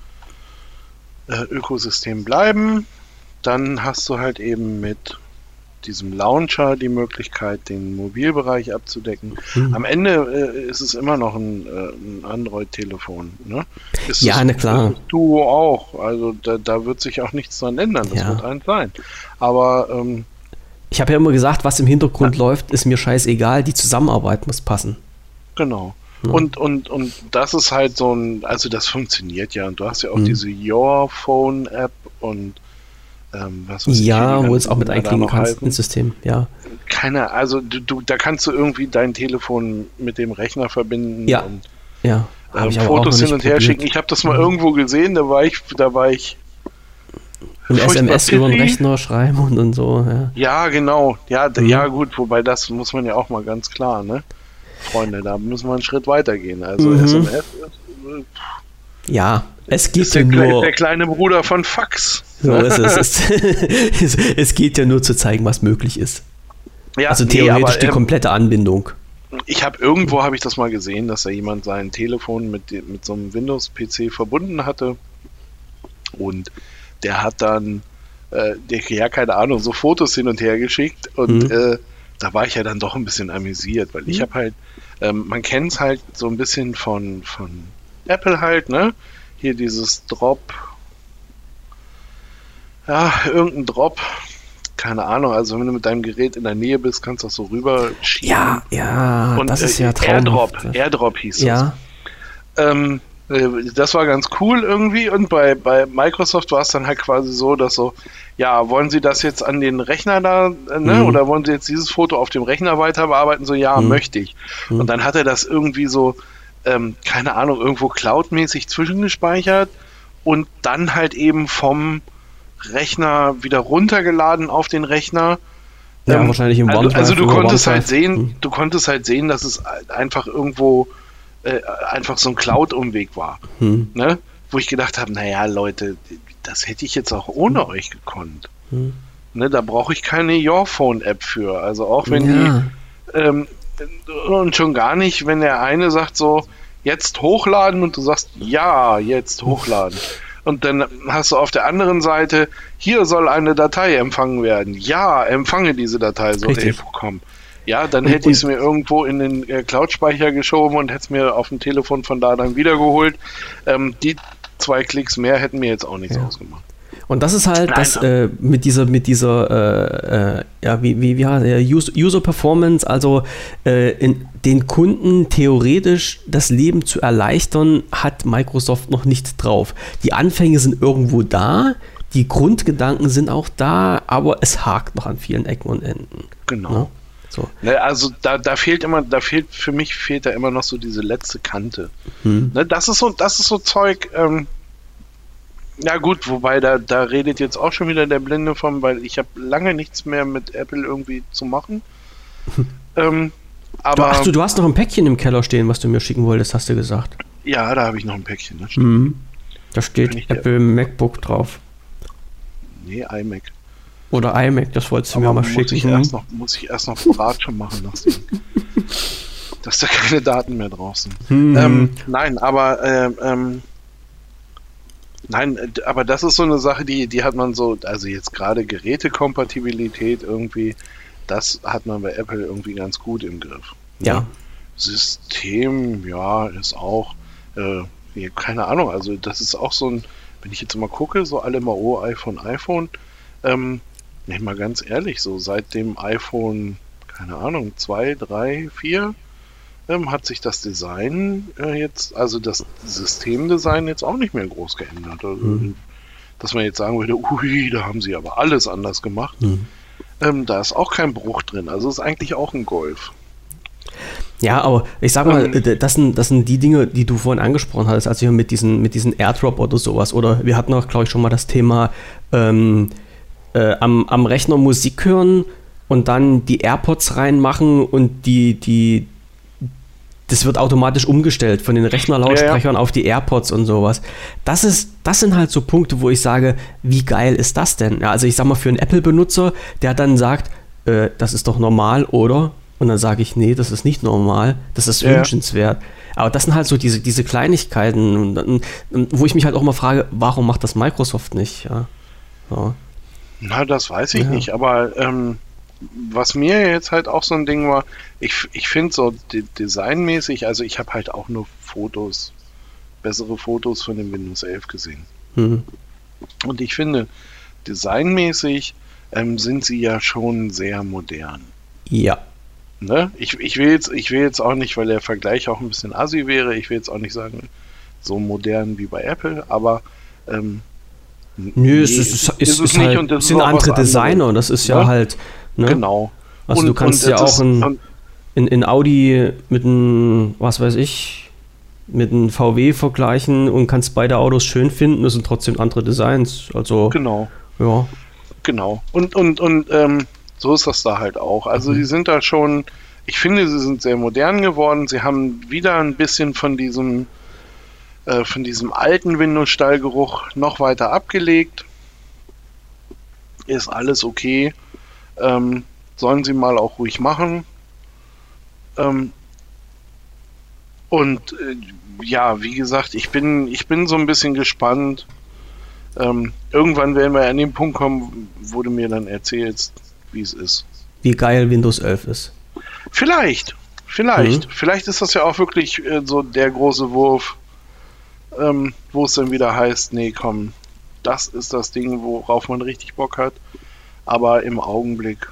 äh, Ökosystem bleiben, dann hast du halt eben mit diesem Launcher die Möglichkeit, den Mobilbereich abzudecken. Mhm. Am Ende äh, ist es immer noch ein, äh, ein Android-Telefon. Ne? Ist ja, es, ne, klar. Du auch. Also da, da wird sich auch nichts dran ändern. Das ja. wird eins sein. Aber ähm, ich habe ja immer gesagt, was im Hintergrund ja. läuft, ist mir scheißegal. Die Zusammenarbeit muss passen. Genau. Ja. Und, und, und das ist halt so ein, also das funktioniert ja. Und du hast ja auch mhm. diese Your Phone-App und Ähm, was weiß ja, ich, wo es auch mit einklicken kannst ins System, ja. Keine, also du, du, da kannst du irgendwie dein Telefon mit dem Rechner verbinden ja. und ja. ähm, Fotos hin und her schicken. Ich habe das mal mhm. irgendwo gesehen, da war ich, da war ich und S M S über den Rechner schreiben und, und so, ja. Ja, genau. Ja, mhm. ja, gut, wobei das muss man ja auch mal ganz klar, ne? Freunde, da müssen wir einen Schritt weiter gehen. Also mhm. S M S ist, ja, es geht ist ja der, nur... der kleine Bruder von Fax. So ist es. es. Es geht ja nur zu zeigen, was möglich ist. Ja, also nee, theoretisch aber, die ähm, komplette Anbindung. Ich habe irgendwo, habe ich das mal gesehen, dass da jemand sein Telefon mit, mit so einem Windows-P C verbunden hatte und der hat dann, äh, der, ja keine Ahnung, so Fotos hin und her geschickt und mhm. äh, da war ich ja dann doch ein bisschen amüsiert, weil ich habe halt, ähm, man kennt es halt so ein bisschen von, von Apple halt, ne? Hier dieses Drop, ja, irgendein Drop, keine Ahnung, also wenn du mit deinem Gerät in der Nähe bist, kannst du das so rüber schieben. Ja, ja, und, das ist äh, ja traumhaft. Airdrop, Airdrop hieß das. Ja. Ähm, äh, das war ganz cool irgendwie und bei, bei Microsoft war es dann halt quasi so, dass so, ja, wollen Sie das jetzt an den Rechner da, äh, ne, mhm. oder wollen Sie jetzt dieses Foto auf dem Rechner weiter bearbeiten? So, ja, mhm. möchte ich. Mhm. Und dann hat er das irgendwie so, ähm, keine Ahnung, irgendwo cloudmäßig zwischengespeichert und dann halt eben vom Rechner wieder runtergeladen auf den Rechner. Ja, ähm, wahrscheinlich im Also, also du konntest halt sehen, hm. du konntest halt sehen, dass es einfach irgendwo äh, einfach so ein Cloud-Umweg war. Hm. Ne? Wo ich gedacht habe, naja, Leute, das hätte ich jetzt auch ohne hm. euch gekonnt. Hm. Ne, da brauche ich keine Your Phone-App für. Also auch wenn ja. die ähm, und schon gar nicht, wenn der eine sagt so, jetzt hochladen und du sagst, ja, jetzt hochladen. Und dann hast du auf der anderen Seite, hier soll eine Datei empfangen werden. Ja, empfange diese Datei, soll Info kommen. Ja, dann hätte ich es mir irgendwo in den äh, Cloud-Speicher geschoben und hätte es mir auf dem Telefon von da dann wiedergeholt. Ähm, die zwei Klicks mehr hätten mir jetzt auch nichts ja. ausgemacht. Und das ist halt Nein, das äh, mit dieser, mit dieser äh, äh, ja, wie, wie, wie heißt User, User Performance, also äh, in den Kunden theoretisch das Leben zu erleichtern, hat Microsoft noch nicht drauf. Die Anfänge sind irgendwo da, die Grundgedanken sind auch da, aber es hakt noch an vielen Ecken und Enden. Genau. Ja? So. Ne, also da, da fehlt immer, da fehlt, für mich fehlt da immer noch so diese letzte Kante. Hm. Ne, das ist so, das ist so Zeug, ähm, ja gut, wobei da, da redet jetzt auch schon wieder der Blinde von, weil ich habe lange nichts mehr mit Apple irgendwie zu machen. ähm, aber Ach du, du hast noch ein Päckchen im Keller stehen, was du mir schicken wolltest, hast du gesagt. Ja, da habe ich noch ein Päckchen. Das stimmt. Mhm. Da steht Apple MacBook drauf. Nee, iMac. Oder iMac, das wolltest du aber mir mal muss schicken. Ich erst noch, muss ich erst noch Beratsche machen lassen. Dass da keine Daten mehr drauf sind. Mhm. Ähm, nein, aber ähm, ähm, Nein, aber das ist so eine Sache, die, die hat man so, also jetzt gerade Gerätekompatibilität irgendwie, das hat man bei Apple irgendwie ganz gut im Griff. Ne? Ja. System, ja, ist auch, äh, keine Ahnung, also das ist auch so ein, wenn ich jetzt mal gucke, so alle mal, oh, iPhone, iPhone, ähm, nicht mal ganz ehrlich, so seit dem iPhone, keine Ahnung, zwei, drei, vier, Ähm, hat sich das Design äh, jetzt, also das Systemdesign jetzt auch nicht mehr groß geändert. Also, mhm. dass man jetzt sagen würde, ui, da haben sie aber alles anders gemacht. Mhm. Ähm, da ist auch kein Bruch drin. Also ist eigentlich auch ein Golf. Ja, aber ich sag mal, ähm, das sind, das sind die Dinge, die du vorhin angesprochen hast, also hier mit diesen, mit diesen Airdrop oder sowas. Oder wir hatten auch, glaube ich, schon mal das Thema ähm, äh, am, am Rechner Musik hören und dann die AirPods reinmachen und die, die das wird automatisch umgestellt von den Rechnerlautsprechern ja, ja. auf die AirPods und sowas. Das ist, das sind halt so Punkte, wo ich sage, wie geil ist das denn? Ja, also ich sag mal, für einen Apple-Benutzer, der dann sagt, äh, das ist doch normal, oder? Und dann sage ich, nee, das ist nicht normal, das ist ja. wünschenswert. Aber das sind halt so diese, diese Kleinigkeiten, und, und, und, wo ich mich halt auch mal frage, warum macht das Microsoft nicht? Ja. So. Na, das weiß ich ja. nicht, aber ähm, was mir jetzt halt auch so ein Ding war, ich, ich finde so de- designmäßig, also ich habe halt auch nur Fotos, bessere Fotos von dem Windows elf gesehen. Mhm. Und ich finde, designmäßig ähm, sind sie ja schon sehr modern. Ja. Ne? Ich, ich, will jetzt, ich will jetzt auch nicht, weil der Vergleich auch ein bisschen assi wäre, ich will jetzt auch nicht sagen, so modern wie bei Apple, aber ähm, Nö, nee, es ist, ist, ist, ist halt, und das sind andere Designer und das ist ja, ja halt. Ne? Genau. Also und, du kannst ja auch in, in, in Audi mit einem, was weiß ich, mit einem V W vergleichen und kannst beide Autos schön finden, das sind trotzdem andere Designs. Also, genau. Ja. Genau. Und, und, und ähm, so ist das da halt auch. Also mhm. die sind da schon, ich finde, sie sind sehr modern geworden. Sie haben wieder ein bisschen von diesem äh, von diesem alten Windows-Stallgeruch noch weiter abgelegt. Ist alles okay. Ähm, sollen sie mal auch ruhig machen. Ähm, und äh, ja, wie gesagt, ich bin, ich bin so ein bisschen gespannt. Ähm, irgendwann werden wir an den Punkt kommen, wo du mir dann erzählst, wie es ist. Wie geil Windows elf ist. Vielleicht, vielleicht. Mhm. Vielleicht ist das ja auch wirklich äh, so der große Wurf, ähm, wo es dann wieder heißt, nee, komm, das ist das Ding, worauf man richtig Bock hat. Aber im Augenblick.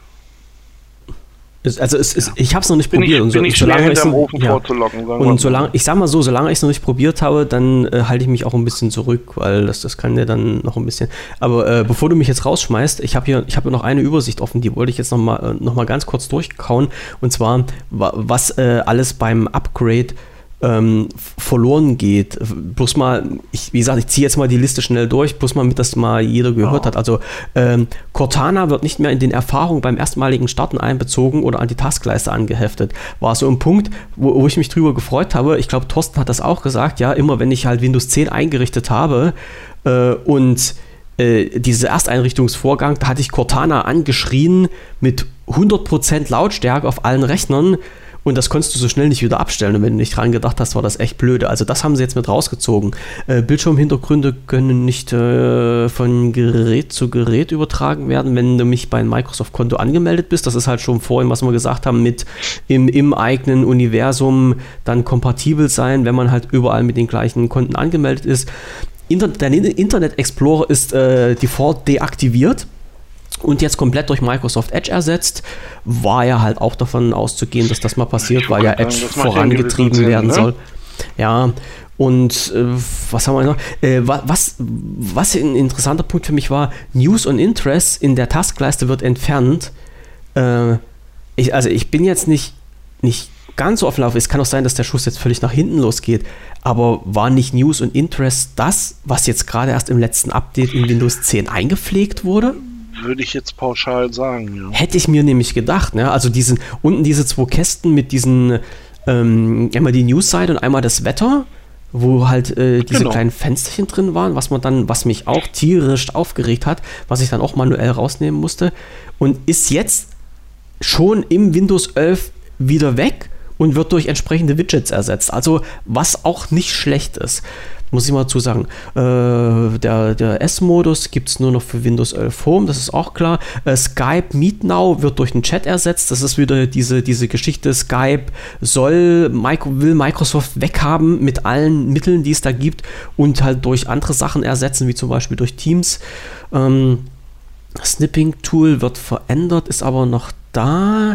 Es, also es, es, ja. ich habe es noch nicht bin probiert. Ich, und so, bin ich solange hinterm Ofen ja. vorzulocken. Und solange, ich sag mal so, solange ich es noch nicht probiert habe, dann äh, halte ich mich auch ein bisschen zurück, weil das, das kann ja dann noch ein bisschen. Aber äh, bevor du mich jetzt rausschmeißt, ich habe hier, ich habe hier noch eine Übersicht offen, die wollte ich jetzt noch mal, äh, noch mal ganz kurz durchkauen. Und zwar, was äh, alles beim Upgrade Ähm, verloren geht. Bloß mal, ich, wie gesagt, ich ziehe jetzt mal die Liste schnell durch, bloß mal mit, dass mal jeder gehört oh. hat. Also ähm, Cortana wird nicht mehr in den Erfahrungen beim erstmaligen Starten einbezogen oder an die Taskleiste angeheftet. War so ein Punkt, wo, wo ich mich drüber gefreut habe. Ich glaube, Thorsten hat das auch gesagt, ja, immer wenn ich halt Windows zehn eingerichtet habe äh, und äh, dieser Ersteinrichtungsvorgang, da hatte ich Cortana angeschrien mit hundert Prozent Lautstärke auf allen Rechnern. Und das konntest du so schnell nicht wieder abstellen. Und wenn du nicht dran gedacht hast, war das echt blöde. Also das haben sie jetzt mit rausgezogen. Äh, Bildschirmhintergründe können nicht äh, von Gerät zu Gerät übertragen werden, wenn du mich bei einem Microsoft-Konto angemeldet bist. Das ist halt schon vorhin, was wir gesagt haben, mit im, im eigenen Universum dann kompatibel sein, wenn man halt überall mit den gleichen Konten angemeldet ist. Inter- der Internet Explorer ist äh, default deaktiviert und jetzt komplett durch Microsoft Edge ersetzt. War ja halt auch davon auszugehen, dass das mal passiert, weil ja Edge vorangetrieben Sinn, werden ne? soll. Ja, und äh, was haben wir noch? Äh, was, was ein interessanter Punkt für mich war, News und Interests in der Taskleiste wird entfernt. Äh, ich, also ich bin jetzt nicht, nicht ganz so auf Lauf. Es kann auch sein, dass der Schuss jetzt völlig nach hinten losgeht, aber war nicht News und Interests das, was jetzt gerade erst im letzten Update in Windows zehn eingepflegt wurde? Würde ich jetzt pauschal sagen, ja. Hätte ich mir nämlich gedacht, ne? Also diesen, unten diese zwei Kästen mit diesen, ähm, einmal die News-Seite und einmal das Wetter, wo halt äh, diese genau. kleinen Fensterchen drin waren, was man dann, was mich auch tierisch aufgeregt hat, was ich dann auch manuell rausnehmen musste, und ist jetzt schon im Windows elf wieder weg und wird durch entsprechende Widgets ersetzt. Also was auch nicht schlecht ist. Muss ich mal dazu sagen, äh, der, der S-Modus gibt es nur noch für Windows elf Home, das ist auch klar. Äh, Skype Meet Now wird durch den Chat ersetzt, das ist wieder diese, diese Geschichte, Skype soll, will Microsoft weghaben mit allen Mitteln, die es da gibt, und halt durch andere Sachen ersetzen, wie zum Beispiel durch Teams. Ähm, Snipping-Tool wird verändert, ist aber noch da.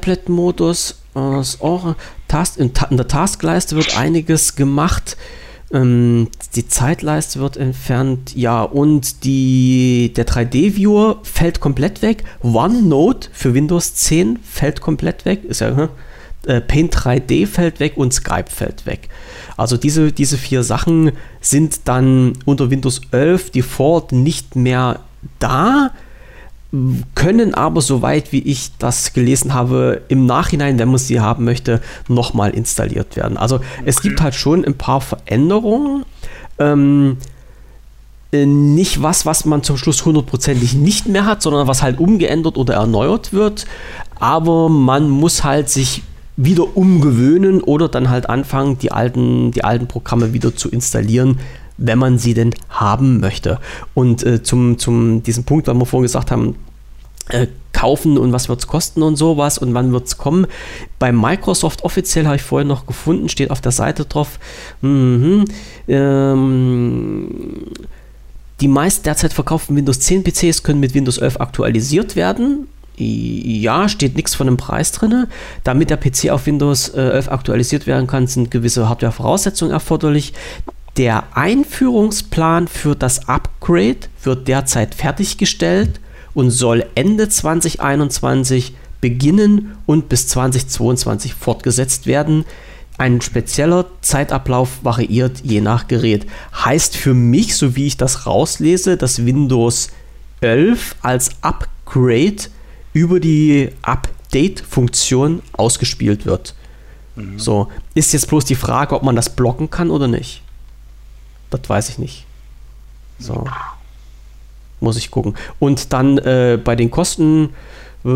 Tablet-Modus, äh, ist auch Task, in, in der Taskleiste wird einiges gemacht. Ähm, die Zeitleiste wird entfernt, ja, und die, der drei D-Viewer fällt komplett weg. OneNote für Windows zehn fällt komplett weg. Ist ja, ne? äh, Paint drei D fällt weg und Skype fällt weg. Also diese, diese vier Sachen sind dann unter Windows elf Default nicht mehr da, können aber, soweit wie ich das gelesen habe, im Nachhinein, wenn man sie haben möchte, nochmal installiert werden. Also okay. Es gibt halt schon ein paar Veränderungen. Ähm, nicht was, was man zum Schluss hundertprozentig nicht mehr hat, sondern was halt umgeändert oder erneuert wird. Aber man muss halt sich wieder umgewöhnen oder dann halt anfangen, die alten, die alten Programme wieder zu installieren, wenn man sie denn haben möchte. Und äh, zum, zum diesem Punkt, weil wir vorhin gesagt haben, äh, kaufen und was wird es kosten und sowas und wann wird es kommen. Bei Microsoft offiziell habe ich vorhin noch gefunden, steht auf der Seite drauf, mhm, ähm, die meist derzeit verkauften Windows zehn P Cs können mit Windows elf aktualisiert werden. Ja, steht nichts von einem Preis drin. Damit der P C auf Windows elf aktualisiert werden kann, sind gewisse Hardware-Voraussetzungen erforderlich. Der Einführungsplan für das Upgrade wird derzeit fertiggestellt und soll Ende zwanzig einundzwanzig beginnen und bis zwanzig zweiundzwanzig fortgesetzt werden. Ein spezieller Zeitablauf variiert je nach Gerät. Heißt für mich, so wie ich das rauslese, dass Windows elf als Upgrade über die Update-Funktion ausgespielt wird. Mhm. So, ist jetzt bloß die Frage, ob man das blocken kann oder nicht. Das weiß ich nicht. So. Muss ich gucken. Und dann äh, bei den Kosten äh,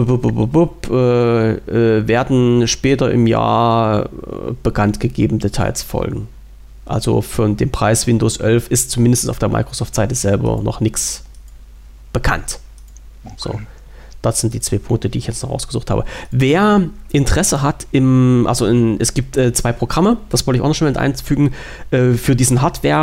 äh, werden später im Jahr äh, bekannt gegeben Details folgen. Also für den Preis Windows elf ist zumindest auf der Microsoft-Seite selber noch nichts bekannt. Okay. So. Das sind die zwei Punkte, die ich jetzt noch rausgesucht habe. Wer Interesse hat, im, also in, es gibt äh, zwei Programme, das wollte ich auch noch schon mit einfügen, äh, für diesen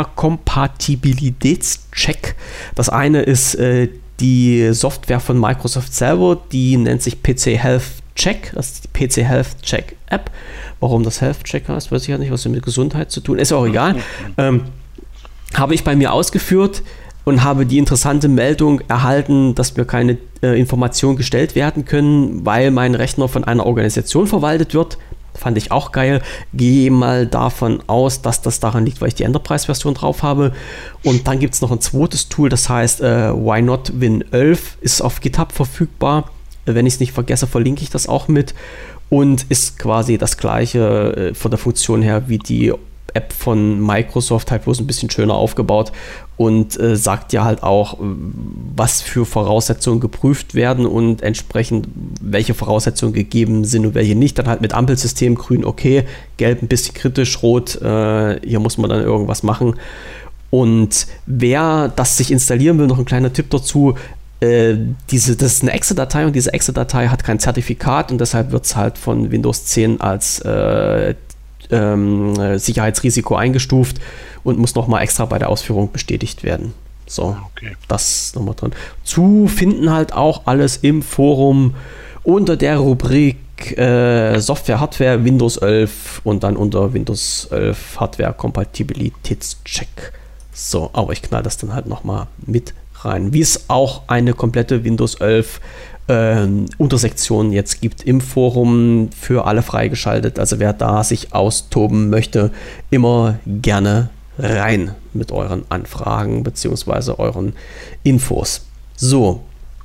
Hardware-Kompatibilitätscheck. Das eine ist äh, die Software von Microsoft selber, die nennt sich P C Health Check, das ist die P C Health Check App. Warum das Health Check heißt, weiß ich ja nicht, was mit Gesundheit zu tun ist, auch egal. Ähm, habe ich bei mir ausgeführt und habe die interessante Meldung erhalten, dass mir keine äh, Informationen gestellt werden können, weil mein Rechner von einer Organisation verwaltet wird. Fand ich auch geil. Gehe mal davon aus, dass das daran liegt, weil ich die Enterprise-Version drauf habe. Und dann gibt es noch ein zweites Tool, das heißt äh, Why Not Win elf, ist auf GitHub verfügbar. Wenn ich es nicht vergesse, verlinke ich das auch mit. Und ist quasi das gleiche äh, von der Funktion her wie die App von Microsoft, halt bloß ein bisschen schöner aufgebaut und äh, sagt ja halt auch, was für Voraussetzungen geprüft werden und entsprechend welche Voraussetzungen gegeben sind und welche nicht. Dann halt mit Ampelsystem, grün okay, gelb ein bisschen kritisch, rot, äh, hier muss man dann irgendwas machen. Und wer das sich installieren will, noch ein kleiner Tipp dazu, äh, diese, das ist eine Exe-Datei und diese Exe-Datei hat kein Zertifikat und deshalb wird es halt von Windows zehn als äh, Ähm, Sicherheitsrisiko eingestuft und muss nochmal extra bei der Ausführung bestätigt werden. So, okay. Das nochmal drin. Zu finden halt auch alles im Forum unter der Rubrik äh, Software, Hardware, Windows elf und dann unter Windows elf Hardware Kompatibilitätscheck. So, aber ich knall das dann halt nochmal mit rein. Wie es auch eine komplette Windows elf Ähm, Untersektionen jetzt gibt im Forum, für alle freigeschaltet. Also wer da sich austoben möchte, immer gerne rein mit euren Anfragen bzw. euren Infos. So,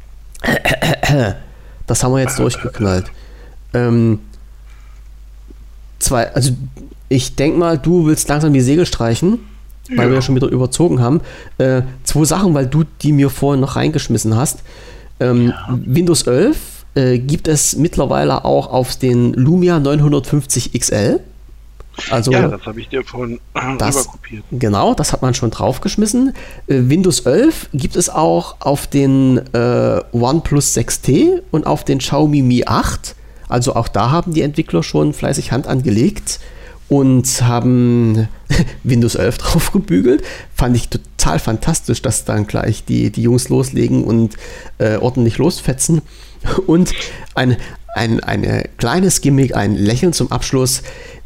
das haben wir jetzt durchgeknallt. Ähm, zwei, also ich denke mal, du willst langsam die Segel streichen, weil ja. wir ja schon wieder überzogen haben. Äh, zwei Sachen, weil du die mir vorhin noch reingeschmissen hast. Ähm, ja. Windows elf äh, gibt es mittlerweile auch auf den Lumia neunhundertfünfzig X L. Also, ja, das habe ich dir vorhin rüberkopiert. Genau, das hat man schon draufgeschmissen. Äh, Windows elf gibt es auch auf den äh, OnePlus sechs T und auf den Xiaomi Mi acht. Also auch da haben die Entwickler schon fleißig Hand angelegt und haben Windows elf drauf gebügelt. Fand ich total fantastisch, dass dann gleich die, die Jungs loslegen und äh, ordentlich losfetzen. Und ein, ein, ein kleines Gimmick, ein Lächeln zum Abschluss.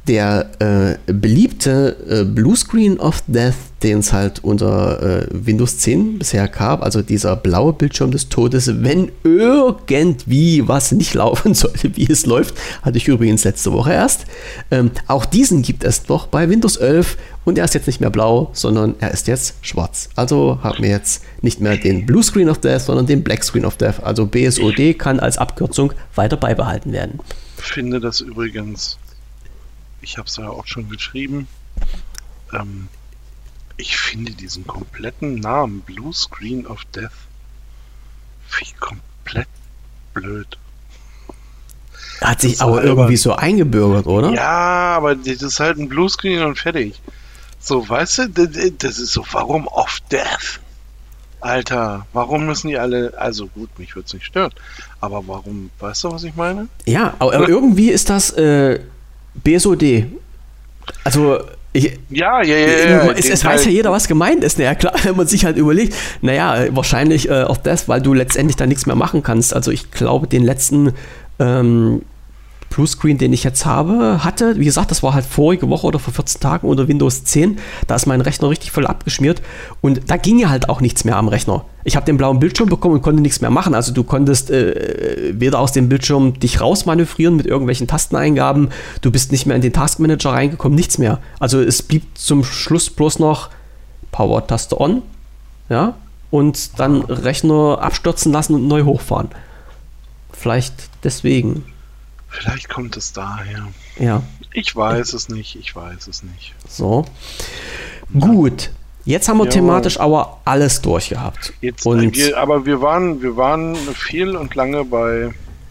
der äh, beliebte äh, Bluescreen of Death, den es halt unter äh, Windows zehn bisher gab, also dieser blaue Bildschirm des Todes, wenn irgendwie was nicht laufen sollte, wie es läuft, hatte ich übrigens letzte Woche erst. Ähm, auch diesen gibt es doch bei Windows elf und er ist jetzt nicht mehr blau, sondern er ist jetzt schwarz. Also haben wir jetzt nicht mehr den Bluescreen of Death, sondern den Blackscreen of Death. Also B S O D kann als Abkürzung weiter beibehalten werden. Ich finde das übrigens, ich habe es ja auch schon geschrieben, ähm, ich finde diesen kompletten Namen Bluescreen of Death wie komplett blöd. Hat sich aber halt irgendwie so eingebürgert, oder? Ja, aber das ist halt ein Bluescreen und fertig. So, weißt du, das ist so, warum of Death? Alter, warum müssen die alle, also gut, mich würde es nicht stören, aber warum, weißt du, was ich meine? Ja, aber, aber irgendwie ist das äh, B S O D. Also, ich, ja, ja, ja. ja es es weiß halt ja jeder, was gemeint ist. Naja, klar, wenn man sich halt überlegt, naja, wahrscheinlich äh, auch das, weil du letztendlich da nichts mehr machen kannst. Also, ich glaube, den letzten ähm, Bluescreen, den ich jetzt habe, hatte, wie gesagt, das war halt vorige Woche oder vor vierzehn Tagen unter Windows zehn, da ist mein Rechner richtig voll abgeschmiert und da ging ja halt auch nichts mehr am Rechner. Ich habe den blauen Bildschirm bekommen und konnte nichts mehr machen, also du konntest äh, weder aus dem Bildschirm dich rausmanövrieren mit irgendwelchen Tasteneingaben, du bist nicht mehr in den Taskmanager reingekommen, nichts mehr. Also es blieb zum Schluss bloß noch Power-Taste on, ja, und dann Rechner abstürzen lassen und neu hochfahren. Vielleicht deswegen. Vielleicht kommt es daher. Ja. Ich weiß es nicht, ich weiß es nicht. So. Gut. Jetzt haben wir ja thematisch aber alles durchgehabt. Jetzt, und wir, aber wir waren, wir waren viel und lange bei...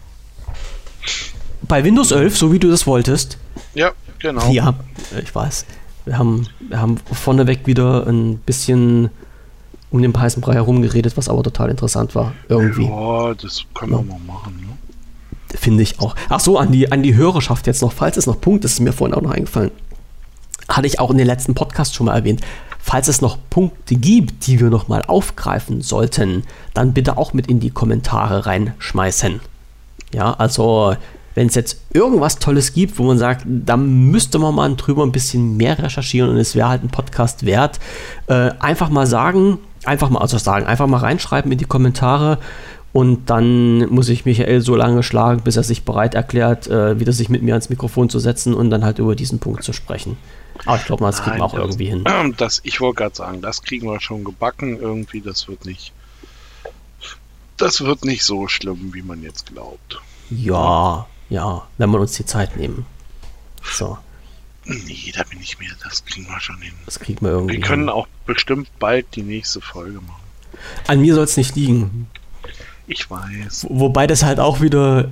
Bei Windows elf, so wie du das wolltest. Ja, genau. Ja, ich weiß. Wir haben, wir haben vorneweg wieder ein bisschen um den heißen Brei herumgeredet, was aber total interessant war. Irgendwie. Ja, das können wir ja mal machen, ne? Finde ich auch. Ach so, an die, an die Hörerschaft jetzt noch, falls es noch Punkte, das ist mir vorhin auch noch eingefallen, hatte ich auch in den letzten Podcast schon mal erwähnt, falls es noch Punkte gibt, die wir noch mal aufgreifen sollten, dann bitte auch mit in die Kommentare reinschmeißen. Ja, also wenn es jetzt irgendwas Tolles gibt, wo man sagt, da müsste man mal drüber ein bisschen mehr recherchieren und es wäre halt ein Podcast wert, äh, einfach mal sagen, einfach mal, also sagen, einfach mal reinschreiben in die Kommentare. Und dann muss ich Michael so lange schlagen, bis er sich bereit erklärt, äh, wieder sich mit mir ans Mikrofon zu setzen und dann halt über diesen Punkt zu sprechen. Aber ich glaube mal, das kriegen wir auch das, irgendwie hin. Das, ich wollte gerade sagen, das kriegen wir schon gebacken irgendwie. Das wird nicht, das wird nicht so schlimm, wie man jetzt glaubt. Ja, ja, wenn wir uns die Zeit nehmen. So. Nee, da bin ich mir, das kriegen wir schon hin. Das kriegen wir irgendwie Wir können hin. Auch bestimmt bald die nächste Folge machen. An mir soll es nicht liegen. Ich weiß. Wobei das halt auch wieder,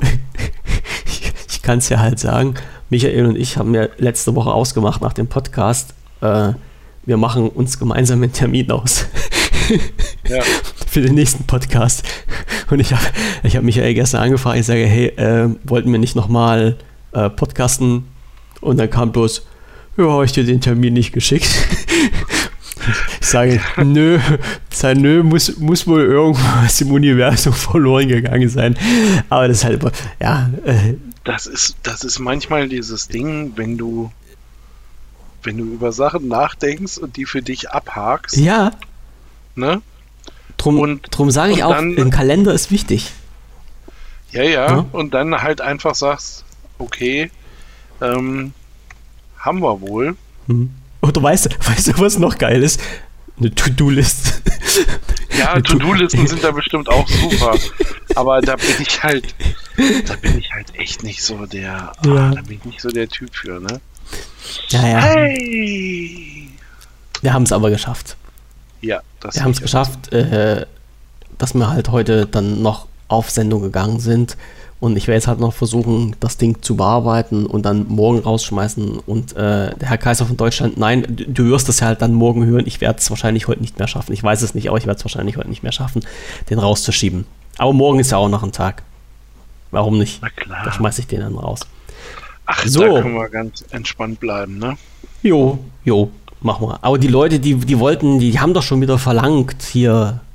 ich kann es ja halt sagen, Michael und ich haben ja letzte Woche ausgemacht nach dem Podcast, äh, wir machen uns gemeinsam einen Termin aus. Ja. Für den nächsten Podcast. Und ich habe ich hab Michael gestern angefragt, ich sage, hey, äh, wollten wir nicht nochmal äh, podcasten? Und dann kam bloß, ja, habe ich dir den Termin nicht geschickt. Ich sage, nö, sein Nö muss, muss wohl irgendwas im Universum verloren gegangen sein. Aber das ist halt, ja. Äh, das ist, das ist manchmal dieses Ding, wenn du, wenn du über Sachen nachdenkst und die für dich abhakst. Ja. Ne? Drum, und, drum sage ich auch, dann, ein Kalender ist wichtig. Ja, ja, ja, und dann halt einfach sagst, okay, ähm, haben wir wohl. Mhm. Oder weißt du, weißt du, was noch geil ist? Eine To-Do-List. Ja, To-Do-Listen sind da bestimmt auch super. Aber da bin ich halt, da bin ich halt echt nicht so der, ja. ah, da bin ich nicht so der Typ für, ne? Ja, ja. Hey! Wir haben es aber geschafft. Ja, das Wir haben es geschafft, äh, dass wir halt heute dann noch auf Sendung gegangen sind. Und ich werde jetzt halt noch versuchen, das Ding zu bearbeiten und dann morgen rausschmeißen. Und äh, der Herr Kaiser von Deutschland, nein, du, du wirst das ja halt dann morgen hören. Ich werde es wahrscheinlich heute nicht mehr schaffen. Ich weiß es nicht, aber ich werde es wahrscheinlich heute nicht mehr schaffen, den rauszuschieben. Aber morgen ist ja auch noch ein Tag. Warum nicht? Na klar. Da schmeiße ich den dann raus. Ach, so. Da können wir ganz entspannt bleiben, ne? Jo, jo, machen wir. Aber die Leute, die, die wollten, die haben doch schon wieder verlangt hier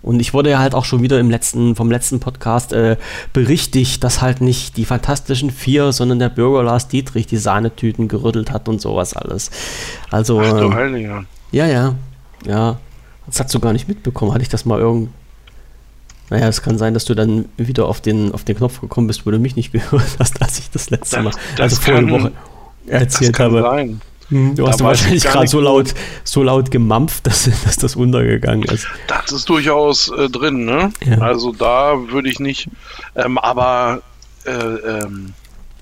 Und ich wurde ja halt auch schon wieder im letzten, vom letzten Podcast äh, berichtigt, dass halt nicht die Fantastischen Vier, sondern der Bürger Lars Dietrich die Sahnetüten gerüttelt hat und sowas alles. Also, Ach du ähm, Heiliger. ja, ja, ja. Das hast du gar nicht mitbekommen. Hatte ich das mal irgend... Naja, es kann sein, dass du dann wieder auf den, auf den Knopf gekommen bist, wo du mich nicht gehört hast, als ich das letzte Das- Mal, das also vorige kann- Woche erzählt das kann habe. sein. Hm, Du Da hast weiß wahrscheinlich ich gar gerade nicht, so wo- laut, so laut gemampft, dass, dass das untergegangen ist. Das ist durchaus äh, drin, ne? Ja. Also da würde ich nicht, ähm, aber äh, ähm,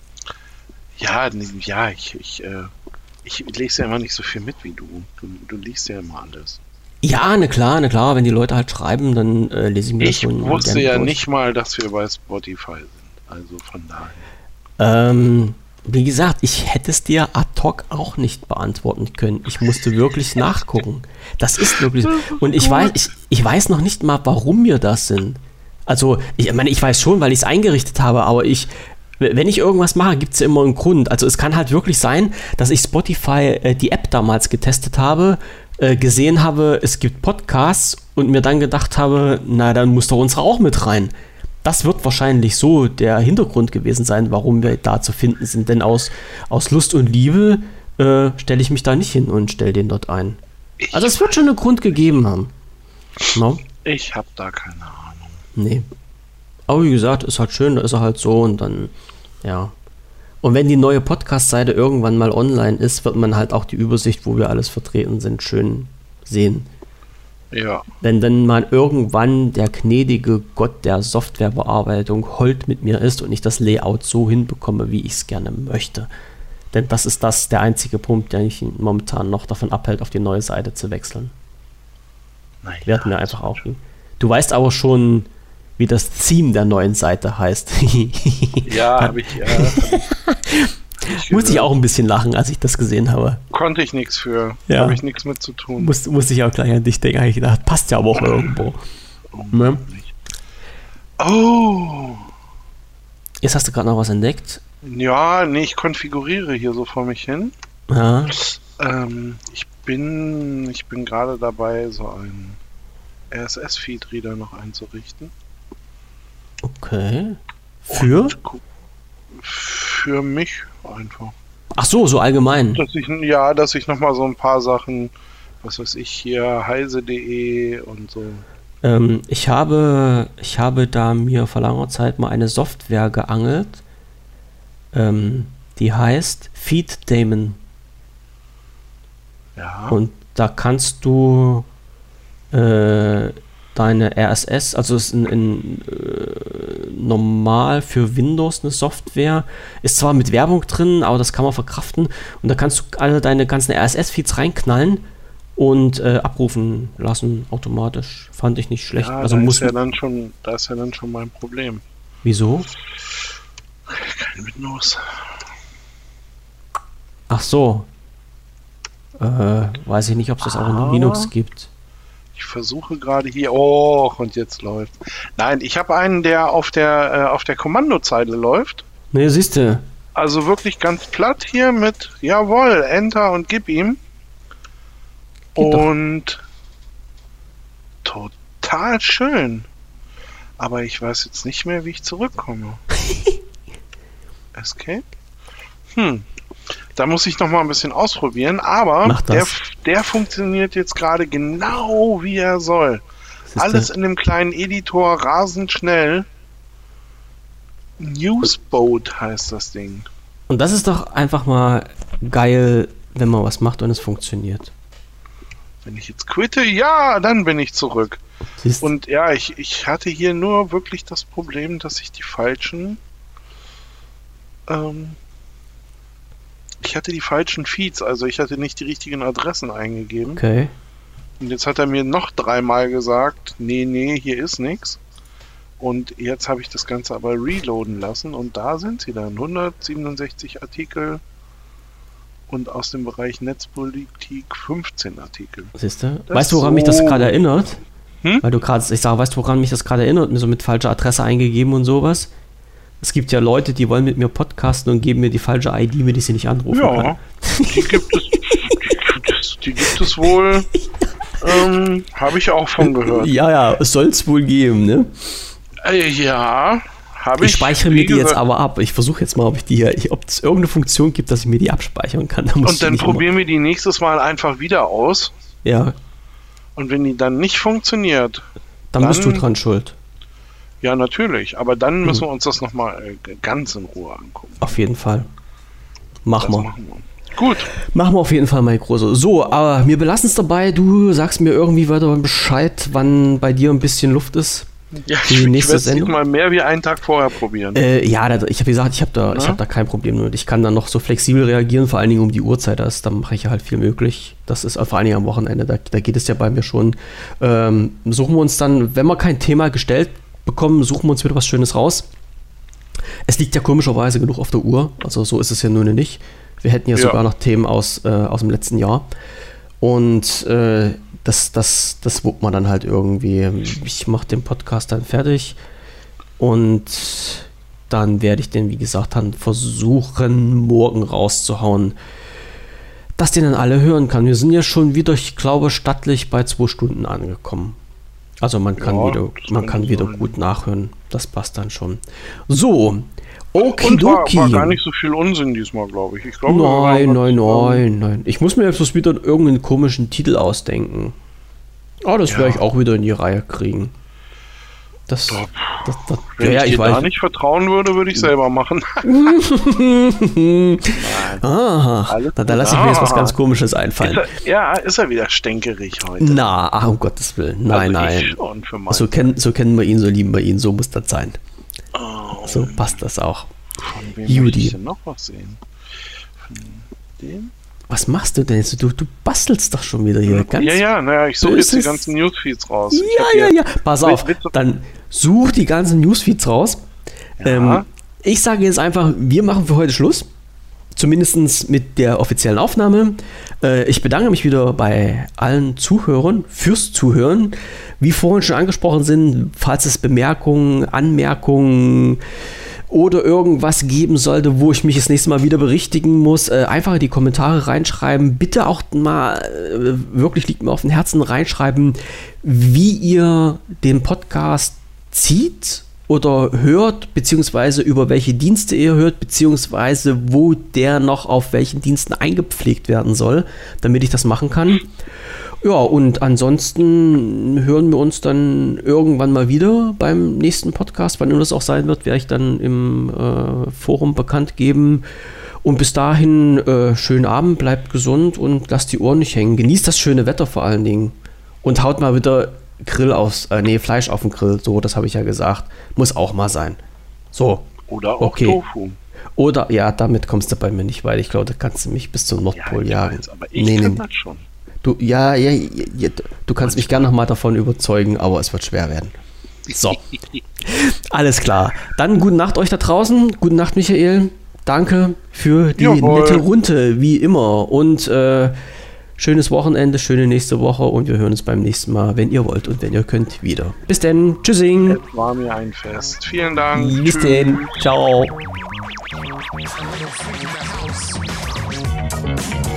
ja, nee, ja, ich, ich, äh, ich lese ja immer nicht so viel mit wie du. Du, du liest ja immer alles. Ja, ne klar, ne klar, wenn die Leute halt schreiben, dann äh, lese ich mir das Ich schon wusste gerne ja durch. nicht mal, dass wir bei Spotify sind. Also von daher. Ähm, wie gesagt, ich hätte es dir ad hoc auch nicht beantworten können. Ich musste wirklich nachgucken. Das ist wirklich so. Und ich weiß, ich, ich weiß noch nicht mal, warum wir das sind. Also, ich meine, ich weiß schon, weil ich es eingerichtet habe, aber ich, wenn ich irgendwas mache, gibt es ja immer einen Grund. Also es kann halt wirklich sein, dass ich Spotify, äh, die App damals getestet habe, äh, gesehen habe, es gibt Podcasts und mir dann gedacht habe, na, dann muss doch unsere auch mit rein. Das wird wahrscheinlich so der Hintergrund gewesen sein, warum wir da zu finden sind. Denn aus, aus Lust und Liebe äh, stelle ich mich da nicht hin und stelle den dort ein. Ich, Also es wird schon einen Grund gegeben haben. No? ich habe da keine Ahnung. Nee. Aber wie gesagt, ist halt schön, da ist er halt so und dann, ja. Und wenn die neue Podcast-Seite irgendwann mal online ist, wird man halt auch die Übersicht, wo wir alles vertreten sind, schön sehen. Ja, Wenn dann mal irgendwann der gnädige Gott der Softwarebearbeitung hold mit mir ist und ich das Layout so hinbekomme, wie ich es gerne möchte. Denn das ist das der einzige Punkt, der mich momentan noch davon abhält, auf die neue Seite zu wechseln. naja. Werden wir einfach auch. Du weißt aber schon, wie das Theme der neuen Seite heißt. Ja, habe ich, ja, hab ich, hab ich Muss ich gehört. auch ein bisschen lachen, als ich das gesehen habe. Konnte ich nichts für. Ja. Habe ich nichts mit zu tun. Muss, musste ich auch gleich an dich denken. Hab ich gedacht, passt ja aber auch irgendwo. Ne? Oh. Jetzt hast du gerade noch was entdeckt. Ja, nee, ich konfiguriere hier so vor mich hin. Ja. Ähm, ich bin, ich bin gerade dabei, so einen R S S-Feed-Reader noch einzurichten. Okay. Für? Und gu- Für mich einfach. Ach so, so allgemein. Dass ich, ja, dass ich nochmal so ein paar Sachen, was weiß ich hier, heise punkt de und so. Ähm, ich habe, ich habe da mir vor langer Zeit mal eine Software geangelt. Ähm, die heißt FeedDaemon. Ja. Und da kannst du äh, deine R S S, also es ist ein, ein äh, normal für Windows eine Software, ist zwar mit Werbung drin, aber das kann man verkraften und da kannst du alle deine ganzen R S S-Feeds reinknallen und äh, abrufen lassen automatisch. Fand ich nicht schlecht. Ja, also da, muss ist ja dann schon, da ist ja dann schon mein Problem. Wieso? Kein Windows. Ach so. Äh, weiß ich nicht, ob es das auch in Ah. Linux gibt. Ich versuche gerade hier. Oh, und jetzt läuft. Nein, ich habe einen, der auf der äh, auf der Kommandozeile läuft. Ne, siehst du. Also wirklich ganz platt hier mit jawohl, Enter und gib ihm. Geht doch. Und total schön. Aber ich weiß jetzt nicht mehr, wie ich zurückkomme. Escape? Hm. Da muss ich noch mal ein bisschen ausprobieren, aber Mach der, das. der funktioniert jetzt gerade genau wie er soll. Siehste? Alles in dem kleinen Editor, rasend schnell. Newsboat heißt das Ding. Und das ist doch einfach mal geil, wenn man was macht und es funktioniert. Wenn ich jetzt quitte, ja, dann bin ich zurück. Siehst du? Und ja, ich, ich hatte hier nur wirklich das Problem, dass ich die falschen ähm, ich hatte die falschen Feeds, also ich hatte nicht die richtigen Adressen eingegeben. Okay. Und jetzt hat er mir noch dreimal gesagt, nee, nee, hier ist nichts. Und jetzt habe ich das Ganze aber reloaden lassen und da sind sie dann. hundertsiebenundsechzig Artikel und aus dem Bereich Netzpolitik fünfzehn Artikel. Siehst du? Das Weißt du, woran so- mich das gerade erinnert? Hm? Weil du gerade, ich sage, weißt du, woran mich das gerade erinnert? Mir so mit falscher Adresse eingegeben und sowas. Es gibt ja Leute, die wollen mit mir podcasten und geben mir die falsche I D, wenn ich sie nicht anrufen kann. Ja, die gibt es, die, die, die gibt es wohl. ähm, habe ich auch von gehört. Ja, ja, es soll es wohl geben, ne? Äh, ja, habe ich. Ich speichere mir die jetzt aber ab. Ich versuche jetzt mal, ob ich die hier, ob es irgendeine Funktion gibt, dass ich mir die abspeichern kann. Da muss Und dann probieren wir die nächstes Mal einfach wieder aus. Ja. Und wenn die dann nicht funktioniert, dann, dann bist du dran schuld. Ja, natürlich. Aber dann müssen wir uns das nochmal äh, ganz in Ruhe angucken. Auf jeden Fall. Mach mal. Machen wir. Gut. Machen wir auf jeden Fall, mein Große. So, aber wir belassen es dabei. Du sagst mir irgendwie weiter Bescheid, wann bei dir ein bisschen Luft ist. Ja, ich, ich werde es mal mehr wie einen Tag vorher probieren. Äh, ja, ich habe gesagt, ich habe da, ich hab da kein Problem mit. Ich kann dann noch so flexibel reagieren, vor allen Dingen um die Uhrzeit ist. Dann mache ich halt viel möglich. Das ist vor allen Dingen am Wochenende, da, da geht es ja bei mir schon. Ähm, suchen wir uns dann, wenn wir kein Thema gestellt bekommen, suchen wir uns wieder was Schönes raus. Es liegt ja komischerweise genug auf der Uhr, also so ist es ja nun nicht. Wir hätten ja, ja. sogar noch Themen aus, äh, aus dem letzten Jahr. Und äh, das, das, das wupp man dann halt irgendwie. Ich mache den Podcast dann fertig und dann werde ich den, wie gesagt, dann versuchen, morgen rauszuhauen, dass den dann alle hören kann. Wir sind ja schon wieder, ich glaube, stattlich bei zwei Stunden angekommen. Also man kann ja, wieder, man kann wieder gut nachhören. Das passt dann schon. So, okidoki. War, war gar nicht so viel Unsinn diesmal, glaube ich. ich glaube, nein, nein, nein, nein. Ich muss mir jetzt wieder irgendeinen komischen Titel ausdenken. Oh, das ja. werde ich auch wieder in die Reihe kriegen. Das, das, das, das Wenn ja, ich dir ich weiß. da nicht vertrauen würde, würde ich selber machen. ah, da, da lasse ich mir jetzt was ganz Komisches einfallen. Ist er, ja, ist er wieder stänkerig heute. Na, ach, um Gottes Willen. Nein, also nein. So kennen, so kennen wir ihn, so lieben wir ihn, so muss das sein. Oh. So passt das auch. Von wem Judy. Ich denn noch was sehen? Von dem? Was machst du denn jetzt? Du, du bastelst doch schon wieder hier. Ganz ja, ja, naja, ich suche jetzt die ganzen Newsfeeds raus. Ja, ja, ja. Pass auf, dann such die ganzen Newsfeeds raus. Ja. Ähm, ich sage jetzt einfach, wir machen für heute Schluss. Zumindest mit der offiziellen Aufnahme. Äh, ich bedanke mich wieder bei allen Zuhörern fürs Zuhören. Wie vorhin schon angesprochen sind, falls es Bemerkungen, Anmerkungen oder irgendwas geben sollte, wo ich mich das nächste Mal wieder berichtigen muss, äh, einfach in die Kommentare reinschreiben. Bitte auch mal, äh, wirklich liegt mir auf dem Herzen, reinschreiben, wie ihr den Podcast zieht oder hört, beziehungsweise über welche Dienste ihr hört, beziehungsweise wo der noch auf welchen Diensten eingepflegt werden soll, damit ich das machen kann. Ja, und ansonsten hören wir uns dann irgendwann mal wieder beim nächsten Podcast. Wann immer das auch sein wird, werde ich dann im äh, Forum bekannt geben. Und bis dahin, äh, schönen Abend, bleibt gesund und lasst die Ohren nicht hängen. Genießt das schöne Wetter vor allen Dingen. Und haut mal wieder Grill aus, äh, nee, Fleisch auf den Grill. So, das habe ich ja gesagt. Muss auch mal sein. So. Oder auch okay. Tofu. Oder, ja, damit kommst du bei mir nicht, weil ich glaube, da kannst du mich bis zum Nordpol ja, jagen. Weiß, aber ich nee, kann nee. das schon. Du, ja, ja, ja, du kannst mich gerne noch mal davon überzeugen, aber es wird schwer werden. So, alles klar. Dann gute Nacht euch da draußen. Gute Nacht, Michael. Danke für die Jawohl. nette Runde, wie immer. Und äh, schönes Wochenende, schöne nächste Woche. Und wir hören uns beim nächsten Mal, wenn ihr wollt und wenn ihr könnt, wieder. Bis denn. Tschüssing. Es war mir ein Fest. Vielen Dank. Bis denn. Ciao.